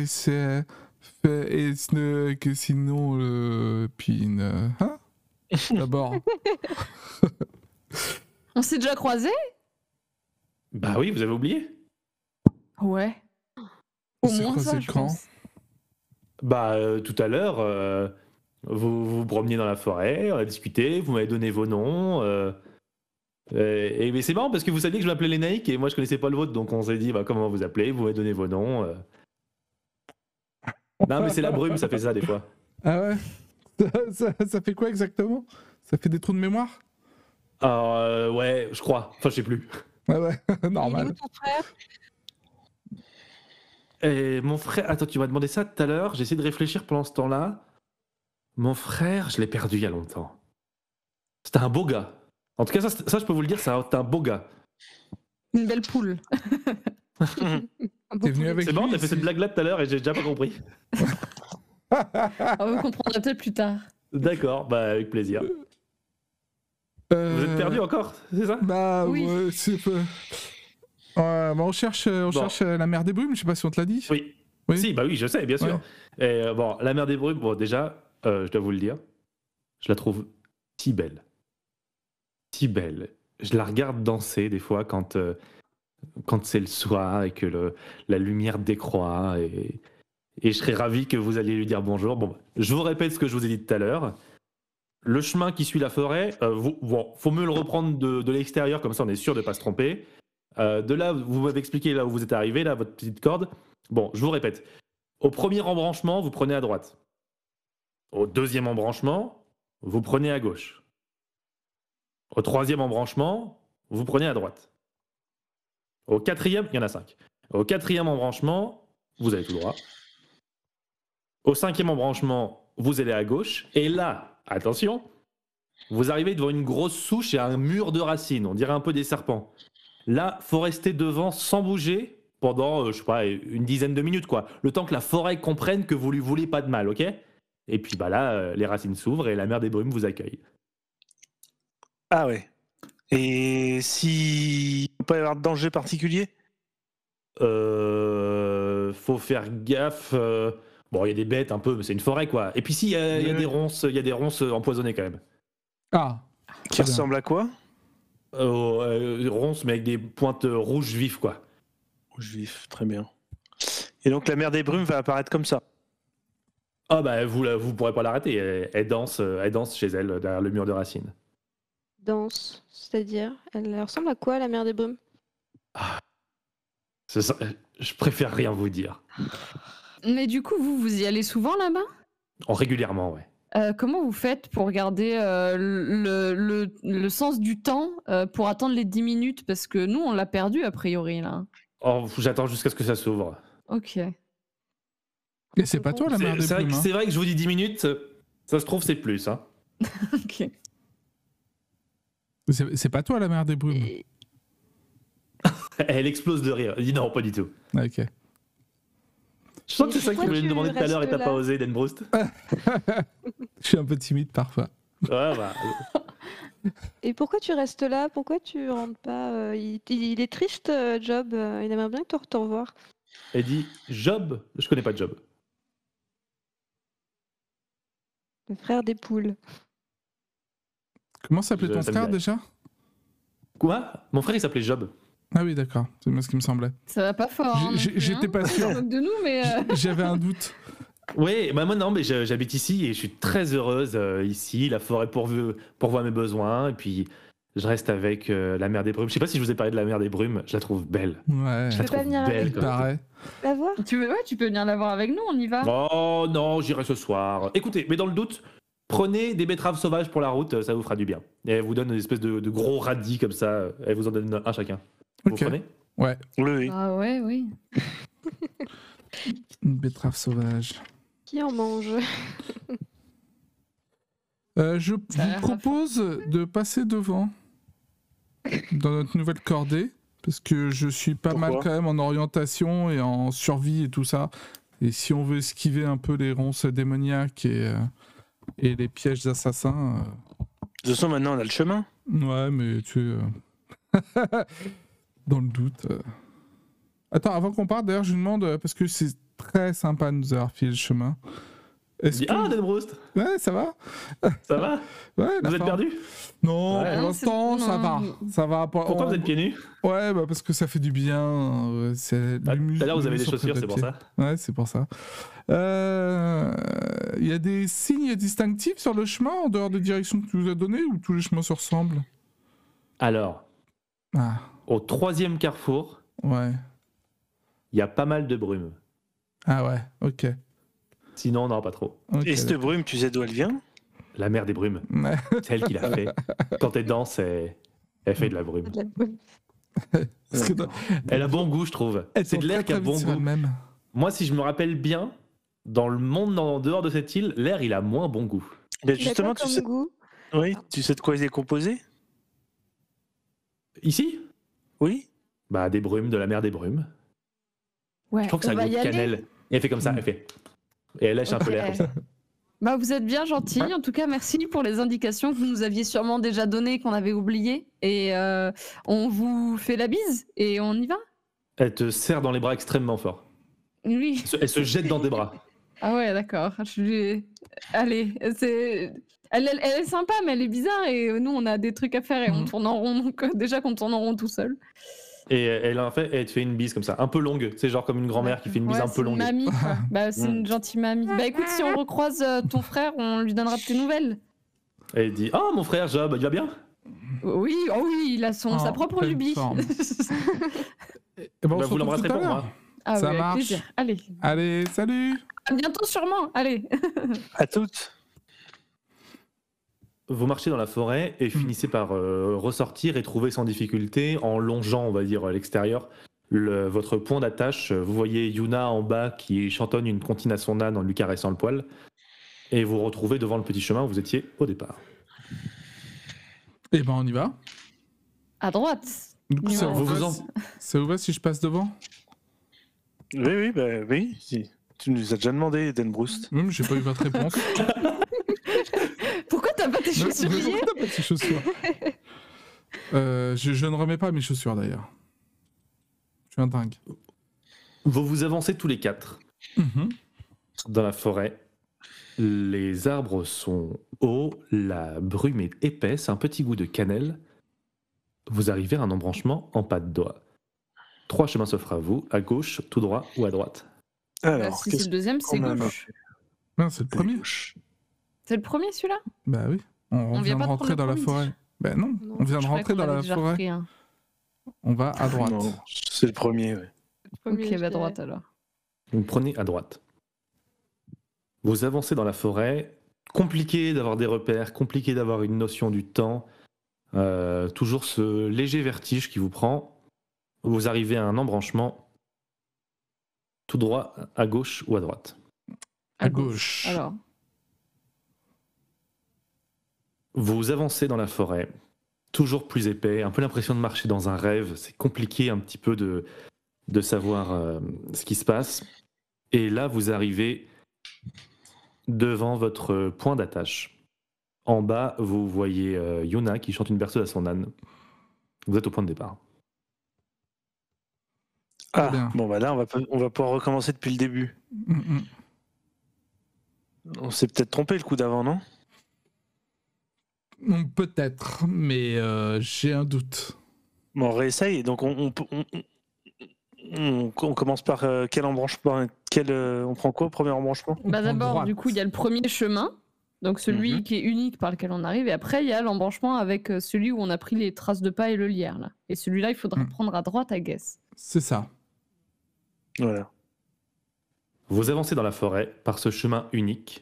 et que sinon, hein? D'abord. On s'est déjà croisés? Bah oui, vous avez oublié? Ouais. On Au s'est moins croisés ça, je quand? pense. Bah, tout à l'heure, vous vous promeniez dans la forêt, on a discuté, vous m'avez donné vos noms. Mais c'est marrant parce que vous saviez que je m'appelais Lénaïque et moi je connaissais pas le vôtre, donc on s'est dit, bah, comment vous appelez, vous m'avez donné vos noms. Non, mais c'est la brume, ça fait ça des fois. Ah ouais? Ça fait quoi exactement? Ça fait des trous de mémoire? Alors, ouais, je crois. Enfin, je sais plus. Ouais, ouais, il est normal. où ton frère? Et mon frère. Attends, tu m'as demandé ça tout à l'heure. J'ai essayé de réfléchir pendant ce temps-là. Mon frère, je l'ai perdu il y a longtemps. C'était un beau gars. En tout cas, ça je peux vous le dire, c'était un beau gars. Une belle poule. Un beau T'es venu poulet. avec C'est marrant, lui t'as fait ici. cette blague-là tout à l'heure et j'ai déjà pas compris. On vous comprendra peut-être plus tard. D'accord, bah avec plaisir. Vous êtes perdu encore, c'est ça? Bah, Oui. ouais, c'est peu. Bah, on cherche la mer des brumes, je sais pas si on te l'a dit. Oui. Oui. Si, bah oui, je sais, bien sûr. Et bon, la mer des brumes, bon, déjà, je dois vous le dire, je la trouve si belle. Si belle. Je la regarde danser des fois quand c'est le soir et que la lumière décroît. Et je serais ravi que vous alliez lui dire bonjour. Bon, je vous répète ce que je vous ai dit tout à l'heure. Le chemin qui suit la forêt, faut mieux le reprendre de l'extérieur, comme ça on est sûr de ne pas se tromper. De là, vous m'avez expliqué là où vous êtes arrivé, là, votre petite corde. Bon, je vous répète. Au premier embranchement, vous prenez à droite. Au deuxième embranchement, vous prenez à gauche. Au troisième embranchement, vous prenez à droite. Au quatrième, il y en a 5. Au quatrième embranchement, vous allez tout droit. Au cinquième embranchement, vous allez à gauche. Et là, attention, vous arrivez devant une grosse souche et un mur de racines. On dirait un peu des serpents. Là, faut rester devant sans bouger pendant, je sais pas, une dizaine de minutes, quoi. Le temps que la forêt comprenne que vous lui voulez pas de mal, ok? Et puis bah là, les racines s'ouvrent et la mer des brumes vous accueille. Ah ouais. Et si il peut pas y avoir de danger particulier? Faut faire gaffe. Bon, il y a des bêtes un peu, mais c'est une forêt, quoi. Et puis si, il y a des ronces empoisonnées quand même. Ah, Qui très bien. ressemble à quoi? Ronces, mais avec des pointes rouges vives, quoi. Juif, très bien. Et donc la mer des brumes va apparaître comme ça. Ah bah vous pourrez pas l'arrêter. Elle danse chez elle derrière le mur de racines. Danse, c'est-à-dire, elle ressemble à quoi la mer des brumes? C'est ça, je préfère rien vous dire. Mais du coup, vous y allez souvent là-bas? Régulièrement, ouais. Comment vous faites pour garder le sens du temps pour attendre les 10 minutes? Parce que nous, on l'a perdu a priori là. Oh, j'attends jusqu'à ce que ça s'ouvre. Ok. Et c'est pas toi la mer des C'est vrai, brumes, hein. c'est vrai que je vous dis 10 minutes, ça se trouve c'est plus. Hein. Ok. C'est pas toi la mer des brumes. Et- Elle explose de rire. Elle dit non, pas du tout. Ah, ok. Je sens que c'est ça pourquoi qu'il voulait me tu demander tout à l'heure et t'as restes pas là osé, Dan Broust. Je suis un peu timide parfois. Ouais, bah, Et pourquoi tu restes là? Pourquoi tu rentres pas? Il est triste, Job. Il aimerait bien te revoir. Elle dit Job. Je connais pas Job. Le frère des poules. Comment s'appelait ton Ça me frère dit déjà? Quoi? Mon frère il s'appelait Job. Ah oui, d'accord, c'est bien ce qui me semblait. Ça va pas fort. hein, non plus, J'étais hein. pas sûr. On se moque de nous, mais J'avais un doute. Oui, bah moi non, mais j'habite ici et je suis très heureuse ici. La forêt pourvoit mes besoins et puis je reste avec la mer des brumes. Je sais pas si je vous ai parlé de la mer des brumes. Je la trouve belle. Ouais, Je la peux pas trouve venir belle. avec il comme- paraît. La voir? tu peux venir la voir avec nous, on y va. Oh non, j'irai ce soir. Écoutez, mais dans le doute, prenez des betteraves sauvages pour la route, ça vous fera du bien. Et elle vous donne une espèce de gros radis comme ça. Elle vous en donne un chacun. Vous Ok. prenez? Ouais, Oui. Ah ouais, oui. une betterave sauvage. Qui en mange? Je Ça a vous l'air propose de passer devant dans notre nouvelle cordée, parce que je suis pas mal Pourquoi quand même en orientation et en survie et tout ça. Et si on veut esquiver un peu les ronces démoniaques et les pièges assassins, De toute façon, maintenant, on a le chemin. ouais, mais tu dans le doute. Attends, avant qu'on parte, d'ailleurs, je vous demande, parce que c'est très sympa de nous avoir filé le chemin. Est-ce Dis, que... ah, Denbroust, Ouais, ça va? ça va? Ouais, la Vous êtes forme. perdu? Non, Ouais. pour Non, l'instant, c'est- ça va. non. Ça va. Pourquoi vous êtes pieds nus? Ouais, bah parce que ça fait du bien. C'est Ah, l'humus- tout à l'heure, vous avez l'humus des sur chaussures, tes c'est pour pieds. ça. Ouais, c'est pour ça. Il y a des signes distinctifs sur le chemin en dehors des directions que tu nous as données ou tous les chemins se ressemblent? Alors, Ah, au 3e carrefour, ouais. il y a pas mal de brume. Ah ouais, ok. Sinon, non, pas trop. Ok, Et cette brume, tu sais d'où elle vient? La mer des brumes, ouais. c'est elle qui l'a fait. Quand elle danse, elle fait de la brume. De la brume. Parce que dans- Elle a bon goût, je trouve. elles C'est sont de l'air très, qui a très bon vite sur goût. elles-mêmes. Moi, si je me rappelle bien, dans le monde en dehors de cette île, l'air, il a moins bon goût. Mais Il a justement, quoi tu comme sais... goût? Oui, tu sais de quoi il est composé? Ici, Oui. bah, des brumes, de la mer des brumes. Ouais, Je trouve que ça on a va goût y de aller. cannelle. Et elle fait comme ça, elle fait. Et elle lâche un peu l'air comme ça. Bah, vous êtes bien gentil. En tout cas, merci pour les indications que vous nous aviez sûrement déjà données, qu'on avait oubliées. Et on vous fait la bise et on y va. Elle te serre dans les bras extrêmement fort. Oui. Elle se jette dans tes bras. Ah ouais, d'accord. Allez, elle est sympa, mais elle est bizarre et nous, on a des trucs à faire et on tourne en rond. Donc déjà qu'on tourne en rond tout seul. Et elle te fait une bise comme ça, un peu longue. C'est genre comme une grand-mère qui fait une bise Ouais, un c'est peu longue. Une mamie, quoi. Bah, c'est Mm. une gentille mamie. Bah écoute, si on recroise ton frère, on lui donnera de tes nouvelles. Elle dit Oh, mon frère Job, il va bien? Oui, oh oui, il a sa En propre pleine lubie. forme. Eh ben, on Bah, se vous retrouve l'embrasserez tout à pour l'heure. moi. Ah Ça oui, avec marche. plaisir. Allez, Allez, salut. à bientôt sûrement. Allez. À toutes. Vous marchez dans la forêt et finissez par ressortir et trouver sans difficulté, en longeant, on va dire, l'extérieur, votre point d'attache. Vous voyez Yuna en bas qui chantonne une comptine à son âne en lui caressant le poil. Et vous retrouvez devant le petit chemin où vous étiez au départ. Eh ben, on y va. À droite. Du coup, Ouais. ça Vous vous vous va, en- ça vous va si je passe devant? Oui, bah oui. Si. Tu nous as déjà demandé, Denbroust. Même, j'ai pas eu votre réponse. Pourquoi t'as pas tes chaussures Mais liées pourquoi t'as pas de ces chaussures? Je ne remets pas mes chaussures d'ailleurs. Je suis un dingue. Vous vous avancez tous les quatre Mhm. dans la forêt. Les arbres sont hauts, la brume est épaisse, un petit goût de cannelle. Vous arrivez à un embranchement en pas de doigt. 3 chemins s'offrent à vous, à gauche, tout droit ou à droite. Bah, Alors, si c'est le deuxième, c'est qu'on a gauche. Non, c'est le premier. C'est le premier celui-là. Bah oui. On vient de pas de rentrer prendre dans le la premier, forêt. Bah non, Non, on vient de Je croyais rentrer qu'on dans avait la déjà forêt. repris un. On va à droite. Non, c'est le premier, ouais. Premier, Ok, je bah dirais. droite alors. Vous prenez à droite. Vous avancez dans la forêt. Compliqué d'avoir des repères, compliqué d'avoir une notion du temps. Toujours ce léger vertige qui vous prend. Vous arrivez à un embranchement. Tout droit, à gauche ou à droite. À gauche. Alors. Vous avancez dans la forêt, toujours plus épais, un peu l'impression de marcher dans un rêve. C'est compliqué un petit peu de savoir ce qui se passe. Et là, vous arrivez devant votre point d'attache. En bas, vous voyez Yuna qui chante une berceuse à son âne. Vous êtes au point de départ. Ah, bien. bon, bah là, on va pouvoir recommencer depuis le début. On s'est peut-être trompé le coup d'avant, non? Peut-être, mais j'ai un doute. Bon, on réessaye. Donc, on commence par quel embranchement? On prend quoi au premier embranchement? On Bah prend d'abord, droite. du coup, il y a le premier chemin, donc celui qui est unique par lequel on arrive, et après il y a l'embranchement avec celui où on a pris les traces de pas et le lierre là. Et celui-là, il faudra prendre à droite, I guess. C'est ça. Voilà. Vous avancez dans la forêt par ce chemin unique.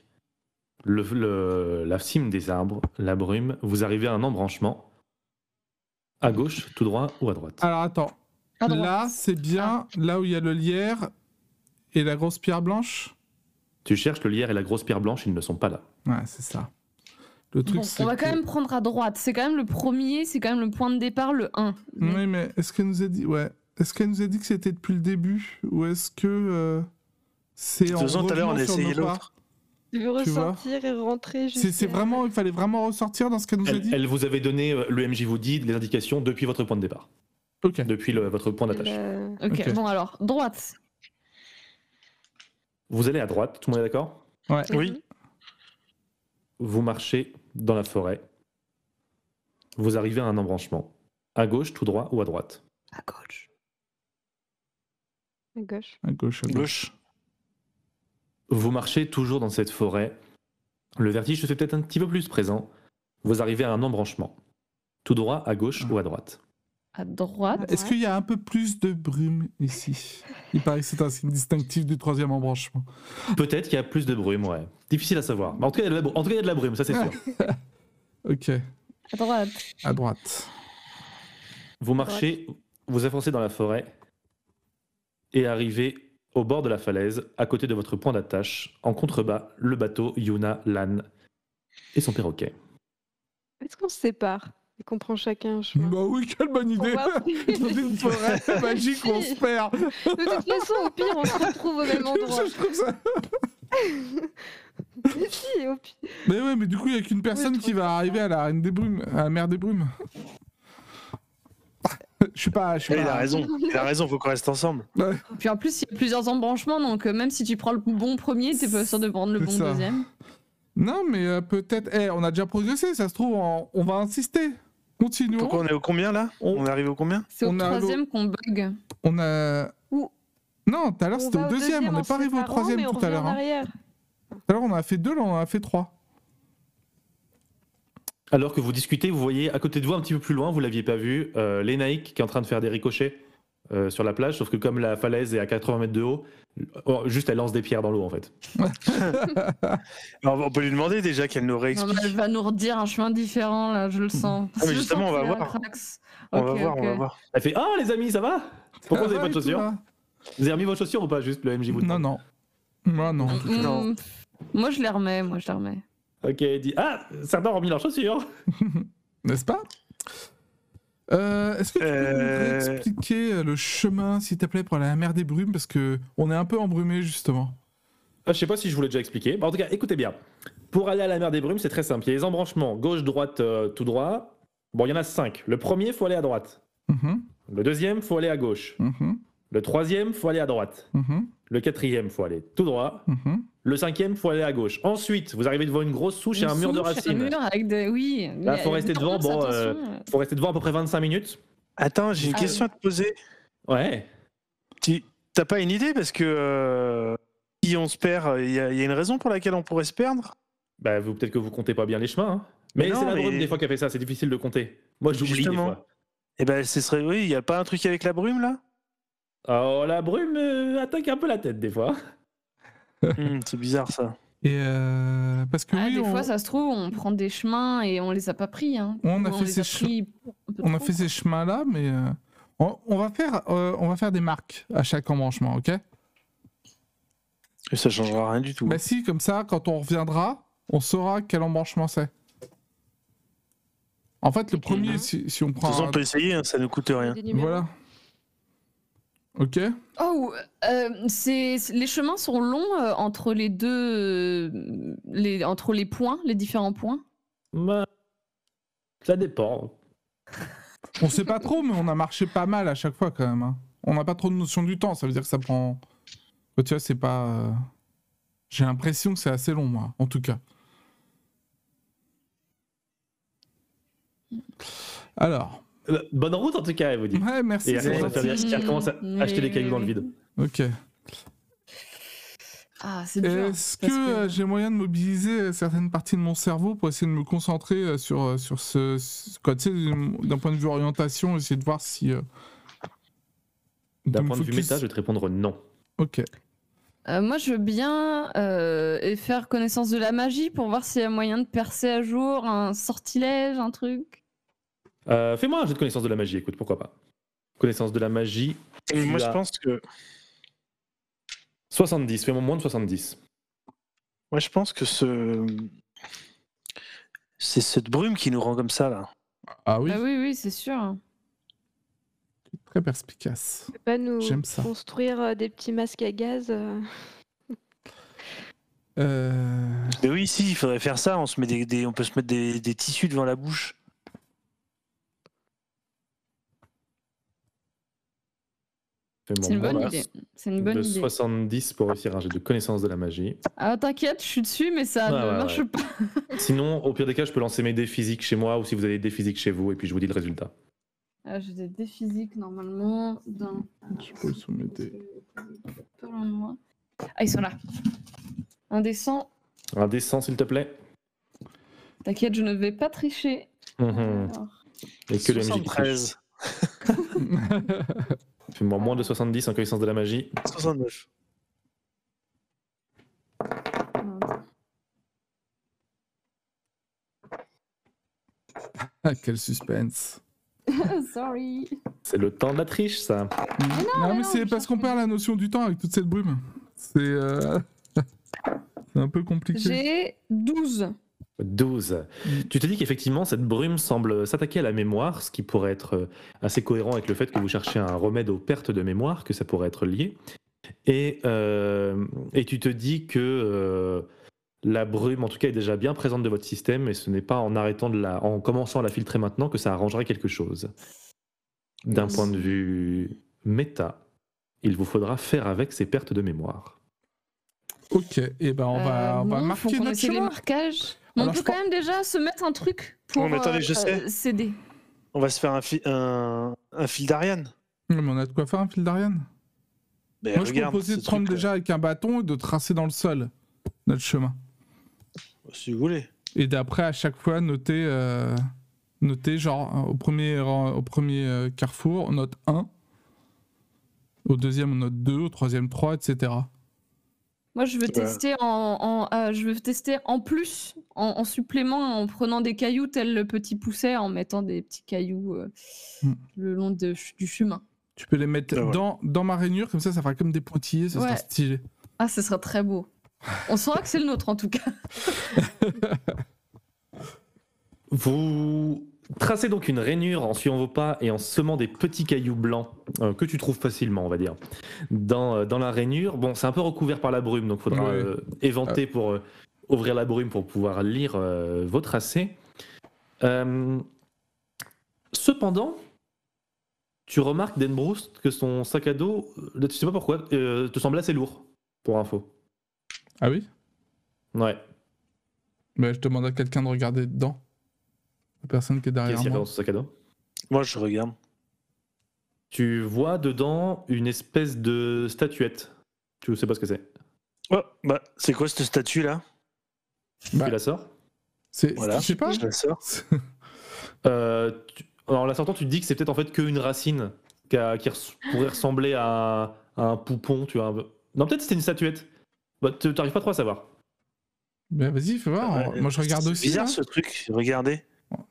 La cime des arbres, la brume, vous arrivez à un embranchement. À gauche, tout droit ou à droite? Alors attends. À droite. Là, c'est bien là où il y a le lierre et la grosse pierre blanche. Tu cherches le lierre et la grosse pierre blanche, ils ne sont pas là. Ouais, c'est ça. Le truc, Bon, c'est on va que- quand même prendre à droite. C'est quand même le premier, c'est quand même le point de départ, le 1. Oui, mais est-ce qu'elle nous a dit... Ouais. Est-ce qu'elle nous a dit que c'était depuis le début? Ou est-ce que c'est De toute en façon, tout à l'heure, on a revenant sur essayé nos pas? l'autre. Tu veux Tu vois ressortir et rentrer C'est jusqu'à... vraiment... Il fallait vraiment ressortir dans ce qu'elle nous a dit? Elle vous avait donné, le MJ vous dit, les indications depuis votre point de départ. Ok. Depuis votre point d'attache. Ok, Ok. bon alors, droite. Vous allez à droite, tout le monde est d'accord? Ouais. Oui. Vous marchez dans la forêt. Vous arrivez à un embranchement. À gauche, tout droit ou à droite? À gauche. À gauche. À gauche, à gauche. Gauche. Vous marchez toujours dans cette forêt. Le vertige se fait peut-être un petit peu plus présent. Vous arrivez à un embranchement. Tout droit, à gauche ou à droite? À droite. Est-ce qu'il y a un peu plus de brume ici? Il paraît que c'est un signe distinctif du troisième embranchement. Peut-être qu'il y a plus de brume, ouais. Difficile à savoir. Mais en tout cas, il y a de la brume, ça c'est sûr. Ok. À droite. À droite. Vous marchez, vous avancez dans la forêt et arrivez au bord de la falaise, à côté de votre point d'attache, en contrebas, le bateau Yuna, Lan et son perroquet. Est-ce qu'on se sépare et qu'on prend chacun un chemin? Bah oui, quelle bonne idée! On va- Dans une forêt magique où on se perd! De toute façon, au pire, on se retrouve au même endroit. Je trouve ça... Mais si, au pire. Mais ouais, mais du coup, il n'y a qu'une personne qui va arriver à la reine des brumes, à la mer des brumes. Je suis pas... Il a raison. Il a raison, faut qu'on reste ensemble. Puis en plus, il y a plusieurs embranchements, donc même si tu prends le bon premier, t'es pas sûr de prendre le C'est bon ça. deuxième. Non, mais peut-être... on a déjà progressé, ça se trouve, on va insister. Continuons. Donc on est au combien là? On est arrivé au combien? C'est au On est arrivé troisième qu'on bug. On a... Ou- Non, tout à l'heure, On c'était va au deuxième, on en n'est pas arrivé au séparant, troisième mais on tout à revient l'heure. en Hein. arrière. Tout à l'heure, on en a fait 2, là, on en a fait 3. Alors que vous discutez, vous voyez à côté de vous, un petit peu plus loin, vous l'aviez pas vu, Lénaïque qui est en train de faire des ricochets sur la plage, sauf que comme la falaise est à 80 mètres de haut, juste elle lance des pierres dans l'eau en fait. Alors, on peut lui demander déjà qu'elle nous Non, réexplique. mais elle va nous redire un chemin différent, là, je le sens. Ah, mais Je justement, sens on va qu'il y a un voir. cracks. On Ok, va voir, ok. on va voir. Elle fait ah les amis, ça va? Pourquoi vous avez pas de chaussures? Là. Vous avez remis vos chaussures ou pas? Juste le MJ vous Non, demande. non. Moi, non. Non. Moi, je les remets, Ok, il dit ah certains ont remis leurs chaussures. N'est-ce pas? Est-ce que tu peux nous réexpliquer le chemin, s'il te plaît, pour aller à la mer des brumes? Parce que on est un peu embrumé, justement. Je sais pas si je vous l'ai déjà expliqué. En tout cas, écoutez bien. Pour aller à la mer des brumes, c'est très simple. Il y a les embranchements gauche, droite, tout droit. Bon, il y en a 5. Le premier, faut aller à droite. Mhm, Le deuxième, faut aller à gauche. mhm, Le troisième, faut aller à droite. mhm, Le quatrième, faut aller tout droit. mhm. Le cinquième, faut aller à gauche. Ensuite, vous arrivez devant une grosse souche et un mur de racines. Un mur avec des... Oui. Là, faut rester devant. Bon, attention. faut rester devant à peu près 25 minutes. Attends, j'ai une Ah, question à te poser. Ouais. T'as pas une idée? Parce que si on se perd, il y a une raison pour laquelle on pourrait se perdre? Bah, peut-être que vous comptez pas bien les chemins. Hein. Mais Mais c'est non, la brume mais- des fois qui a fait ça. C'est difficile de compter. Moi, j'oublie des Justement. fois. Eh ben, ce serait. Oui, il y a pas un truc avec la brume là? Oh, la brume attaque un peu la tête des fois. C'est bizarre ça. Et parce que Ah, oui, des on, fois, ça se trouve, on prend des chemins et on les a pas pris. Hein. On a Ou fait les ces pris un peu on a trop. fait ces chemins-là, mais on va faire des marques à chaque embranchement, ok? Et ça changera rien du tout. Bah si, comme ça, quand on reviendra, on saura quel embranchement c'est. En fait, le premier, si on De toute prend... façon, on peut essayer, hein, ça ne coûte rien. Des numéros. Voilà. Ok. Oh, les chemins sont longs entre les deux, entre les points, les différents points. Bah, ça dépend. On sait pas trop, mais on a marché pas mal à chaque fois quand même. Hein. on n'a pas trop de notion du temps. Ça veut dire que ça prend. Tu vois, c'est pas. J'ai l'impression que c'est assez long, moi, en tout cas. Alors. Bonne route en tout cas, elle vous dit. Ouais, merci. Et elle commence à acheter des cailloux dans le vide. Ok. Ah, c'est dur. Est-ce que j'ai moyen de mobiliser certaines parties de mon cerveau pour essayer de me concentrer sur ce quoi, tu sais, d'un point de vue orientation, essayer de voir si. D'un point de vue méta, je vais te répondre non. Ok. Moi, je veux bien faire connaissance de la magie pour voir s'il y a moyen de percer à jour un sortilège, un truc. Fais-moi un jeu de connaissance de la magie, écoute, pourquoi pas. Connaissance de la magie. Moi, je pense que. 70, fais-moi moins de 70. Moi, je pense que c'est cette brume qui nous rend comme ça, là. Ah oui, Ah oui, c'est sûr. très perspicace. Tu peux pas nous J'aime ça. construire des petits masques à gaz Mais oui, si, il faudrait faire ça. On peut se mettre des tissus devant la bouche. Fais-moi C'est une moins bonne de- idée. C'est une bonne de idée. 70 pour réussir un jeu de connaissance de la magie. Ah, t'inquiète, je suis dessus, mais ça Ouais, ne ouais, marche ouais. pas. Sinon, au pire des cas, je peux lancer mes dés physiques chez moi ou si vous avez des dés physiques chez vous et puis je vous dis le résultat. Ah, j'ai des dés physiques normalement. Tu peux soumettre. Pas loin de moi. Ah, ils sont là. Un des 100. Un dé 100 s'il te plaît. T'inquiète, je ne vais pas tricher. Mhm. Alors, Et que le MJ qui triche. 73. Fais-moi moins de 70 en connaissance de la magie. 69. Ah, quel suspense. Sorry. C'est le temps de la triche, ça. Non, mais non, c'est je parce qu'on cherche perd la notion du temps avec toute cette brume. C'est c'est un peu compliqué. J'ai 12. 12. Tu te dis qu'effectivement, cette brume semble s'attaquer à la mémoire, ce qui pourrait être assez cohérent avec le fait que vous cherchez un remède aux pertes de mémoire, que ça pourrait être lié. Et tu te dis que la brume, en tout cas, est déjà bien présente de votre système, et ce n'est pas en commençant à la filtrer maintenant que ça arrangerait quelque chose. D'un point de vue méta, il vous faudra faire avec ces pertes de mémoire. Ok, et ben on va faut marquer qu'on notre essaie les chemin. marquages. Mais Alors, on peut je quand pense- même déjà se mettre un truc pour mais attendez, je sais. s'aider. On va se faire un fil d'Ariane. Mais on a de quoi faire un fil d'Ariane. Mais Moi, je regarde, proposais de ce prendre truc-là. déjà avec un bâton et de tracer dans le sol notre chemin. Si vous voulez. Et d'après, à chaque fois, noter genre au premier carrefour, on note 1. Au deuxième, on note 2. Au troisième, 3, etc. Moi, je veux tester en plus, en supplément, en prenant des cailloux tel le petit pousset, en mettant des petits cailloux le long du chemin. Tu peux les mettre Ah ouais. dans ma rainure, comme ça fera comme des pointillés, ça sera Ouais. stylé. Ah, ce sera très beau. On saura que c'est le nôtre en tout cas. Vous tracez donc une rainure en suivant vos pas et en semant des petits cailloux blancs que tu trouves facilement, on va dire, dans la rainure. Bon, c'est un peu recouvert par la brume, donc il faudra Ouais. éventer pour ouvrir la brume pour pouvoir lire vos tracés. Cependant, tu remarques, Denbroust, que son sac à dos, tu sais pas pourquoi, te semble assez lourd, pour info. Ah oui? Ouais, Mais je demande à quelqu'un de regarder dedans. La personne qui est derrière qu'est-ce qu'il y a moi. dans son sac à dos? Moi, je regarde. Tu vois dedans une espèce de statuette. Tu sais pas ce que c'est. Oh, bah, c'est quoi cette statue-là? Bah, Tu la sors. Voilà, Je sais pas. je la sors. En la sortant, tu te dis que c'est peut-être en fait qu'une racine pourrait ressembler à un poupon. Tu vois, non, peut-être c'était une statuette. Bah, tu n'arrives pas trop à savoir. Ben vas-y, fais voir. Ouais, Moi je regarde c'est aussi. bizarre hein. ce truc, regardez.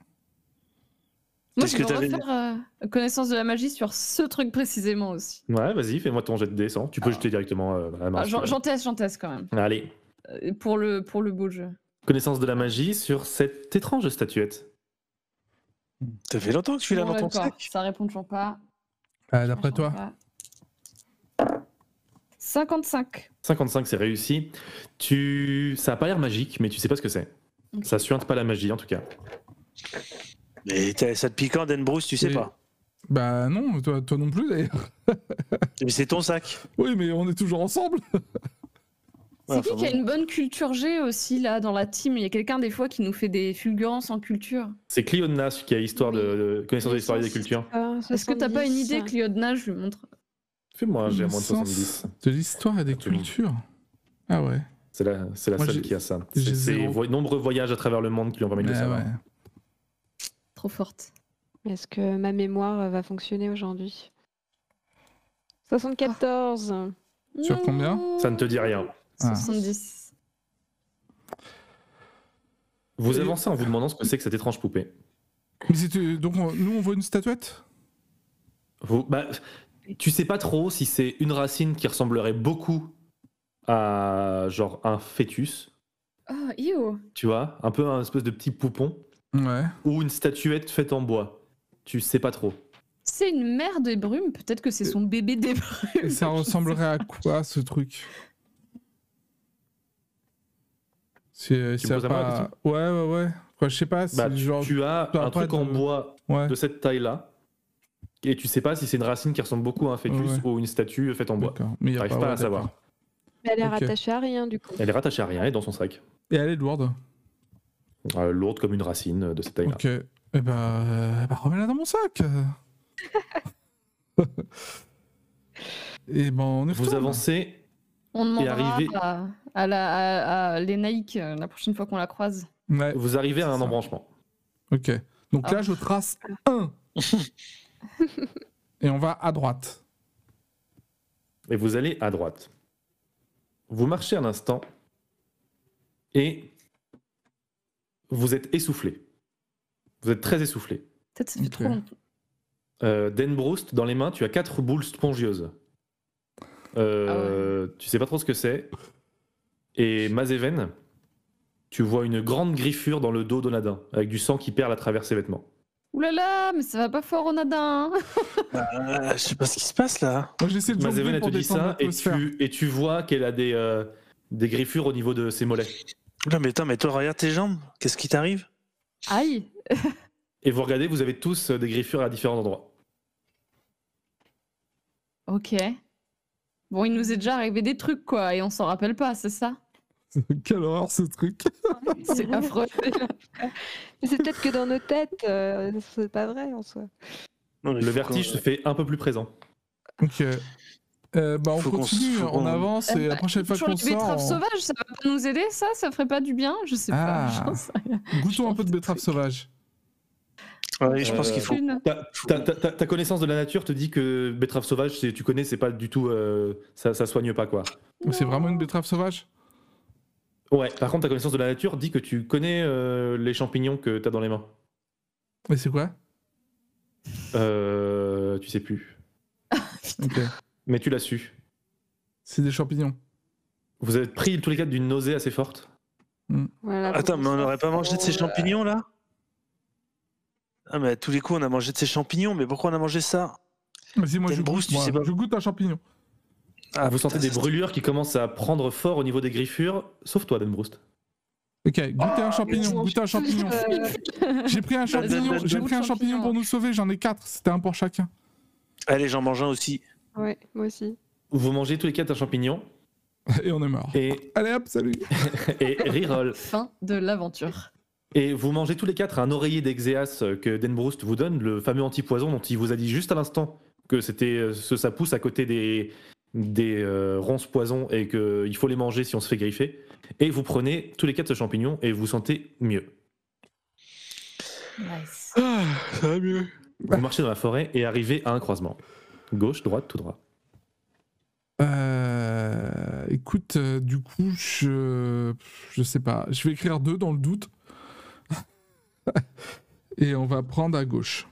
Moi, Qu'est-ce je que veux t'avais- refaire connaissance de la magie sur ce truc précisément aussi. Ouais, vas-y, fais-moi ton jet de descente. Tu peux jeter directement à la main. Ah, si tu veux. j'en teste quand même. Allez, Pour le beau jeu. connaissance de la magie sur cette étrange statuette. Ça fait longtemps que tu l'as Bon, dans ton d'accord, sac. ça répond toujours pas. D'après Ça toi. répond pas. 55. 55, c'est réussi. Ça a pas l'air magique, mais tu sais pas ce que c'est. Ça suinte pas la magie en tout cas. Mais ça te piquant, Denbroust, tu sais Et- pas. Bah non, toi non plus d'ailleurs. Mais c'est ton sac. Oui, mais on est toujours ensemble. C'est Ouais, qui enfin qui a bon. une bonne culture G aussi là dans la team? Il y a quelqu'un des fois qui nous fait des fulgurances en culture. C'est Clio de Nash qui a histoire de connaissance de l'histoire et des cultures. Est-ce que t'as pas une idée, Cliodna? Je lui montre. Fais-moi, j'ai moins de Sens 70. De l'histoire et des Absolument. cultures. Ah ouais. C'est la Moi, seule j'ai- qui a ça. j'ai C'est zéro. nombreux voyages à travers le monde qui lui ont permis de le Ah savoir. ouais. Trop forte. Est-ce que ma mémoire va fonctionner aujourd'hui? 74. Sur combien? Ça ne te dit rien. Ah. 70. Vous Et- avancez en vous demandant ce que c'est que cette étrange poupée. Mais donc nous on voit une statuette. Tu sais pas trop si c'est une racine qui ressemblerait beaucoup à genre un fœtus, Oh, yo. tu vois, un peu un espèce de petit poupon, Ouais. ou une statuette faite en bois. Tu sais pas trop. C'est une mère des brumes. Peut-être que c'est son bébé des brumes. Et ça ressemblerait à quoi ce truc? Tu me poses à moi la question Ouais. Quoi, je sais pas. Bah, C'est genre. tu as tu as un pas truc en de- bois Ouais. de cette taille-là, et tu sais pas si c'est une racine qui ressemble beaucoup à un fœtus Ouais. ou une statue faite en bois. D'accord. Mais y a T'arrives pas ouais, à savoir. d'accord. Mais elle est Ok. rattachée à rien du coup. Elle est rattachée à rien, elle est dans son sac. Et elle est lourde. Lourde comme une racine de cette taille-là. Ok. Eh ben, remets-la dans mon sac. Et ben, on est Vous retourne. avancez, On demandera arrivé- à Lénaïque la prochaine fois qu'on la croise. Ouais. vous arrivez à un C'est ça. embranchement. Ok. Donc là, Ah. je trace 1. Et on va à droite. Et vous allez à droite. Vous marchez un instant et vous êtes essoufflé. Vous êtes très essoufflé. Peut-être ça fait Ok. trop longtemps. Denbroust, dans les mains, tu as 4 boules spongieuses. Tu sais pas trop ce que c'est. Et Mazeven, tu vois une grande griffure dans le dos d'Onadin, avec du sang qui perle à travers ses vêtements. Ouh là là, mais ça va pas fort, Onadin. Je sais pas ce qui se passe là. Moi, j'essaie de Mazeven, jongler elle te pour dit détendre ça, et l'atmosphère. tu vois qu'elle a des griffures au niveau de ses mollets. Oula, mais attends, mais toi, regarde tes jambes. Qu'est-ce qui t'arrive? Aïe. Et vous regardez, vous avez tous des griffures à différents endroits. Ok. Bon, il nous est déjà arrivé des trucs, quoi, et on s'en rappelle pas, c'est ça? Quelle horreur ce truc. C'est affreux. Mais c'est peut-être que dans nos têtes, c'est pas vrai en soi. Non, mais Le faut vertige qu'on- se fait un peu plus présent. Ok. Bah, on Faut qu'on continue, faut on qu'on- avance et la prochaine fois Toujours qu'on les sort, betteraves sauvages, ça va pas nous aider, ça? Ça ferait pas du bien? Je sais pas. Ah. j'en sais rien. goûtons un peu de betterave sauvage. Ouais, je pense qu'il faut. Une. Ta connaissance de la nature te dit que betterave sauvage, tu connais, c'est pas du tout. Ça soigne pas, quoi. Mais c'est vraiment une betterave sauvage? Ouais, par contre, ta connaissance de la nature dit que tu connais les champignons que t'as dans les mains. Mais c'est quoi? Tu sais plus. Ok. Mais tu l'as su. C'est des champignons. Vous avez pris tous les quatre d'une nausée assez forte. Voilà, Attends, mais on aurait n'aurait pas mangé de ces champignons là? Ah, mais à tous les coups, on a mangé de ces champignons, mais pourquoi on a mangé ça? Vas-y, moi T'as je une brousse, goûte, tu moi. sais pas. Je goûte un champignon. Ah, Vous sentez putain, des ça, brûlures qui commencent à prendre fort au niveau des griffures, sauf toi, Denbroust. Ok, goûtez un champignon, goûtez un champignon. J'ai pris un champignon, Vas-y, j'ai pris un champignon pour nous sauver, j'en ai 4, c'était un pour chacun. Allez, j'en mange un aussi. Ouais, moi aussi. Vous mangez tous les quatre un champignon Et on est mort. et, Allez hop, salut. et reroll. Fin de l'aventure. Et vous mangez tous les quatre un oreiller d'Exeas que Denbroust vous donne, le fameux antipoison dont il vous a dit juste à l'instant que ça pousse à côté des ronces poison et qu'il faut les manger si on se fait griffer. Et vous prenez tous les quatre ce champignon et vous vous sentez mieux. Nice. Ah, ça va mieux. Vous marchez dans la forêt et arrivez à un croisement. Gauche, droite, tout droit. Écoute, du coup, je sais pas. Je vais écrire 2 dans le doute. Et on va prendre à gauche.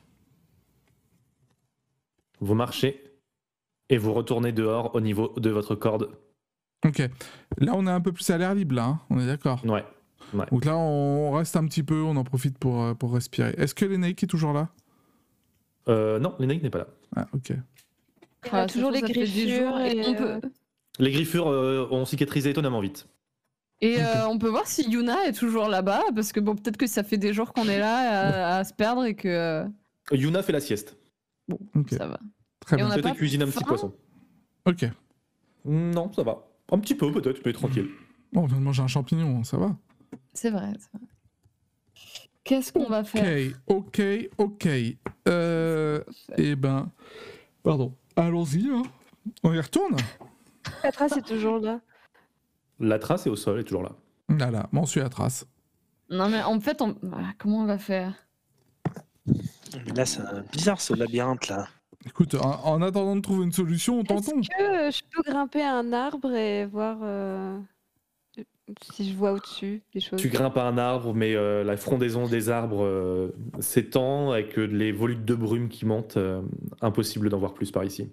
Vous marchez et vous retournez dehors au niveau de votre corde. Ok. Là, on est un peu plus à l'air libre, là. Hein, on est d'accord. Ouais. Donc là, on reste un petit peu, on en profite pour respirer. Est-ce que l'Enaïk est toujours là? Non, l'Enaïk n'est pas là. Ah, ok. Il y a Ah, toujours les ça fait des griffures jours et on peut... Les griffures ont cicatrisé étonnamment vite. Et on peut voir si Yuna est toujours là-bas, parce que bon, peut-être que ça fait des jours qu'on est là à se perdre et que... Yuna fait la sieste. Bon, Ok. ça va. Très Et bien. on a Peut-être pas cuisiner un petit faim poisson. Ok. Non, ça va. Un petit peu peut-être, mais tranquille. Bon, on vient de manger un champignon, ça va. C'est vrai. Qu'est-ce qu'on va faire? Ok. Eh ben... Pardon. Allons-y, hein. On y retourne. La trace est toujours là. La trace est au sol, elle est toujours là. Voilà, m'en suis la trace. Non, mais en fait, comment on va faire? Mais là, c'est bizarre ce labyrinthe là. Écoute, en attendant de trouver une solution, on Est-ce tentons. que je peux grimper à un arbre et voir si je vois au-dessus des choses? Tu grimpes à un arbre, mais la frondaison des arbres s'étend avec les volutes de brume qui montent. Impossible d'en voir plus par ici.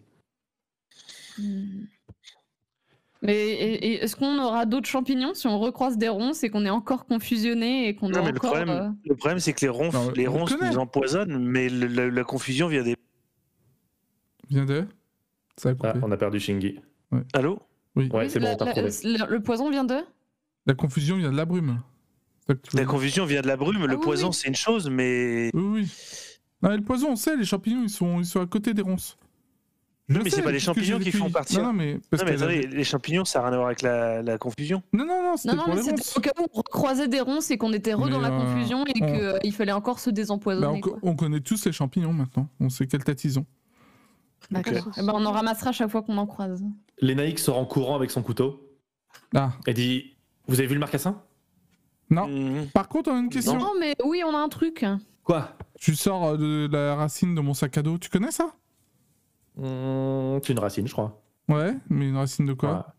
Mais est-ce qu'on aura d'autres champignons? Si on recroise des ronces, c'est qu'on est encore confusionné et qu'on Non, est mais encore... le problème c'est que les Non, ronces on connaît. nous empoisonnent, mais la confusion vient des. Viens de... Ça a coupé. Ah, on a perdu Shingi. Allô? Oui. Ouais, Oui, c'est bon, on t'a retrouvé. le poison vient de? La confusion vient de la brume. C'est ça que tu veux La dire. confusion vient de la brume, le oui, poison oui. c'est une chose, mais. Oui. Non, mais le poison, on sait, les champignons, ils sont à côté des ronces. Non, mais c'est pas les puisque champignons j'ai qui font cueilli. partir. Non, mais... parce Non, mais qu'elle attendez, avait- les champignons ça n'a rien à voir avec la confusion. Non, c'était Non, pour mais les c'était ronces. au cas où on recroisait des ronces et qu'on était dans Mais, la confusion et on- qu'il fallait encore se Bah, désempoisonner. quoi. on connaît tous les champignons maintenant. On sait quelle tête ils ont. D'accord. Ok. Eh ben, on en ramassera à chaque fois qu'on en croise. Lénaïque sort en courant avec son couteau. Ah, Elle dit Vous avez vu le marcassin? non. Mhm. Par contre, on a une question. Non, mais oui, on a un truc. Quoi? Tu sors de la racine de mon sac à dos. Tu connais ça? C'est une racine, je crois. Ouais, mais une racine de quoi?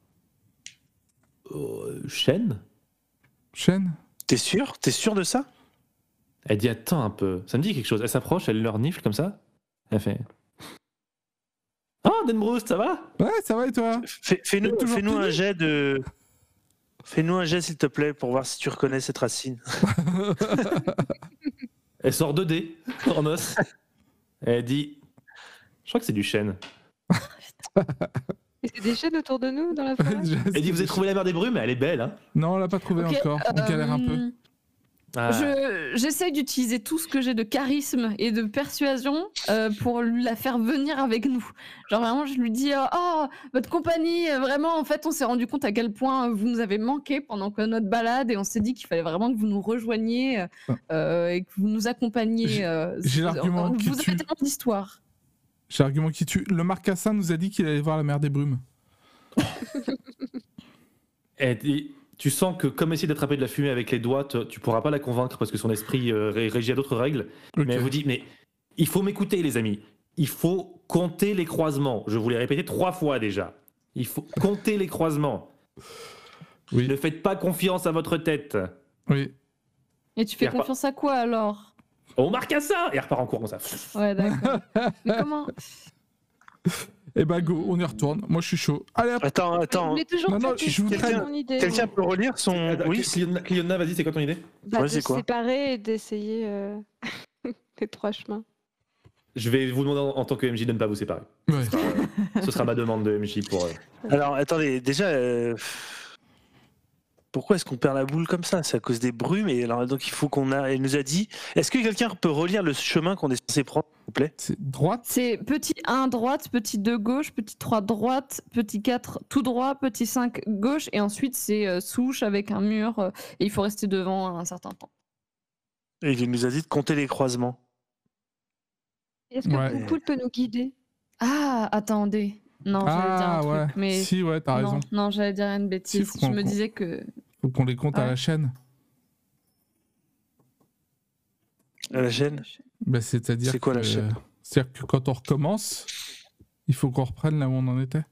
Chêne? Chêne? T'es sûr? T'es sûr de ça? Elle dit Attends un peu. Ça me dit quelque chose. Elle s'approche, elle leur nifle comme ça. Elle fait Ah, Denbroust, ça va? Ouais, ça va et toi? Fais-nous Toujours fais-nous un fini jet de. Fais-nous un jet s'il te plaît pour voir si tu reconnais cette racine. Elle sort 2 dés en os. Elle dit Je crois que c'est du chêne. Et c'est des chaînes autour de nous dans la forêt? Elle dit Vous avez trouvé la mer des brumes? Elle est belle, hein? Non, on l'a pas trouvé Ok, encore. On galère un peu. Ah. J'essaye d'utiliser tout ce que j'ai de charisme et de persuasion pour la faire venir avec nous. Genre vraiment, je lui dis oh, votre compagnie, vraiment, en fait, on s'est rendu compte à quel point vous nous avez manqué pendant notre balade et on s'est dit qu'il fallait vraiment que vous nous rejoigniez et que vous nous accompagniez. J'ai l'argument qui Vous avez tue. tellement d'histoire. J'ai l'argument qui tue. Le marcassin nous a dit qu'il allait voir la mer des brumes. Elle dit Tu sens que, comme essayer d'attraper de la fumée avec les doigts, tu pourras pas la convaincre parce que son esprit régit à d'autres règles. Ok. Mais elle vous dit Mais il faut m'écouter, les amis. Il faut compter les croisements. Je vous l'ai répété 3 fois déjà. Il faut compter les croisements. Oui. Ne faites pas confiance à votre tête. Oui. Et tu fais Pierre, confiance à quoi alors? On marque à ça. Et elle repart en courant comme ça. Ouais, d'accord. Mais comment? Eh ben go, on y retourne. Moi je suis chaud. Allez hop. Attends. Mais toujours Non, non, pas je vous tester traîne. mon idée. Quelqu'un peut relire son. Oui, Cliona, vas-y, c'est quoi ton idée? Bah, Ouais, de c'est se quoi séparer et d'essayer les 3 chemins. Je vais vous demander en tant que MJ de ne pas vous séparer. Ouais. Ce sera ma demande de MJ pour. Alors, attendez, déjà, pourquoi est-ce qu'on perd la boule comme ça? C'est à cause des brumes, et alors donc il faut qu'on a. Elle nous a dit. Est-ce que quelqu'un peut relire le chemin qu'on est censé prendre, s'il vous plaît? C'est droite. C'est petit 1 droite, petit 2 gauche, petit 3 droite, petit 4 tout droit, petit 5 gauche, et ensuite c'est souche avec un mur, et il faut rester devant un certain temps. Et il nous a dit de compter les croisements. Est-ce que Ouais. Poupoule peut nous guider? Ah, attendez. Non, j'allais dire un ouais. truc, mais... Si, ouais, t'as raison. Non, j'allais dire une Si, bêtise. faut Je qu'on- me disais que... Faut qu'on les compte à Ouais. la chaîne. À la chaîne? Bah, c'est-à-dire C'est quoi la que- chaîne? C'est-à-dire que quand on recommence, il faut qu'on reprenne là où on en était.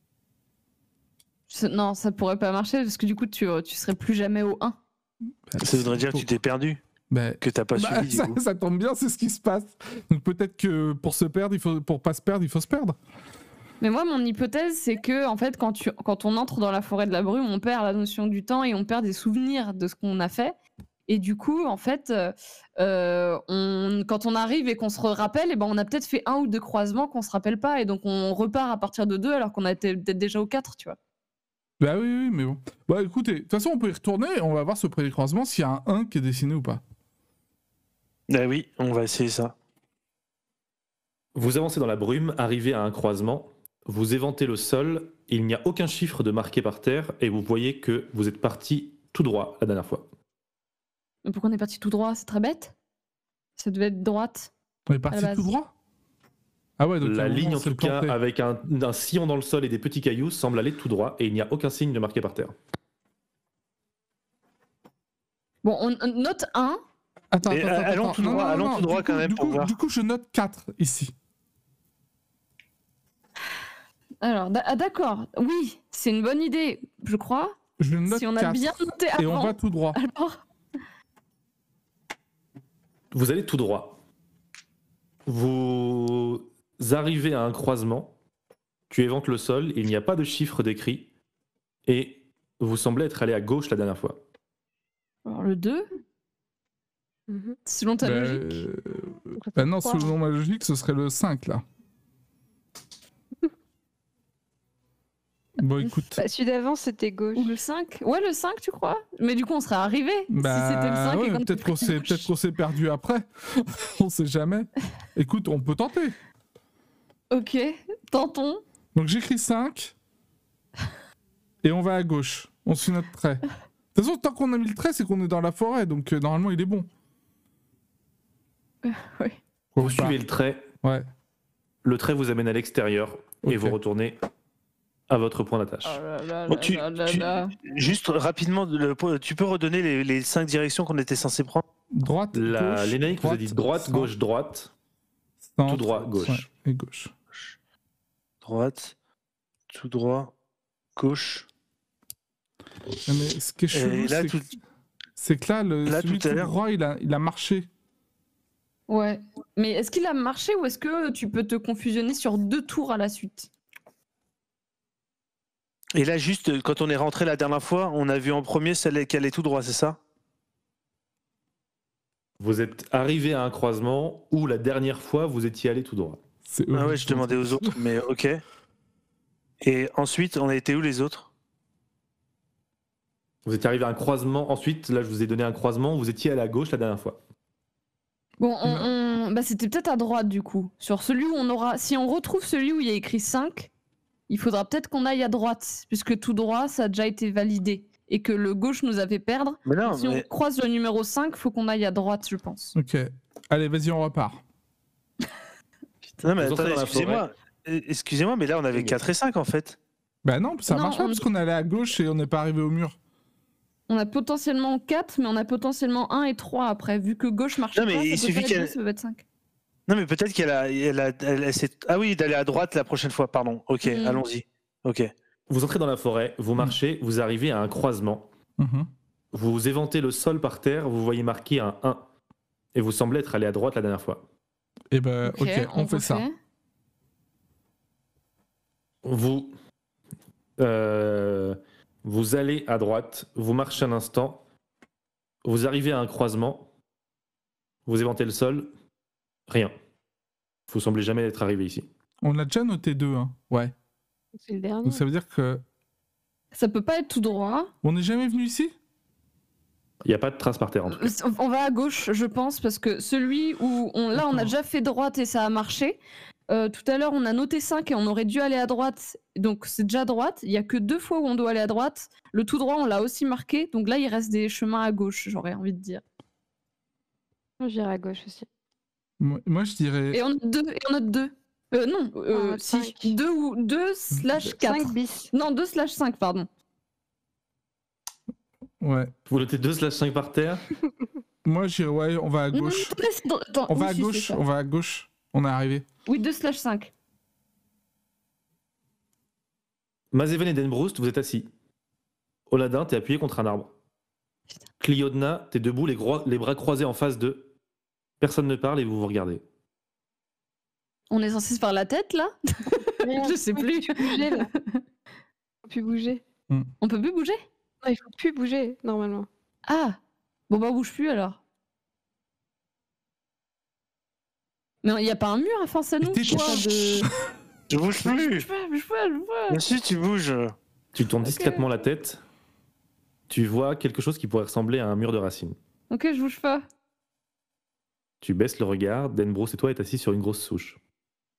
Non, ça pourrait pas marcher, parce que du coup, tu serais plus jamais au 1. Bah, Ça voudrait dire que faut- tu t'es perdu, Bah, que t'as pas bah, suivi. Du coup. ça tombe bien, c'est ce qui se passe. Donc peut-être que pour se perdre, pour pas se perdre, il faut se perdre. Mais moi, mon hypothèse, c'est que, en fait, quand on entre dans la forêt de la brume, on perd la notion du temps et on perd des souvenirs de ce qu'on a fait. Et du coup, en fait, quand on arrive et qu'on se rappelle, eh ben, on a peut-être fait 1 ou 2 croisements qu'on se rappelle pas. Et donc, on repart à partir de 2 alors qu'on a été peut-être déjà au 4, tu vois. Bah oui, mais bon. Bah écoutez, de toute façon, on peut y retourner et on va voir ce premier croisement s'il y a un 1 qui est dessiné ou pas. Ah oui, on va essayer ça. Vous avancez dans la brume, arrivez à un croisement, vous éventez le sol, il n'y a aucun chiffre de marqué par terre et vous voyez que vous êtes parti tout droit la dernière fois. Mais pourquoi on est parti tout droit? C'est très bête. Ça devait être droite. On est parti À la tout base. droit? Ah ouais, donc La à un ligne moment, en c'est tout cas planté. avec un sillon dans le sol et des petits cailloux semble aller tout droit et il n'y a aucun signe de marqué par terre. Bon, on note 1. Attends, Et allons tout droit, allons tout droit Du quand coup- même du pour coup- voir. Du coup, je note 4 ici. Alors, d'accord. Oui, c'est une bonne idée, je crois. Je note Si on a 4. bien noté Et on avant. va tout droit. Alors, Vous allez tout droit. Vous arrivez à un croisement. Tu éventes le sol, il n'y a pas de chiffre décrit. Et vous semblez être allé à gauche la dernière fois. alors, le 2, Mhm. selon ta Bah, logique. bah non, Trois. selon ma logique, ce serait le 5 là. Bon, écoute. Bah, celui d'avant, c'était gauche. Ou le 5. Ouais, le 5, tu crois? Mais du coup, on serait arrivé si c'était le 5 ouais, et qu'on peut-être qu'on s'est perdu après. On sait jamais. Écoute, on peut tenter. Ok, tentons. Donc j'écris 5. Et on va à gauche. On suit notre trait. De toute façon, tant qu'on a mis le trait, c'est qu'on est dans la forêt. Donc normalement, il est bon. Oui. Vous Ou pas. suivez le trait. Ouais. Le trait vous amène à l'extérieur et Ok. vous retournez à votre point d'attache. Oh là là Bon, là tu- là là tu- là. Juste rapidement, tu peux redonner les 5 directions qu'on était censé prendre? Droite, gauche. L'énaïque vous a dit droite, centre, gauche, droite. centre, tout droit, gauche. ouais, et gauche. Droite, tout droit, gauche. Non, mais ce qui est chelou, Et là, c'est que là, là, celui tout à tout l'heure- droit, il a marché. Ouais. Mais est-ce qu'il a marché ou est-ce que tu peux te confusionner sur 2 tours à la suite? Et là, juste quand on est rentré la dernière fois, on a vu en premier celle qui allait tout droit, c'est ça? Vous êtes arrivé à un croisement où la dernière fois vous étiez allé tout droit. C'est Ah ouais, horrible, je demandais ton aux truc. autres, mais ok. Et ensuite, on a été où les autres? Vous étiez arrivé à un croisement. Ensuite, là, je vous ai donné un croisement. Vous étiez allé à gauche la dernière fois. Bon, bah, c'était peut-être à droite du coup. Sur celui où on aura. Si on retrouve celui où il y a écrit 5, il faudra peut-être qu'on aille à droite, puisque tout droit, ça a déjà été validé. Et que le gauche nous avait perdre. Mais non, Si on croise le numéro 5, faut qu'on aille à droite, je pense. Ok. Allez, vas-y, on repart. non, mais Vous entrez attendez, dans la excusez-moi. Excusez-moi, mais là, on avait 4 et 5 en fait. Bah non, ça Non, marche pas on- parce qu'on est allé à gauche et on n'est pas arrivé au mur. On a potentiellement 4, mais on a potentiellement 1 et 3 après. Vu que gauche marche Non, mais pas, il ça peut suffit pas être qu'elle- 2, ça peut être 5. Non, mais peut-être qu'elle s'est. Ah oui, d'aller à droite la prochaine fois, pardon. Ok, Mm. allons-y. Ok. Vous entrez dans la forêt, vous marchez, vous arrivez à un croisement. Mhm. Vous éventez le sol par terre, vous voyez marqué un 1. Et vous semblez être allé à droite la dernière fois. Et ben, ok, on fait ça. refait. Vous, vous allez à droite, vous marchez un instant, vous arrivez à un croisement, vous éventez le sol, rien. Vous semblez jamais être arrivé ici. On a déjà noté 2, hein. Ouais. C'est le dernier. Donc ça veut dire que. Ça peut pas être tout droit. On n'est jamais venu ici? Il n'y a pas de traces par terre en tout cas. On va à gauche, je pense, parce que celui où là, on a déjà fait droite et ça a marché. Tout à l'heure, on a noté 5 et on aurait dû aller à droite. Donc, c'est déjà à droite. Il y a que 2 fois où on doit aller à droite. Le tout droit, on l'a aussi marqué. Donc là, il reste des chemins à gauche, j'aurais envie de dire. Moi, j'irai à gauche aussi. Moi, je dirais. Et on note 2. Et on note 2. Non, On note si. cinq. 2/4. 5 bis. Non, 2/5, pardon. Ouais. Vous notez 2/5 par terre. Moi, je dirais, ouais, on va à gauche. On va à gauche, on va à gauche. On est arrivé. Oui, 2/5. Mazeven et Denbroust, vous êtes assis. Oladin, t'es appuyé contre un arbre. Cliodna, t'es debout, les bras croisés en face d'eux. Personne ne parle et vous vous regardez. On est censé se faire la tête, là? Je sais plus. Il faut plus bouger, là. Faut plus bouger. On peut plus bouger? Non, il faut plus bouger, normalement. Ah! Bon, bah, bouge plus alors. Mais il n'y a pas un mur à face à nous? t'es Il y a pas de... Je bouge plus. Bouge pas, bouge pas, bouge pas. Bien sûr, tu bouges. Tu tournes discrètement la tête. Tu vois quelque chose qui pourrait ressembler à un mur de racines. Ok, je bouge pas. Tu baisses le regard. Denbroust et toi êtes assis sur une grosse souche.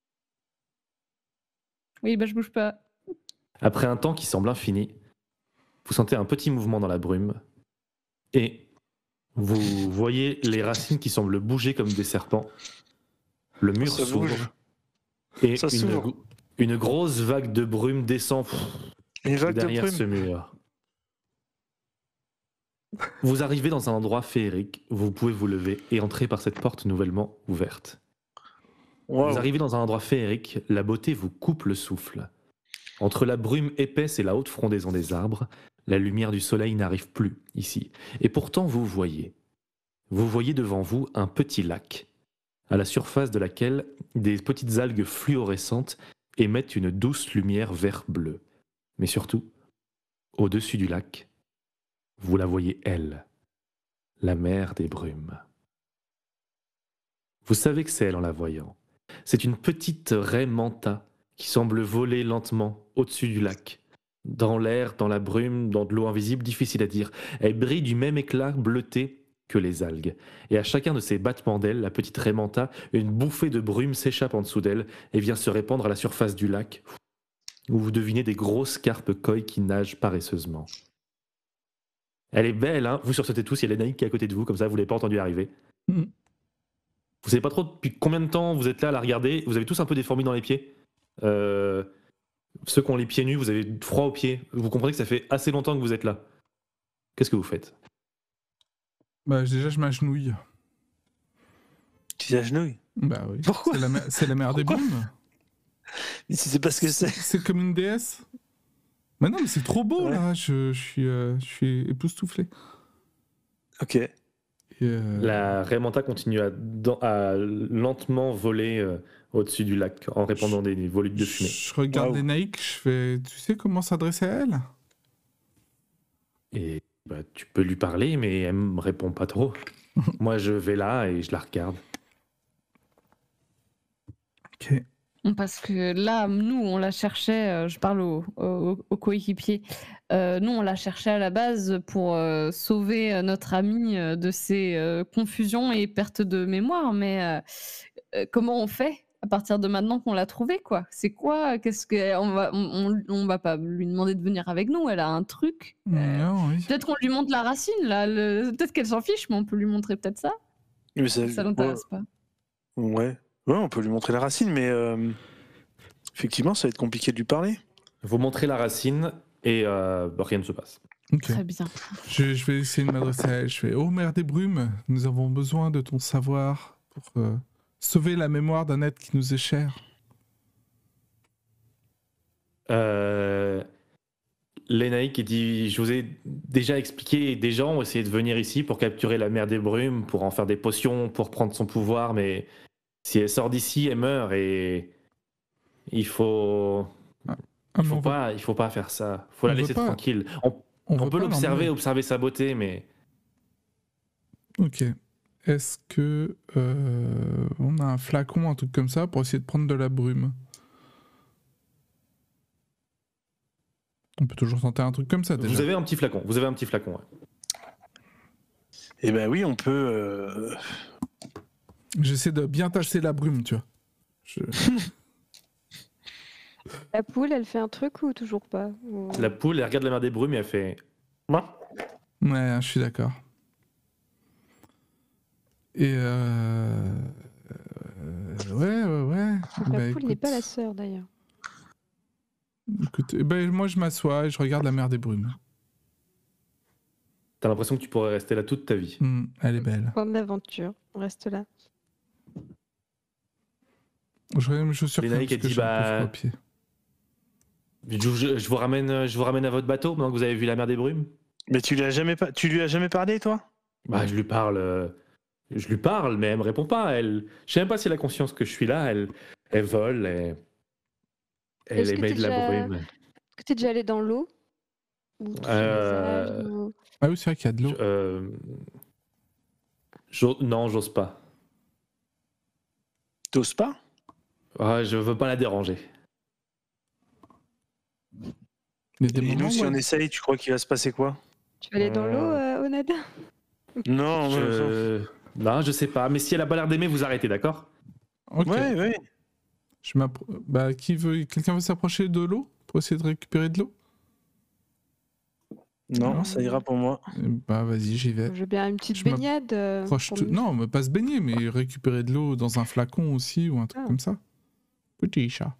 Oui, bah je bouge pas. Après un temps qui semble infini, vous sentez un petit mouvement dans la brume et vous voyez les racines qui semblent bouger comme des serpents. Le mur Ça s'ouvre bouge. et Ça s'ouvre. une grosse vague de brume descend Une vague de derrière brume. ce mur. Vous arrivez dans un endroit féerique, vous pouvez vous lever et entrer par cette porte nouvellement ouverte. Wow. Vous arrivez dans un endroit féerique, la beauté vous coupe le souffle. Entre la brume épaisse et la haute frondaison des arbres, la lumière du soleil n'arrive plus ici. Et pourtant vous voyez devant vous un petit lac, à la surface de laquelle des petites algues fluorescentes émettent une douce lumière vert-bleu. Mais surtout, au-dessus du lac, vous la voyez elle, la mer des brumes. Vous savez que c'est elle en la voyant. C'est une petite raie manta qui semble voler lentement au-dessus du lac. Dans l'air, dans la brume, dans de l'eau invisible, difficile à dire. Elle brille du même éclat bleuté que les algues. Et à chacun de ces battements d'ailes, la petite raie manta, une bouffée de brume s'échappe en dessous d'elle et vient se répandre à la surface du lac, où vous devinez des grosses carpes koi qui nagent paresseusement. Elle est belle, hein. Vous sursautez tous, il y a l'Enaïk qui est à côté de vous, comme ça, vous ne l'avez pas entendu arriver. Mm. Vous savez pas trop depuis combien de temps vous êtes là à la regarder. Vous avez tous un peu des fourmis dans les pieds. Ceux qui ont les pieds nus, vous avez froid aux pieds. Vous comprenez que ça fait assez longtemps que vous êtes là. Qu'est-ce que vous faites? Bah, déjà, je m'agenouille. Tu t'agenouilles. Bah oui. Pourquoi? C'est la mer des Pourquoi brumes. Mais si c'est pas ce que c'est. C'est comme une déesse. Mais non, mais c'est trop beau Ouais. là. Je suis époustouflé. Ok. Et, La raie manta continue à lentement voler au-dessus du lac en répandant des volutes de fumée. Je regarde Waouh. les Nike, je fais. Tu sais comment s'adresser à elle? Et bah, tu peux lui parler, mais elle me répond pas trop. Moi, je vais là et je la regarde. Ok. Parce que là, nous, on la cherchait, je parle aux coéquipiers, nous, on la cherchait à la base pour sauver notre ami de ses confusions et pertes de mémoire. Mais comment on fait à partir de maintenant qu'on l'a trouvée, quoi? C'est quoi? Qu'est-ce que on va pas lui demander de venir avec nous, elle a un truc. Non, oui. Peut-être qu'on lui montre la racine, là. Peut-être qu'elle s'en fiche, mais on peut lui montrer peut-être ça. Mais Ça l'intéresse pas. Ouais. Ouais, on peut lui montrer la racine, mais effectivement, ça va être compliqué de lui parler. Vous montrez la racine et rien ne se passe. Ok. Très bien. Je vais essayer de m'adresser à elle. Je fais oh mer des brumes, nous avons besoin de ton savoir pour sauver la mémoire d'un être qui nous est cher. Lénaïque qui dit: je vous ai déjà expliqué, des gens ont essayé de venir ici pour capturer la mer des brumes, pour en faire des potions, pour prendre son pouvoir, mais si elle sort d'ici, elle meurt et il faut Ah, mais il faut pas faire ça. Faut la on veut laisser pas- tranquille. on On veut peut pas l'observer, l'emmener. observer sa beauté, mais Ok. Est-ce que on a un flacon, un truc comme ça, pour essayer de prendre de la brume? On peut toujours tenter un truc comme ça déjà. vous avez un petit flacon. Vous avez un petit flacon. Ouais. Eh ben oui, on peut. J'essaie de bien tasser la brume, tu vois. La poule, elle fait un truc ou toujours pas? Ou- La poule, elle regarde la mer des brumes et elle fait: Ouais, je suis d'accord. Et ouais. La Bah, poule n'est écoute, pas la sœur d'ailleurs. écoute, moi je m'assois et je regarde la mer des brumes. T'as l'impression que tu pourrais rester là toute ta vie. Elle est belle. Point d'aventure, on reste là. Je regarde mes chaussures quand même Lénaïque, parce que elle dit, j'ai un peu bah, froid aux pieds. Je vous ramène à votre bateau maintenant que vous avez vu la mer des brumes. Mais tu lui as jamais parlé, toi? Bah, je lui parle, mais elle me répond pas. Je sais même pas si elle a conscience que je suis là. Elle vole, elle Est-ce que émet t'es de la déjà- brume. Est-ce que t'es déjà allé dans l'eau? Ou toucher Euh, le visage, ou- Ah oui, c'est vrai qu'il y a de l'eau. Non, j'ose pas. T'oses pas? Ah, je veux pas la déranger. Il y a des Et moments nous, si où on essaye, tu crois qu'il va se passer quoi? Tu vas aller dans l'eau, Onada? Non, Non, je sais pas. Mais si elle a pas l'air d'aimer, vous arrêtez, d'accord? Ok. Ouais. Quelqu'un veut s'approcher de l'eau pour essayer de récupérer de l'eau? Non, ça ira pour moi. Vas-y, j'y vais. Je veux bien une petite baignade. Non, mais pas se baigner, mais récupérer de l'eau dans un flacon aussi ou un truc comme ça. Petit chat.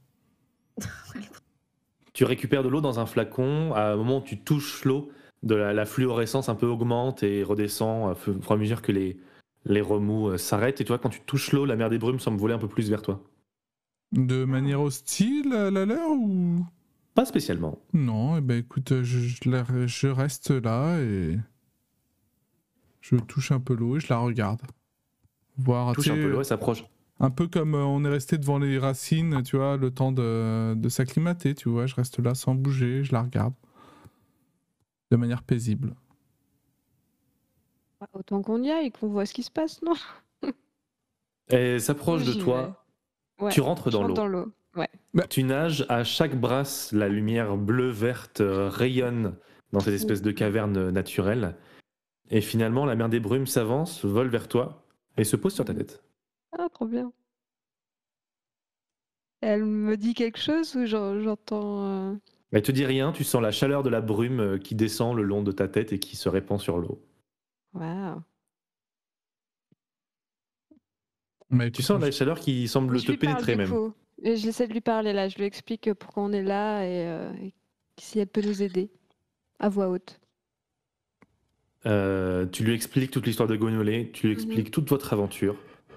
Tu récupères de l'eau dans un flacon. À un moment où tu touches l'eau, la fluorescence un peu augmente et redescend au fur et à mesure que les remous s'arrêtent. Et tu vois, quand tu touches l'eau, la mer des brumes semble voler un peu plus vers toi. De manière hostile à la leur ou... Pas spécialement. Non, écoute, je reste là et je touche un peu l'eau et je la regarde. Touche un peu l'eau et s'approche. Un peu comme on est resté devant les racines, tu vois, le temps de s'acclimater, tu vois. Je reste là sans bouger, je la regarde. De manière paisible. Autant qu'on y aille et qu'on voit ce qui se passe, non? Elle s'approche de toi. Ouais, tu rentres dans l'eau. Ouais. Tu nages, à chaque brasse, la lumière bleu-verte rayonne dans cette espèce de caverne naturelle. Et finalement, la mer des brumes s'avance, vole vers toi et se pose sur ta tête. Ah, trop bien. Elle me dit quelque chose ou j'entends... Elle te dit rien, tu sens la chaleur de la brume qui descend le long de ta tête et qui se répand sur l'eau. Waouh. Tu sens la chaleur qui semble te pénétrer même. Et j'essaie de lui parler là, je lui explique pourquoi on est là et si elle peut nous aider, à voix haute. Tu lui expliques toute l'histoire de Gonolé, tu lui expliques toute votre aventure.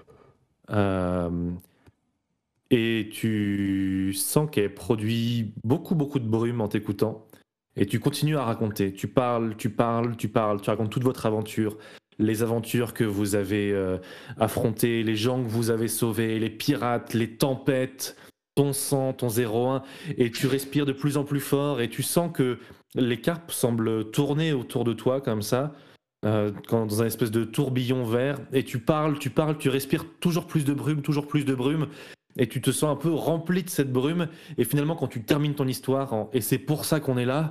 Et tu sens qu'elle produit beaucoup de brume en t'écoutant. Et tu continues à raconter. Tu parles, tu racontes toute votre aventure. Les aventures que vous avez affrontées, les gens que vous avez sauvés, les pirates, les tempêtes, ton sang, ton 0-1. Et tu respires de plus en plus fort et tu sens que les carpes semblent tourner autour de toi comme ça. Dans un espèce de tourbillon vert, et tu parles, tu respires toujours plus de brume, et tu te sens un peu rempli de cette brume, et finalement quand tu termines ton histoire, et c'est pour ça qu'on est là,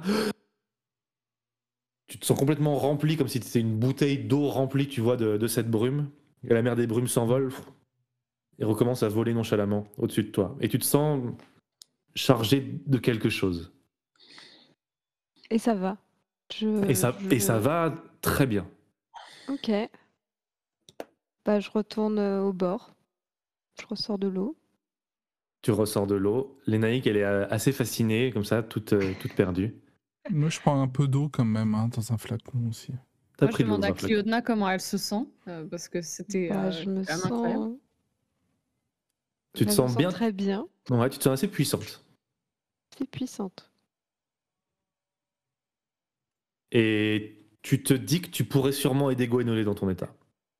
tu te sens complètement rempli, comme si c'était une bouteille d'eau remplie, tu vois, de cette brume, et la mer des brumes s'envole, et recommence à voler nonchalamment au-dessus de toi, et tu te sens chargé de quelque chose. Et ça va. Et ça va très bien. Ok. Je retourne au bord. Je ressors de l'eau. Tu ressors de l'eau. Lénaïque, elle est assez fascinée, comme ça, toute perdue. Moi, je prends un peu d'eau quand même, dans un flacon aussi. Moi, je demande à Cliodna comment elle se sent, parce que c'était je me sens... incroyable. Tu te sens bien? Très bien. Ouais, tu te sens assez puissante. C'est puissante. Et tu te dis que tu pourrais sûrement aider Gwenolé dans ton état.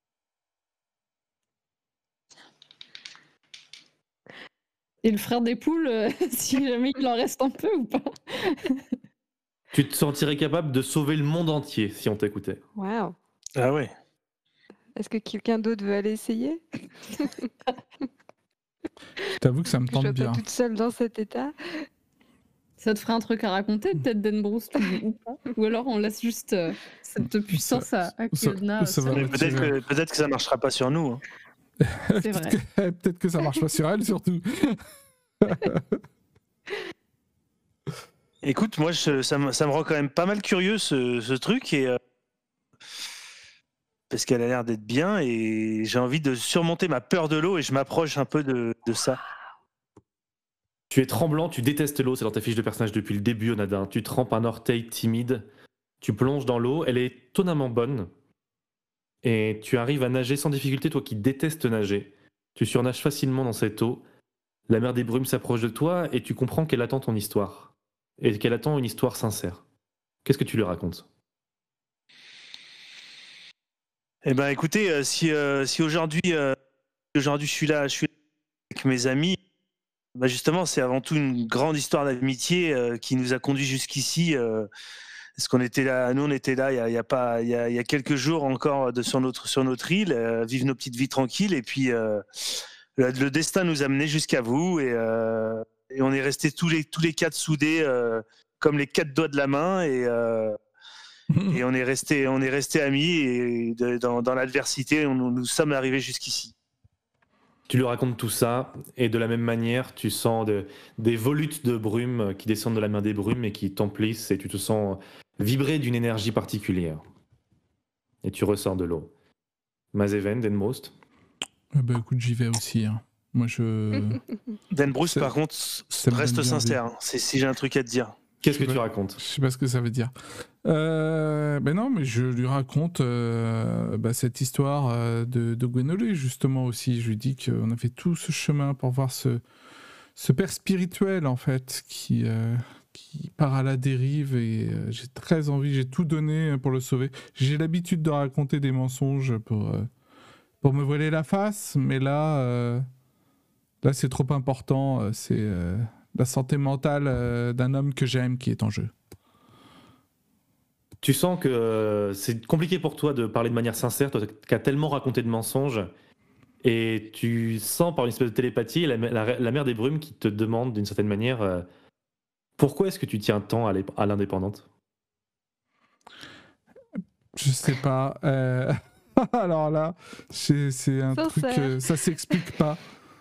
Et le frère des poules, si jamais il en reste un peu ou pas? Tu te sentirais capable de sauver le monde entier si on t'écoutait. Waouh. Ah ouais. Est-ce que quelqu'un d'autre veut aller essayer? Je t'avoue que ça me tente bien. Je suis pas toute seule dans cet état. Ça te ferait un truc à raconter, peut-être, Denbroust, ou pas? Ou alors on laisse juste cette puissance à Cliodna. Peut-être que ça marchera pas sur nous. Hein. C'est vrai. Peut-être que ça marche pas sur elle, surtout. Écoute, moi, ça me rend quand même pas mal curieux, ce truc, et parce qu'elle a l'air d'être bien, et j'ai envie de surmonter ma peur de l'eau, et je m'approche un peu de ça. Tu es tremblant, tu détestes l'eau, c'est dans ta fiche de personnage depuis le début, Onadin. Tu trempes un orteil timide, tu plonges dans l'eau, elle est étonnamment bonne, et tu arrives à nager sans difficulté, toi qui détestes nager. Tu surnages facilement dans cette eau, la mer des brumes s'approche de toi, et tu comprends qu'elle attend ton histoire, et qu'elle attend une histoire sincère. Qu'est-ce que tu lui racontes? Eh ben, écoutez, si aujourd'hui je suis là avec mes amis, justement, c'est avant tout une grande histoire d'amitié qui nous a conduits jusqu'ici. Parce qu'on était là, nous on était là il y a quelques jours encore sur notre île, vivre nos petites vies tranquilles, et puis le destin nous a menés jusqu'à vous, et on est restés tous les quatre soudés comme les quatre doigts de la main, et on est restés amis, et dans l'adversité nous sommes arrivés jusqu'ici. Tu lui racontes tout ça, et de la même manière, tu sens des volutes de brume qui descendent de la main des brumes et qui t'emplissent, et tu te sens vibrer d'une énergie particulière. Et tu ressors de l'eau. Mazeven, Denmost. Bah écoute, j'y vais aussi. Hein. Moi, je... Dan Bruce, Ça- par contre, ça me reste donne bien sincère. Hein. Si j'ai un truc à te dire. Qu'est-ce que Je sais tu pas. racontes? Je sais pas ce que ça veut dire. Ben non, mais je lui raconte cette histoire de Gwénolé, justement, aussi. Je lui dis qu'on a fait tout ce chemin pour voir ce père spirituel, en fait, qui part à la dérive, et j'ai très envie, j'ai tout donné pour le sauver. J'ai l'habitude de raconter des mensonges pour me voiler la face, mais là c'est trop important. C'est la santé mentale d'un homme que j'aime qui est en jeu. Tu sens que c'est compliqué pour toi de parler de manière sincère, toi qui as tellement raconté de mensonges, et tu sens par une espèce de télépathie la mère des brumes qui te demande d'une certaine manière pourquoi est-ce que tu tiens tant à l'indépendante? Je sais pas. Alors là, c'est un truc, ça s'explique pas.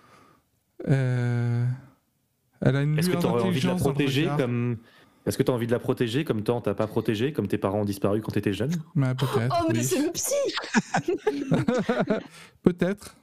Elle a une Est-ce que lueur tu aurais envie de la d'intelligence dans le protéger regard. comme... Est-ce que tu as envie de la protéger comme toi on t'a pas protégé, comme tes parents ont disparu quand tu étais jeune? Ouais, peut-être. Oh, mais oui. c'est le psy! Peut-être.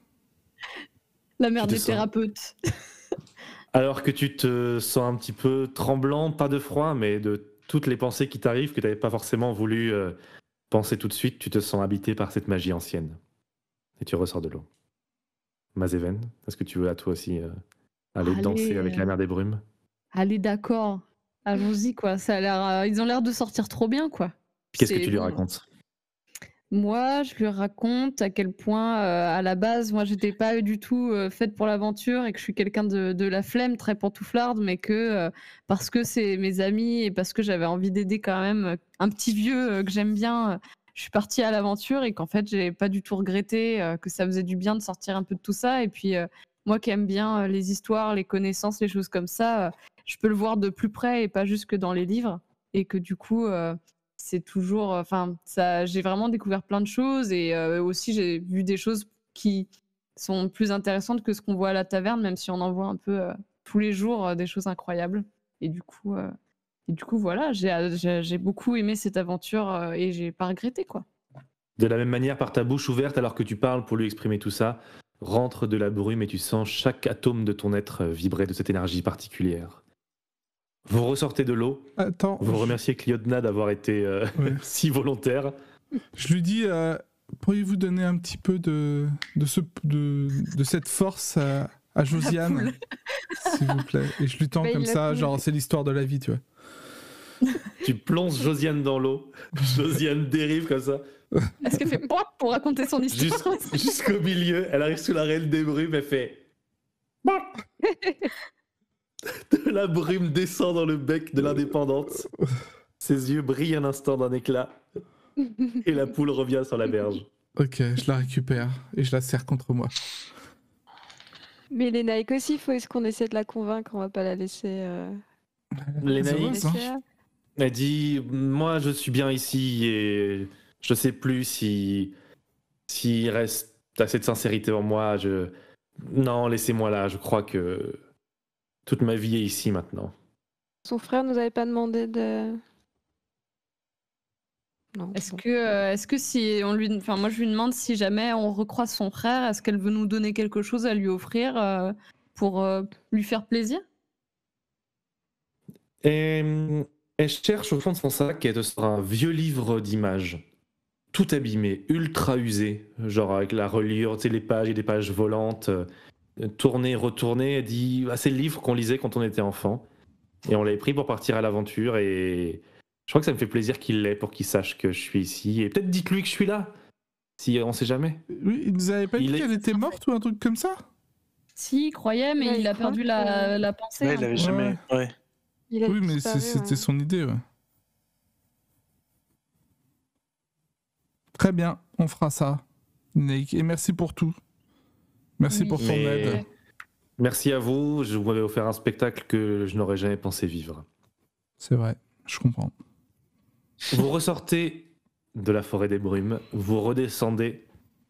La mère Tu te des sens- thérapeutes. Alors que tu te sens un petit peu tremblant, pas de froid, mais de toutes les pensées qui t'arrivent, que tu n'avais pas forcément voulu penser tout de suite, tu te sens habité par cette magie ancienne. Et tu ressors de l'eau. Mazeven, est-ce que tu veux à toi aussi aller Allez, danser avec la mer des brumes? Allez, d'accord. Allons-y, quoi. Ça a l'air, ils ont l'air de sortir trop bien, quoi. Qu'est-ce que C'est tu lui bon. racontes? Moi, je lui raconte à quel point, à la base, moi, j'étais pas du tout faite pour l'aventure et que je suis quelqu'un de la flemme, très pantouflarde, mais que parce que c'est mes amis et parce que j'avais envie d'aider quand même un petit vieux que j'aime bien, je suis partie à l'aventure et qu'en fait, j'ai pas du tout regretté, que ça faisait du bien de sortir un peu de tout ça. Et puis, moi qui aime bien les histoires, les connaissances, les choses comme ça, je peux le voir de plus près et pas juste que dans les livres. Et que du coup, c'est toujours, enfin, ça, j'ai vraiment découvert plein de choses et aussi j'ai vu des choses qui sont plus intéressantes que ce qu'on voit à la taverne, même si on en voit un peu tous les jours des choses incroyables. Et du coup, voilà, j'ai beaucoup aimé cette aventure et j'ai pas regretté, quoi. De la même manière, par ta bouche ouverte, alors que tu parles pour lui exprimer tout ça, rentre de la brume et tu sens chaque atome de ton être vibrer de cette énergie particulière. Vous ressortez de l'eau, Attends, vous remerciez Cliodna d'avoir été Ouais. si volontaire. je lui dis, pourriez-vous donner un petit peu de cette force à Josiane, s'il vous plaît? Et je lui tends Bah, il comme l'a ça, fait. genre c'est l'histoire de la vie, tu vois. Tu plonges Josiane dans l'eau, Josiane dérive comme ça, Est-ce qu'elle fait pop pour raconter son histoire? jusqu'au milieu, elle arrive sous la reine des brumes, elle fait... De la brume descend dans le bec de l'indépendante. Ses yeux brillent un instant d'un éclat. Et la poule revient sur la berge. Ok, je la récupère et je la serre contre moi. Mais les Nike aussi, est-ce qu'on essaie de la convaincre? On va pas la laisser. Les Ça va, naïfs, ça laisser là. elle dit, moi je suis bien ici et je sais plus s'il reste assez de sincérité en moi. Non, laissez-moi là, je crois que toute ma vie est ici maintenant. Son frère nous avait pas demandé de. Non. Est-ce bon. que si on lui, enfin moi je lui demande si jamais on recroise son frère, est-ce qu'elle veut nous donner quelque chose à lui offrir pour lui faire plaisir? Et elle cherche au fond de son sac et elle te sort un vieux livre d'images, tout abîmé, ultra usé, genre avec la reliure, tu sais, les pages et des pages volantes, tournées, retournées. Elle dit, ah, c'est le livre qu'on lisait quand on était enfant. Et on l'avait pris pour partir à l'aventure et je crois que ça me fait plaisir qu'il l'ait pour qu'il sache que je suis ici. Et peut-être dites-lui que je suis là, si on sait jamais. Oui, il nous avait pas Il dit est- qu'elle était morte ou un truc comme ça? Si, il croyait, mais Ouais, il il a croit perdu que- la pensée. Ouais, hein. il avait Ouais. jamais. Ouais. Il a Oui, mais disparu, c'était ouais. son idée, ouais. Très bien, on fera ça. Nick, et merci pour tout. Merci Oui. pour ton Mais- aide. Merci à vous, je vous avais offert un spectacle que je n'aurais jamais pensé vivre. C'est vrai, je comprends. Vous ressortez de la forêt des brumes, vous redescendez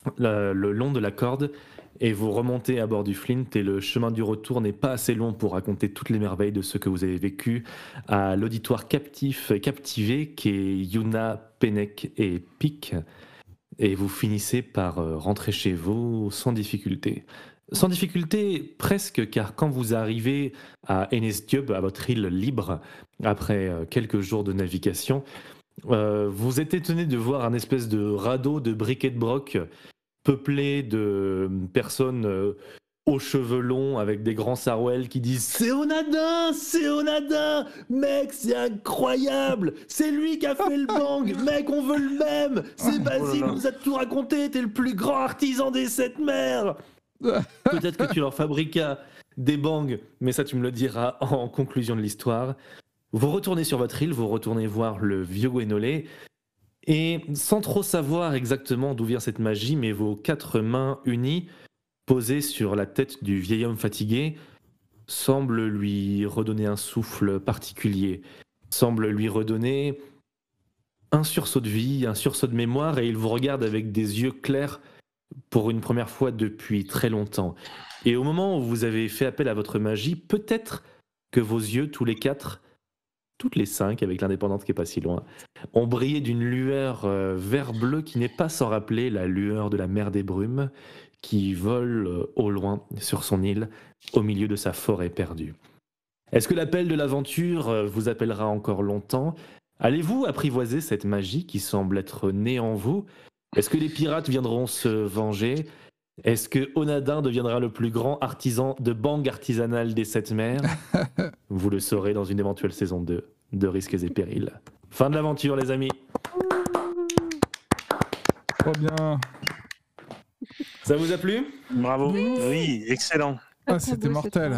le long de la corde et vous remontez à bord du Flint et le chemin du retour n'est pas assez long pour raconter toutes les merveilles de ce que vous avez vécu à l'auditoire captivé qui est Yuna, Pennec et Pic. Et vous finissez par rentrer chez vous sans difficulté. Sans difficulté presque, car quand vous arrivez à Enesdiub, à votre île libre, après quelques jours de navigation, vous êtes étonné de voir un espèce de radeau de briquet de broc peuplé de personnes aux cheveux longs avec des grands sarouels qui disent c'est Onadin, mec, c'est incroyable, c'est lui qui a fait le bang, mec, on veut le même, c'est Basile, on nous a tout raconté, t'es le plus grand artisan des 7 mers. Peut-être que tu leur fabricas des bangs, mais ça tu me le diras en conclusion de l'histoire. Vous retournez sur votre île, vous retournez voir le vieux Gwénolé, et sans trop savoir exactement d'où vient cette magie, mais vos 4 mains unies, posées sur la tête du vieil homme fatigué, semblent lui redonner un souffle particulier, semblent lui redonner un sursaut de vie, un sursaut de mémoire, et il vous regarde avec des yeux clairs pour une première fois depuis très longtemps. Et au moment où vous avez fait appel à votre magie, peut-être que vos yeux, tous les 4, toutes les 5, avec l'indépendante qui est pas si loin, ont brillé d'une lueur vert-bleu qui n'est pas sans rappeler la lueur de la mer des brumes qui vole au loin sur son île, au milieu de sa forêt perdue. Est-ce que l'appel de l'aventure vous appellera encore longtemps ? Allez-vous apprivoiser cette magie qui semble être née en vous ? Est-ce que les pirates viendront se venger ? Est-ce que Onadin deviendra le plus grand artisan de bang artisanal des 7 mers ? Vous le saurez dans une éventuelle saison 2 de Risques et Périls. Fin de l'aventure, les amis. Trop bien. Ça vous a plu ? Bravo. Oui, excellent. Ah, c'était mortel.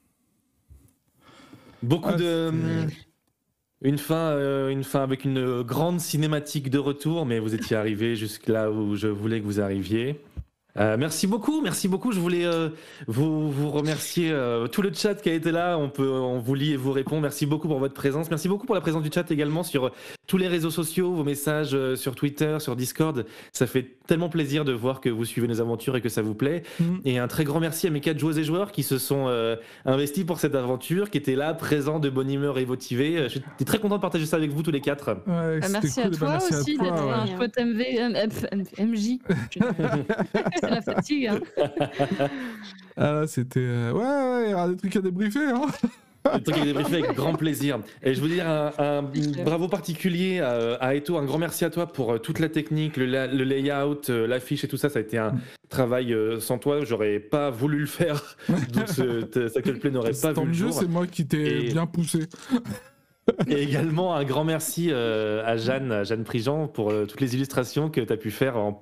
Beaucoup Ah, de... c'était- Une fin avec une grande cinématique de retour, mais vous étiez arrivé jusque là où je voulais que vous arriviez. Merci beaucoup. Je voulais vous remercier, tout le chat qui a été là. On vous lit et vous répond. Merci beaucoup pour votre présence. Merci beaucoup pour la présence du chat également sur tous les réseaux sociaux, vos messages sur Twitter, sur Discord. Ça fait tellement plaisir de voir que vous suivez nos aventures et que ça vous plaît. Et un très grand merci à mes 4 joueuses et joueurs qui se sont investis pour cette aventure, qui étaient là, présents, de bonne humeur et motivés. J'étais très content de partager ça avec vous tous les 4. Ouais, c'était Merci cool. à toi Merci aussi à toi, d'être ouais. un chouette MJ. C'est la fatigue. Hein. Ah, là, c'était... Ouais, il y aura des trucs à débriefer, hein. Le truc est débriefé avec grand plaisir. Et je veux dire un bravo particulier à Eto, un grand merci à toi pour toute la technique, le layout, l'affiche et tout ça. Ça a été un travail sans toi, j'aurais pas voulu le faire. Donc ça Play n'aurait pas Tant vu le mieux, jour. c'est moi qui t'ai Et- bien poussé. Et également un grand merci à Jeanne Prigent pour toutes les illustrations que tu as pu faire en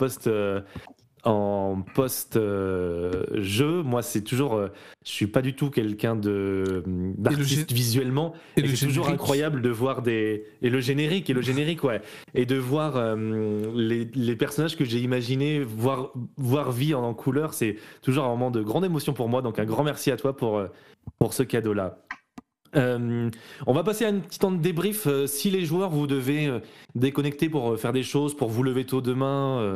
post-jeu. Moi, c'est toujours... je suis pas du tout quelqu'un d'artiste visuellement. Et Et le c'est toujours générique. incroyable de voir et le générique, ouais. Et de voir les personnages que j'ai imaginés voir vie en couleur, c'est toujours un moment de grande émotion pour moi. Donc un grand merci à toi pour ce cadeau-là. On va passer à un petit temps de débrief. Si les joueurs, vous devez déconnecter pour faire des choses, pour vous lever tôt demain,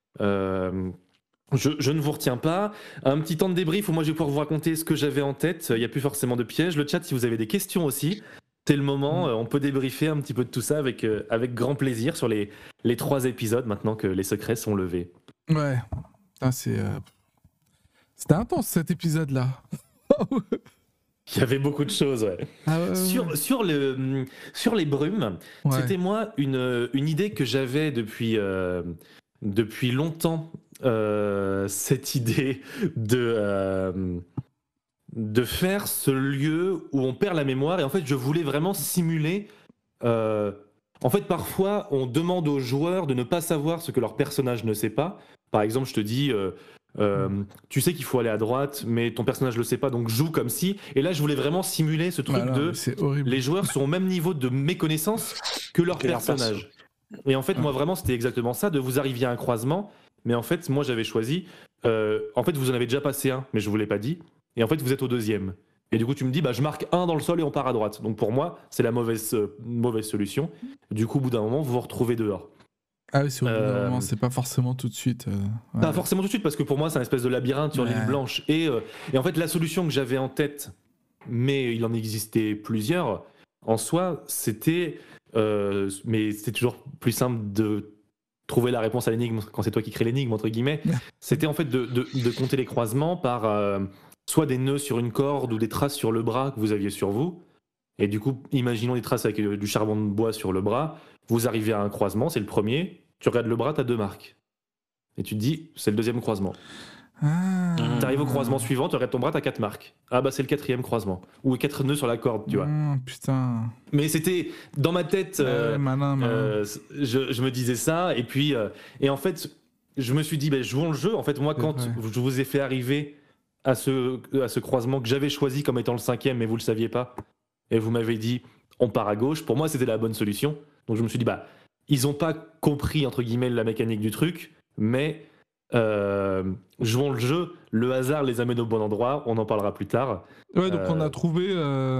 je ne vous retiens pas. Un petit temps de débrief où moi je vais pouvoir vous raconter ce que j'avais en tête. Il n'y a plus forcément de pièges. Le chat, si vous avez des questions aussi, c'est le moment. On peut débriefer un petit peu de tout ça avec grand plaisir sur les 3 épisodes maintenant que les secrets sont levés. Ouais. Ah, c'était intense cet épisode-là. Il y avait beaucoup de choses, ouais. Ah, ouais. Sur les brumes, Ouais. c'était moi une idée que j'avais depuis longtemps, cette idée de faire ce lieu où on perd la mémoire. Et en fait, je voulais vraiment simuler... en fait, parfois, on demande aux joueurs de ne pas savoir ce que leur personnage ne sait pas. Par exemple, je te dis... tu sais qu'il faut aller à droite, mais ton personnage le sait pas, donc joue comme si. Et là, je voulais vraiment simuler ce truc Bah non, de mais c'est horrible. les joueurs sont au même niveau de méconnaissance que leur Que leur personnage. Et en fait, moi, vraiment, c'était exactement ça. De vous arriver à un croisement, mais en fait, moi, j'avais choisi. En fait, vous en avez déjà passé un, mais je vous l'ai pas dit. Et en fait, vous êtes au 2e. Et du coup, tu me dis, bah, je marque 1 dans le sol et on part à droite. Donc pour moi, c'est la mauvaise solution. Du coup, au bout d'un moment, vous vous retrouvez dehors. Ah oui, sur le moment, c'est pas forcément tout de suite. Pas forcément tout de suite, parce que pour moi, c'est un espèce de labyrinthe sur l'île blanche. Et en fait, la solution que j'avais en tête, mais il en existait plusieurs, en soi, c'était... mais c'était toujours plus simple de trouver la réponse à l'énigme quand c'est toi qui crée l'énigme, entre guillemets. C'était en fait de compter les croisements par soit des nœuds sur une corde ou des traces sur le bras que vous aviez sur vous. Et du coup, imaginons des traces avec du charbon de bois sur le bras. Vous arrivez à un croisement, c'est le premier. Tu regardes le bras, tu as 2 marques. Et tu te dis, c'est le 2e croisement. Tu arrives au croisement suivant, tu regardes ton bras, tu as 4 marques. Ah bah c'est le 4e croisement. Ou 4 nœuds sur la corde, tu vois. Putain. Mais c'était dans ma tête, malin. je me disais ça. Et puis, et en fait, je me suis dit, jouons le jeu. En fait, moi, quand je vous ai fait arriver à ce croisement que j'avais choisi comme étant le 5e, mais vous le saviez pas, et vous m'avez dit, on part à gauche, pour moi, c'était la bonne solution. Donc je me suis dit, ils ont pas compris, entre guillemets, la mécanique du truc, mais jouons le jeu, le hasard les amène au bon endroit, on en parlera plus tard. Ouais, donc on a trouvé...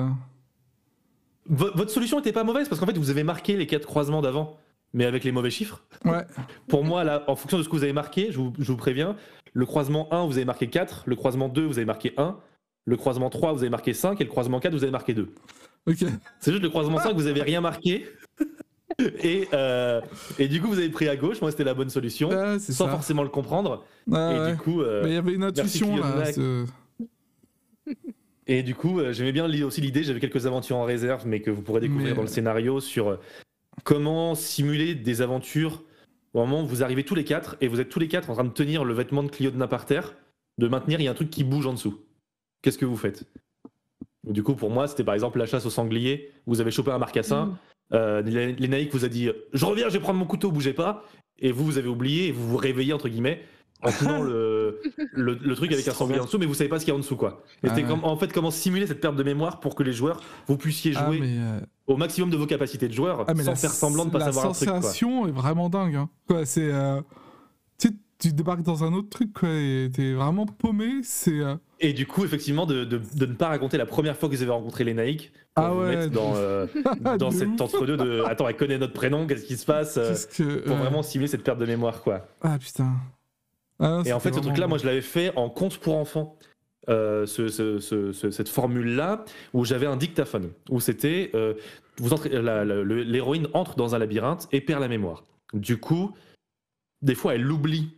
Votre solution était pas mauvaise, parce qu'en fait, vous avez marqué les 4 croisements d'avant, mais avec les mauvais chiffres. Ouais. Pour moi, là, en fonction de ce que vous avez marqué, je vous préviens, le croisement 1, vous avez marqué 4, le croisement 2, vous avez marqué 1, le croisement 3, vous avez marqué 5, et le croisement 4, vous avez marqué 2. Ok. C'est juste le croisement 5, vous avez rien marqué. Et du coup, vous avez pris à gauche. Moi, c'était la bonne solution, sans forcément le comprendre. Du coup, mais il y avait une intuition là. Et du coup, j'aimais bien aussi l'idée. J'avais quelques aventures en réserve, mais que vous pourrez découvrir dans le scénario sur comment simuler des aventures au moment où vous arrivez tous les 4 et vous êtes tous les 4 en train de tenir le vêtement de Cliodna par terre, de maintenir. Il y a un truc qui bouge en dessous. Qu'est-ce que vous faites? Du coup, pour moi, c'était par exemple la chasse au sanglier. Vous avez chopé un marcassin. Lénaïque vous a dit je reviens, je vais prendre mon couteau, bougez pas. Et vous avez oublié et vous vous réveillez entre guillemets en tenant le truc avec un sanglier en dessous, mais vous savez pas ce qu'il y a en dessous quoi. Et c'était en fait comment simuler cette perte de mémoire pour que les joueurs vous puissiez jouer au maximum de vos capacités de joueur sans faire semblant de pas savoir un truc. La sensation est vraiment dingue. Hein. Quoi, c'est tu débarques dans un autre truc quoi, et t'es vraiment paumé. Et du coup, effectivement, de ne pas raconter la première fois que vous avez rencontré Lénaïque, pour vous mettre dans cet entre-deux de « Attends, elle connaît notre prénom, qu'est-ce qui se passe ?» pour vraiment simuler cette perte de mémoire, quoi. Ah, putain. Et en fait, ce truc-là, moi, je l'avais fait en conte pour enfants. Cette formule-là, où j'avais un dictaphone, où c'était l'héroïne entre dans un labyrinthe et perd la mémoire. Du coup, des fois, elle l'oublie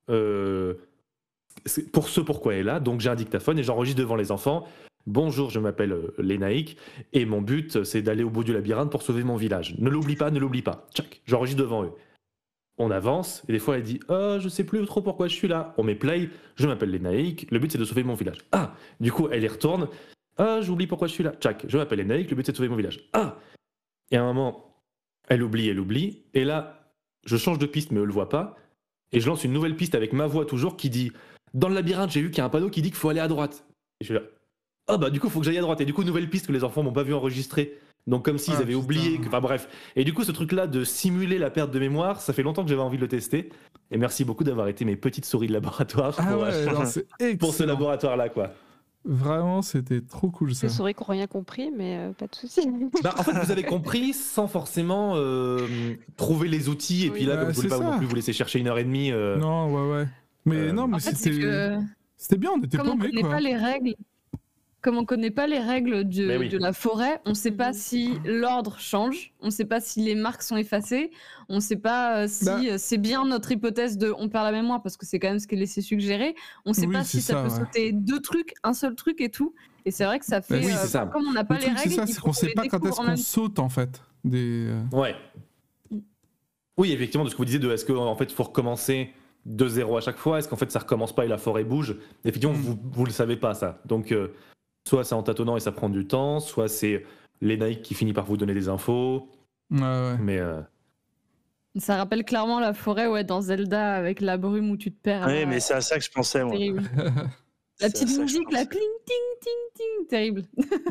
pour ce pourquoi elle est là, donc j'ai un dictaphone et j'enregistre devant les enfants. Bonjour, je m'appelle Lénaïque et mon but c'est d'aller au bout du labyrinthe pour sauver mon village. Ne l'oublie pas, ne l'oublie pas. Tchac, j'enregistre devant eux. On avance et des fois elle dit je sais plus trop pourquoi je suis là. On met play, je m'appelle Lénaïque, le but c'est de sauver mon village. Du coup elle y retourne. J'oublie pourquoi je suis là. Tchac, je m'appelle Lénaïque, le but c'est de sauver mon village. Et à un moment, elle oublie et là je change de piste mais eux le voient pas et je lance une nouvelle piste avec ma voix toujours qui dit dans le labyrinthe, j'ai vu qu'il y a un panneau qui dit qu'il faut aller à droite. Et je suis là, du coup, il faut que j'aille à droite. Et du coup, nouvelle piste que les enfants m'ont pas vu enregistrer. Donc, comme s'ils avaient oublié. Enfin, bref. Et du coup, ce truc-là de simuler la perte de mémoire, ça fait longtemps que j'avais envie de le tester. Et merci beaucoup d'avoir été mes petites souris de laboratoire pour ce laboratoire-là, quoi. Vraiment, c'était trop cool, ça. Les souris qui n'ont rien compris, mais pas de soucis. En fait, vous avez compris sans forcément trouver les outils. Et puis là, comme vous ne pouvez pas non plus vous laisser chercher 1h30. Non, ouais. Mais non, mais c'était bien, on était paumés, quoi. Comme on connaît pas les règles de la forêt, on sait pas si l'ordre change, on sait pas si les marques sont effacées, on sait pas si c'est bien notre hypothèse de on perd la mémoire parce que c'est quand même ce qu'elle laissait suggérer, on sait pas si ça peut sauter 2 trucs, un seul truc et tout. Et c'est vrai que ça fait comme on n'a pas les règles, c'est qu'on sait pas quand est-ce qu'on saute en fait. Ouais. Oui, effectivement, de ce que vous disiez est-ce qu'en fait il faut recommencer de 0 à chaque fois, est-ce qu'en fait ça recommence pas et la forêt bouge? Effectivement, vous le savez pas ça. Donc soit c'est en tâtonnant et ça prend du temps, soit c'est Lénaïque qui finit par vous donner des infos. Ouais. Mais ça rappelle clairement la forêt dans Zelda avec la brume où tu te perds. Oui, mais c'est à ça que je pensais, moi. La petite musique, la cling, ting, ting, ting, terrible.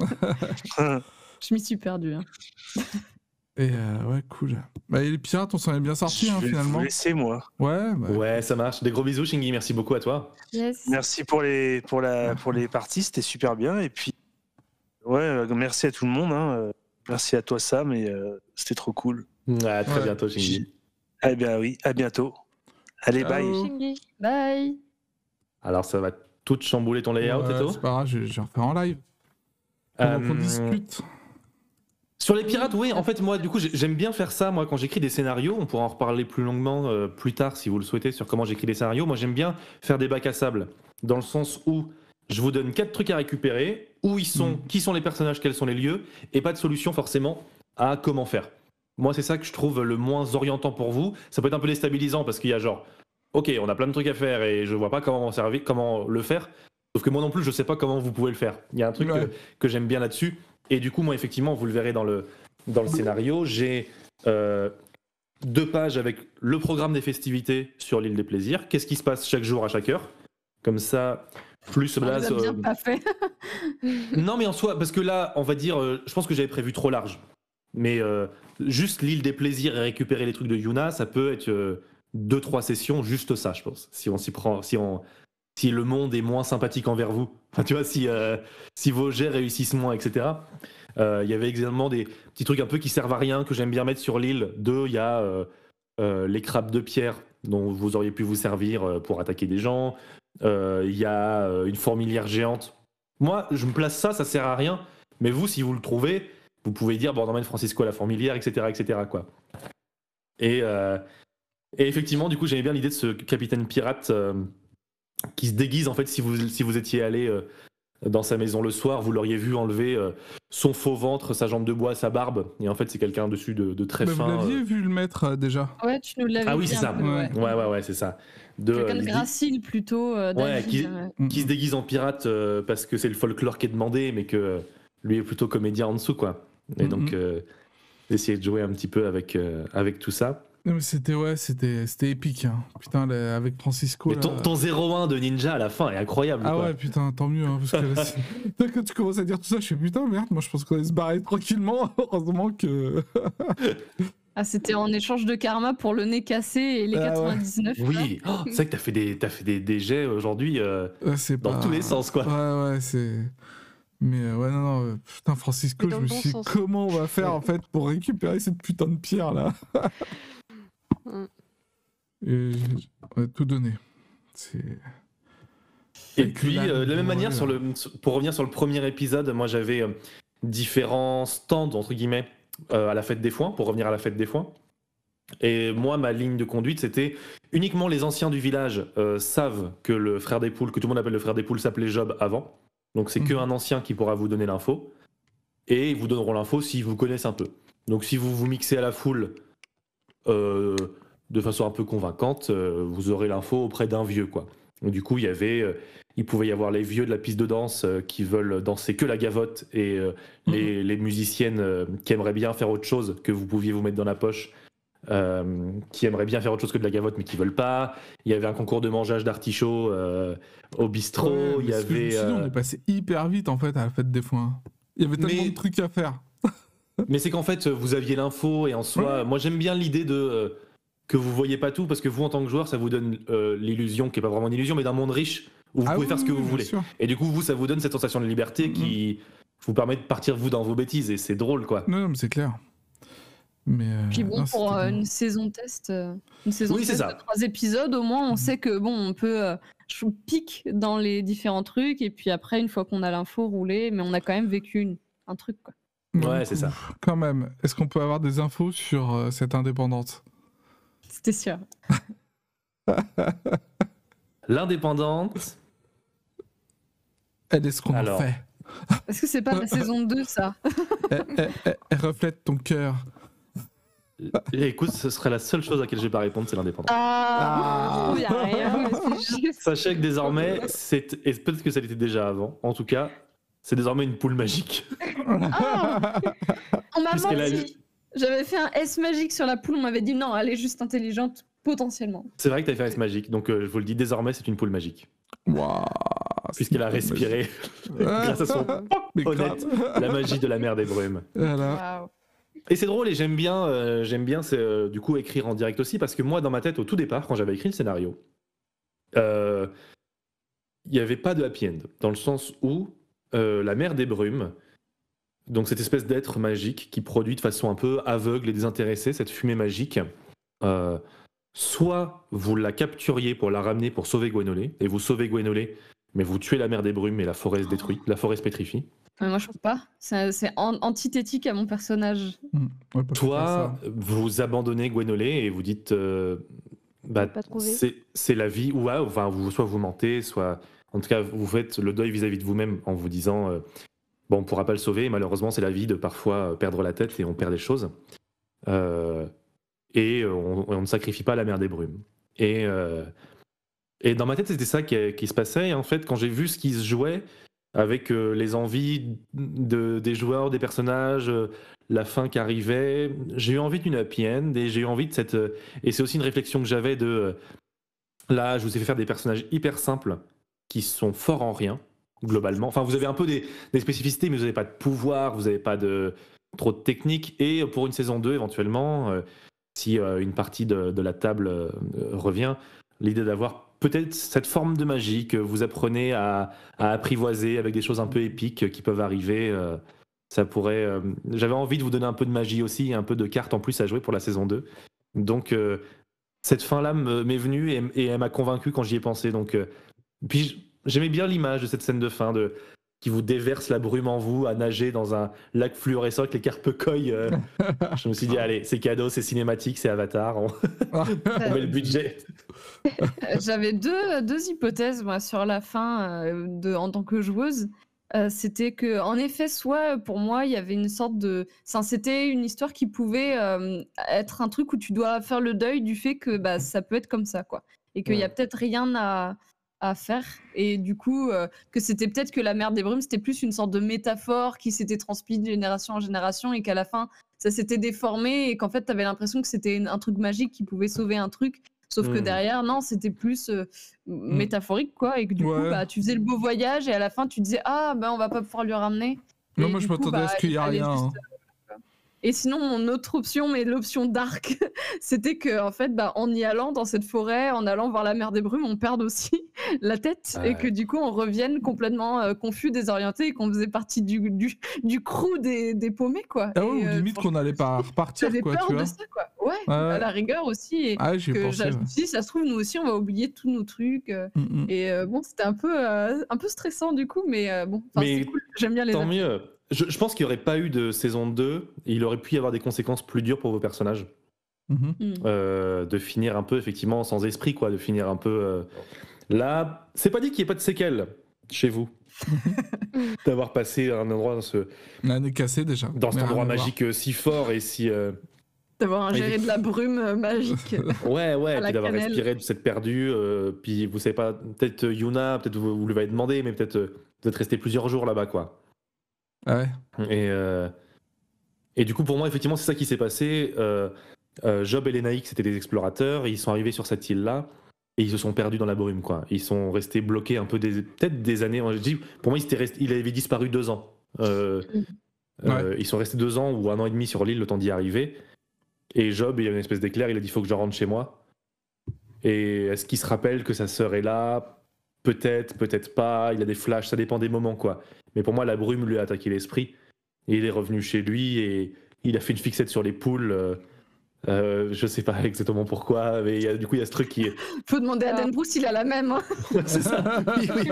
Je m'y suis perdu. Et ouais, cool. Et les pirates, on s'en est bien sortis finalement. Je vais vous laisser, moi. Ouais, ça marche. Des gros bisous, Shingy. Merci beaucoup à toi. Yes. Merci pour les parties, c'était super bien. Et puis, merci à tout le monde. Merci à toi, Sam. Et c'était trop cool. À très bientôt, Shingy. Eh bien oui, à bientôt. Allez, bye. Ciao. Shinji. Bye. Alors ça va tout chambouler ton layout, Ouais, Teto. c'est pas grave, je vais refaire en live. Pendant qu'on discute. Sur les pirates, oui, en fait, moi, du coup, j'aime bien faire ça. Moi, quand j'écris des scénarios, on pourra en reparler plus longuement plus tard, si vous le souhaitez, sur comment j'écris des scénarios. Moi, j'aime bien faire des bacs à sable, dans le sens où je vous donne 4 trucs à récupérer, où ils sont, qui sont les personnages, quels sont les lieux, et pas de solution forcément à comment faire. Moi, c'est ça que je trouve le moins orientant pour vous. Ça peut être un peu déstabilisant, parce qu'il y a genre, ok, on a plein de trucs à faire, et je vois pas comment le faire. Sauf que moi non plus, je sais pas comment vous pouvez le faire. Il y a un truc que j'aime bien là-dessus. Et du coup, moi, effectivement, vous le verrez dans le scénario, j'ai 2 pages avec le programme des festivités sur l'île des plaisirs. Qu'est-ce qui se passe chaque jour à chaque heure? Comme ça, plus On là. les a bien pas fait. Non, mais en soi, parce que là, on va dire, je pense que j'avais prévu trop large. Mais juste l'île des plaisirs et récupérer les trucs de Yuna, ça peut être 2-3 sessions, juste ça, je pense. Si on s'y prend, si le monde est moins sympathique envers vous, enfin, tu vois, si vos jets réussissent moins, etc. Il y avait également des petits trucs un peu qui servent à rien que j'aime bien mettre sur l'île. Il y a les crabes de pierre dont vous auriez pu vous servir pour attaquer des gens. Il y a une fourmilière géante. Moi, je me place ça sert à rien. Mais vous, si vous le trouvez, vous pouvez dire bon, on emmène Francisco à la fourmilière, etc., quoi. Et effectivement, du coup, j'aimais bien l'idée de ce capitaine pirate qui se déguise. En fait, si vous étiez allé dans sa maison le soir, vous l'auriez vu enlever son faux ventre, sa jambe de bois, sa barbe. Et en fait, c'est quelqu'un dessus de très Bah, fin. vous l'aviez vu le mettre déjà. Ouais, tu nous l'avais Ah oui, dit c'est un ça. peu, ouais. Ouais, c'est ça. Quelqu'un de gracile plutôt. David, Qui se déguise en pirate parce que c'est le folklore qui est demandé, mais que lui est plutôt comédien en dessous, quoi. Et donc, essayer de jouer un petit peu avec tout ça. Non, mais c'était épique. Hein. Putain, avec Francisco. Mais là... ton 0-1 de ninja à la fin est incroyable. Ah quoi. ouais, putain, tant mieux. Hein, parce que là, quand tu commences à dire tout ça, je fais putain, merde, moi je pense qu'on allait se barrer tranquillement. Heureusement que. Ah, c'était en échange de karma pour le nez cassé et les 99. Oui, c'est vrai que t'as fait des jets aujourd'hui dans tous les sens, quoi. Ouais, c'est. Mais ouais, non, putain, Francisco, je me suis dit, comment on va faire en fait pour récupérer cette putain de pierre là? Et on va tout donner. Et puis, de la même manière, pour revenir sur le premier épisode, moi j'avais différents stands, entre guillemets, à la fête des foins, pour revenir à la fête des foins. Et moi, ma ligne de conduite, c'était uniquement les anciens du village savent que le frère des poules, que tout le monde appelle le frère des poules, s'appelait Job avant. Donc c'est qu'un ancien qui pourra vous donner l'info. Et ils vous donneront l'info s'ils vous connaissent un peu. Donc si vous vous mixez à la foule de façon un peu convaincante, vous aurez l'info auprès d'un vieux, quoi. Donc, du coup, il pouvait y avoir les vieux de la piste de danse qui veulent danser que la gavotte et les musiciennes qui aimeraient bien faire autre chose que vous pouviez vous mettre dans la poche, qui aimeraient bien faire autre chose que de la gavotte mais qui veulent pas. Il y avait un concours de mangeage d'artichauts au bistrot. Ouais, il y avait. On est passé hyper vite en fait à la fête des foins. Il y avait tellement de trucs à faire. Mais c'est qu'en fait, vous aviez l'info et en soi, moi j'aime bien l'idée de que vous voyez pas tout parce que vous en tant que joueur, ça vous donne l'illusion, qui est pas vraiment une illusion, mais d'un monde riche où vous pouvez faire ce que vous voulez. Sûr. Et du coup, ça vous donne cette sensation de liberté qui vous permet de partir vous dans vos bêtises et c'est drôle, quoi. Non, mais c'est clair. Mais puis bon, pour une saison test, de 3 épisodes, au moins on sait que bon, on peut pique dans les différents trucs et puis après, une fois qu'on a l'info rouler, mais on a quand même vécu un truc, quoi. Ouais, c'est ça. Quand même, est-ce qu'on peut avoir des infos sur cette indépendante? C'était sûr. L'indépendante. Elle est ce qu'on en fait. Est-ce que c'est pas la saison 2, ça? Elle reflète ton cœur. Et écoute, ce serait la seule chose à laquelle je vais pas répondre, c'est l'indépendance. Il y a rien, mais c'est juste... Sachez que désormais, et peut-être que ça l'était déjà avant, en tout cas, c'est désormais une poule magique. On m'a menti. J'avais fait un S magique sur la poule, on m'avait dit non, elle est juste intelligente, potentiellement. C'est vrai que t'avais fait un S magique, donc je vous le dis, désormais c'est une poule magique. Waouh. Puisqu'elle a respiré, grâce à son honnête, la magie de la mer des brumes. Voilà. Wow. Et c'est drôle et j'aime bien du coup écrire en direct aussi, parce que moi dans ma tête au tout départ, quand j'avais écrit le scénario, il n'y avait pas de happy end, dans le sens où la mer des brumes, donc cette espèce d'être magique qui produit de façon un peu aveugle et désintéressée cette fumée magique, soit vous la capturiez pour la ramener pour sauver Gwénolé, et vous sauvez Gwénolé, mais vous tuez la mer des brumes et la forêt se détruit, la forêt se pétrifie. Mais moi, je trouve pas. C'est antithétique à mon personnage. Ouais, pas Soit vous abandonnez Gwénolé et vous dites Pas trouvé. c'est la vie, ou enfin, soit vous mentez, soit en tout cas vous faites le deuil vis-à-vis de vous-même en vous disant bon, on pourra pas le sauver, malheureusement c'est la vie de parfois perdre la tête et on perd des choses. Et on ne sacrifie pas la mer des brumes. Et dans ma tête c'était ça qui se passait, et en fait quand j'ai vu ce qui se jouait avec les envies des joueurs, des personnages, la fin qui arrivait, j'ai eu envie d'une happy end, et j'ai eu envie de cette... et c'est aussi une réflexion que j'avais de... là, je vous ai fait faire des personnages hyper simples, qui sont forts en rien, globalement. Enfin, vous avez un peu des spécificités, mais vous n'avez pas de pouvoir, vous n'avez pas trop de technique, et pour une saison 2, éventuellement, si une partie de la table revient, l'idée d'avoir peut-être cette forme de magie que vous apprenez à apprivoiser avec des choses un peu épiques qui peuvent arriver. Ça pourrait. J'avais envie de vous donner un peu de magie aussi, un peu de cartes en plus à jouer pour la saison 2. Donc, cette fin-là m'est venue et elle m'a convaincu quand j'y ai pensé. Donc, puis j'aimais bien l'image de cette scène de fin qui vous déverse la brume en vous à nager dans un lac fluorescent avec les carpe-coilles. Je me suis dit, allez, c'est cadeau, c'est cinématique, c'est Avatar, on met le budget. J'avais deux hypothèses moi, sur la fin en tant que joueuse. C'était que, en effet, soit pour moi, il y avait une sorte de. C'était une histoire qui pouvait être un truc où tu dois faire le deuil du fait que ça peut être comme ça, quoi. Et qu'il y a peut-être rien à faire. Et du coup, que c'était peut-être que la mer des brumes, c'était plus une sorte de métaphore qui s'était transmise de génération en génération et qu'à la fin, ça s'était déformé et qu'en fait, tu avais l'impression que c'était un truc magique qui pouvait sauver un truc. Sauf que derrière, non, c'était plus métaphorique, quoi. Et que du coup, tu faisais le beau voyage et à la fin, tu disais, on va pas pouvoir lui ramener. Non, Et moi, du je coup, m'attendais à ce qu'il y ait fallait rien. juste, Et sinon, mon autre option, mais l'option dark, c'était que en fait, en y allant dans cette forêt, en allant voir la mer des brumes, on perde aussi la tête et que du coup, on revienne complètement confus, désorienté et qu'on faisait partie du crew des paumés, quoi. Ah ouais, ou limite qu'on n'allait pas repartir, j'avais quoi, peur tu de vois. ça, quoi. Ouais, à la rigueur aussi. Et j'y ai que pensé, je me suis dit, ça se trouve, nous aussi, on va oublier tous nos trucs. Et bon, c'était un peu stressant du coup, mais bon, c'est cool. J'aime bien les tant mieux. Je pense qu'il n'y aurait pas eu de saison 2, il aurait pu y avoir des conséquences plus dures pour vos personnages. De finir un peu, effectivement, sans esprit, quoi, de finir un peu... Là, c'est pas dit qu'il n'y ait pas de séquelles chez vous. D'avoir passé un endroit dans L'année cassée, déjà. Dans cet endroit magique si fort et si... D'avoir ingéré de la brume magique. Ouais, puis d'avoir respiré de cette perdue. Puis vous savez pas, peut-être Yuna, peut-être vous lui avez demandé, mais peut-être vous êtes resté plusieurs jours là-bas, quoi. Ah ouais. Et du coup, pour moi, effectivement, c'est ça qui s'est passé. Job et Lenaïk, c'était des explorateurs, et ils sont arrivés sur cette île-là, et ils se sont perdus dans la brume, quoi. Ils sont restés bloqués un peu peut-être des années. Pour moi, il avait disparu 2 ans. Ils sont restés 2 ans ou 1 an et demi sur l'île, le temps d'y arriver. Et Job, il y a une espèce d'éclair, il a dit, il faut que je rentre chez moi. Et est-ce qu'il se rappelle que sa sœur est là ? Peut-être, peut-être pas. Il a des flashs, ça dépend des moments, quoi. Mais pour moi, la brume lui a attaqué l'esprit. Et il est revenu chez lui et il a fait une fixette sur les poules. Je sais pas exactement pourquoi, mais du coup, il y a ce truc qui est... Faut demander à Dan Bruce, il a la même. Hein. C'est ça.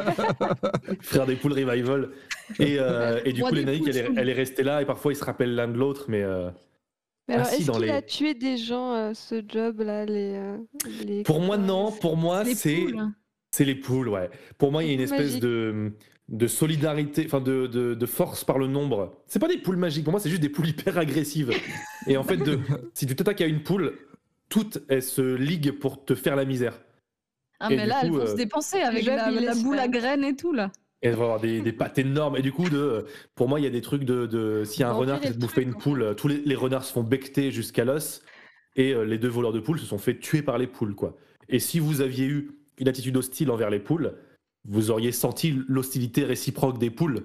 Frère des poules revival. Et du coup, Lénaïque, elle est restée là et parfois, ils se rappellent l'un de l'autre, mais... Mais alors, est-ce qu'il a tué des gens, ce job-là, les... Pour moi, non. Pour moi, c'est les poules, ouais. Pour moi, il y a une espèce de solidarité, enfin de force par le nombre. C'est pas des poules magiques, pour moi, c'est juste des poules hyper agressives. Et en fait, si tu t'attaques à une poule, toutes, elles se liguent pour te faire la misère. Ah, mais là, elles vont se dépenser avec la boule à graines et tout, là. Et elles vont avoir des pattes énormes. Et du coup, pour moi, il y a des trucs s'il y a un renard qui a bouffé une poule, tous les renards se font becqueter jusqu'à l'os. Et les 2 voleurs de poules se sont fait tuer par les poules, quoi. Et si vous aviez eu une attitude hostile envers les poules, vous auriez senti l'hostilité réciproque des poules.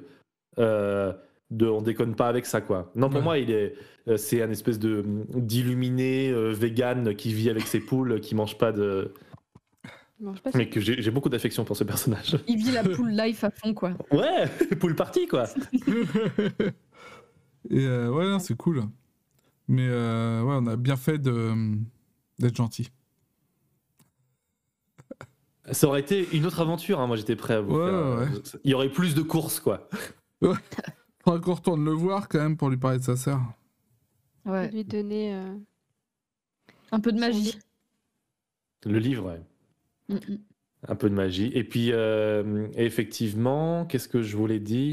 On déconne pas avec ça, quoi. Non, pour moi, c'est un espèce d'illuminé vegan qui vit avec ses poules, qui mange pas de... Mais que j'ai beaucoup d'affection pour ce personnage. Il vit la poule life à fond, quoi. Ouais, poule party, quoi. Et ouais, c'est cool. Mais ouais, on a bien fait de d'être gentil. Ça aurait été une autre aventure, hein. Moi j'étais prêt à vous faire. Il y aurait plus de courses, quoi. Faudra qu'on retourne le voir quand même pour lui parler de sa sœur. Ouais. Lui donner. Un peu de magie. Le livre, ouais. Un peu de magie. Et puis, effectivement, qu'est-ce que je voulais dire ?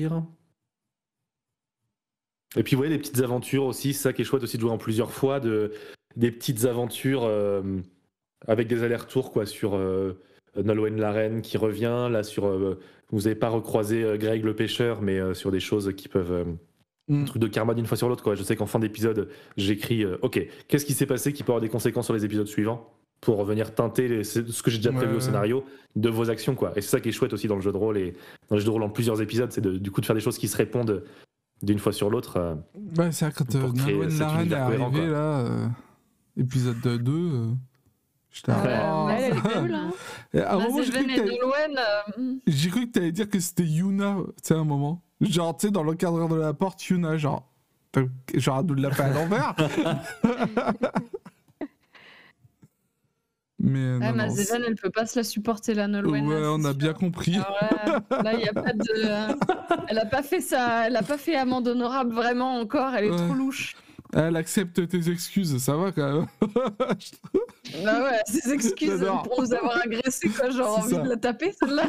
Et puis, vous voyez, des petites aventures aussi, c'est ça qui est chouette aussi de jouer en plusieurs fois, des petites aventures avec des allers-retours, quoi, sur Nolwenn la reine qui revient, là, sur... vous n'avez pas recroisé Greg le pêcheur, mais sur des choses qui peuvent... un truc de karma d'une fois sur l'autre, quoi. Je sais qu'en fin d'épisode, j'écris ok, qu'est-ce qui s'est passé qui peut avoir des conséquences sur les épisodes suivants pour revenir teinter ce que j'ai déjà prévu au scénario de vos actions, quoi. Et c'est ça qui est chouette aussi dans le jeu de rôle et dans le jeu de rôle en plusieurs épisodes, c'est du coup de faire des choses qui se répondent d'une fois sur l'autre. Ouais, c'est vrai, quand Nolwenn la reine est arrivée là, épisode 2, j'étais elle est cool, hein. À un moment, j'ai cru que t'allais dire que c'était Yuna, tu sais, à un moment. Genre, tu sais, dans l'encadreur de la porte, Yuna, genre nous l'a fait à l'envers. Mais Mazeven, elle peut pas se la supporter, la Nolwenn. Ouais, là, on a bien compris. Là, il y a pas de... Elle a pas fait ça, elle a pas fait amende honorable vraiment encore, elle est trop louche. Elle accepte tes excuses, ça va quand même. Bah ouais, ses excuses pour nous avoir agressés, quoi, genre envie de la taper, celle-là.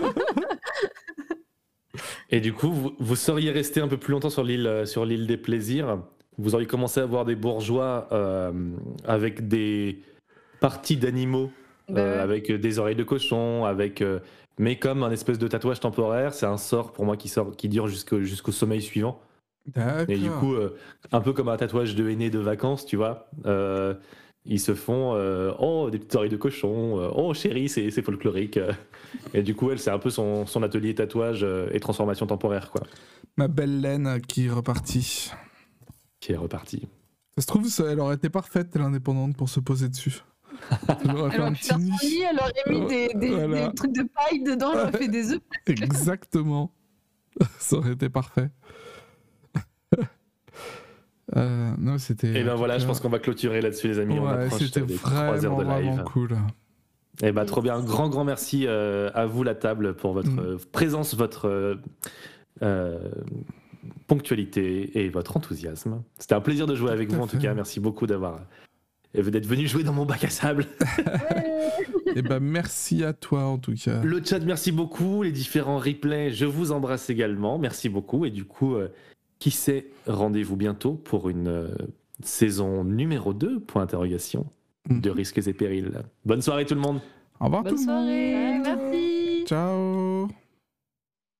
Et du coup, vous seriez resté un peu plus longtemps sur l'île des plaisirs. Vous auriez commencé à voir des bourgeois avec des parties d'animaux, avec des oreilles de cochon, mais comme un espèce de tatouage temporaire. C'est un sort pour moi qui dure jusqu'au sommeil suivant. D'accord. Et du coup, un peu comme un tatouage de henné de vacances, tu vois. Ils se font des petites oreilles de cochon, chérie, c'est folklorique. Et du coup, elle, c'est un peu son atelier tatouage et transformation temporaire, quoi. Ma belle laine qui est repartie. Ça se trouve, elle aurait été parfaite, l'indépendante, pour se poser dessus. Elle aurait fait un petit nid. Elle aurait mis des trucs de paille dedans, elle aurait fait des œufs. Exactement. Ça aurait été parfait. Non, c'était. Et ben voilà, je pense qu'on va clôturer là-dessus, les amis. Ouais, on approche c'était des 3 heures de live. Vraiment cool. Et bah trop bien, un grand merci à vous la table pour votre présence, votre ponctualité et votre enthousiasme. C'était un plaisir de jouer avec vous en tout cas. Merci beaucoup d'être venu jouer dans mon bac à sable. Et bah merci à toi en tout cas. Le chat, merci beaucoup. Les différents replays, je vous embrasse également. Merci beaucoup. Et du coup, qui sait, rendez-vous bientôt pour une saison numéro 2, point d'interrogation, de Risques et Périls. Bonne soirée tout le monde. Au revoir tout le monde. Bonne soirée, merci. Ciao.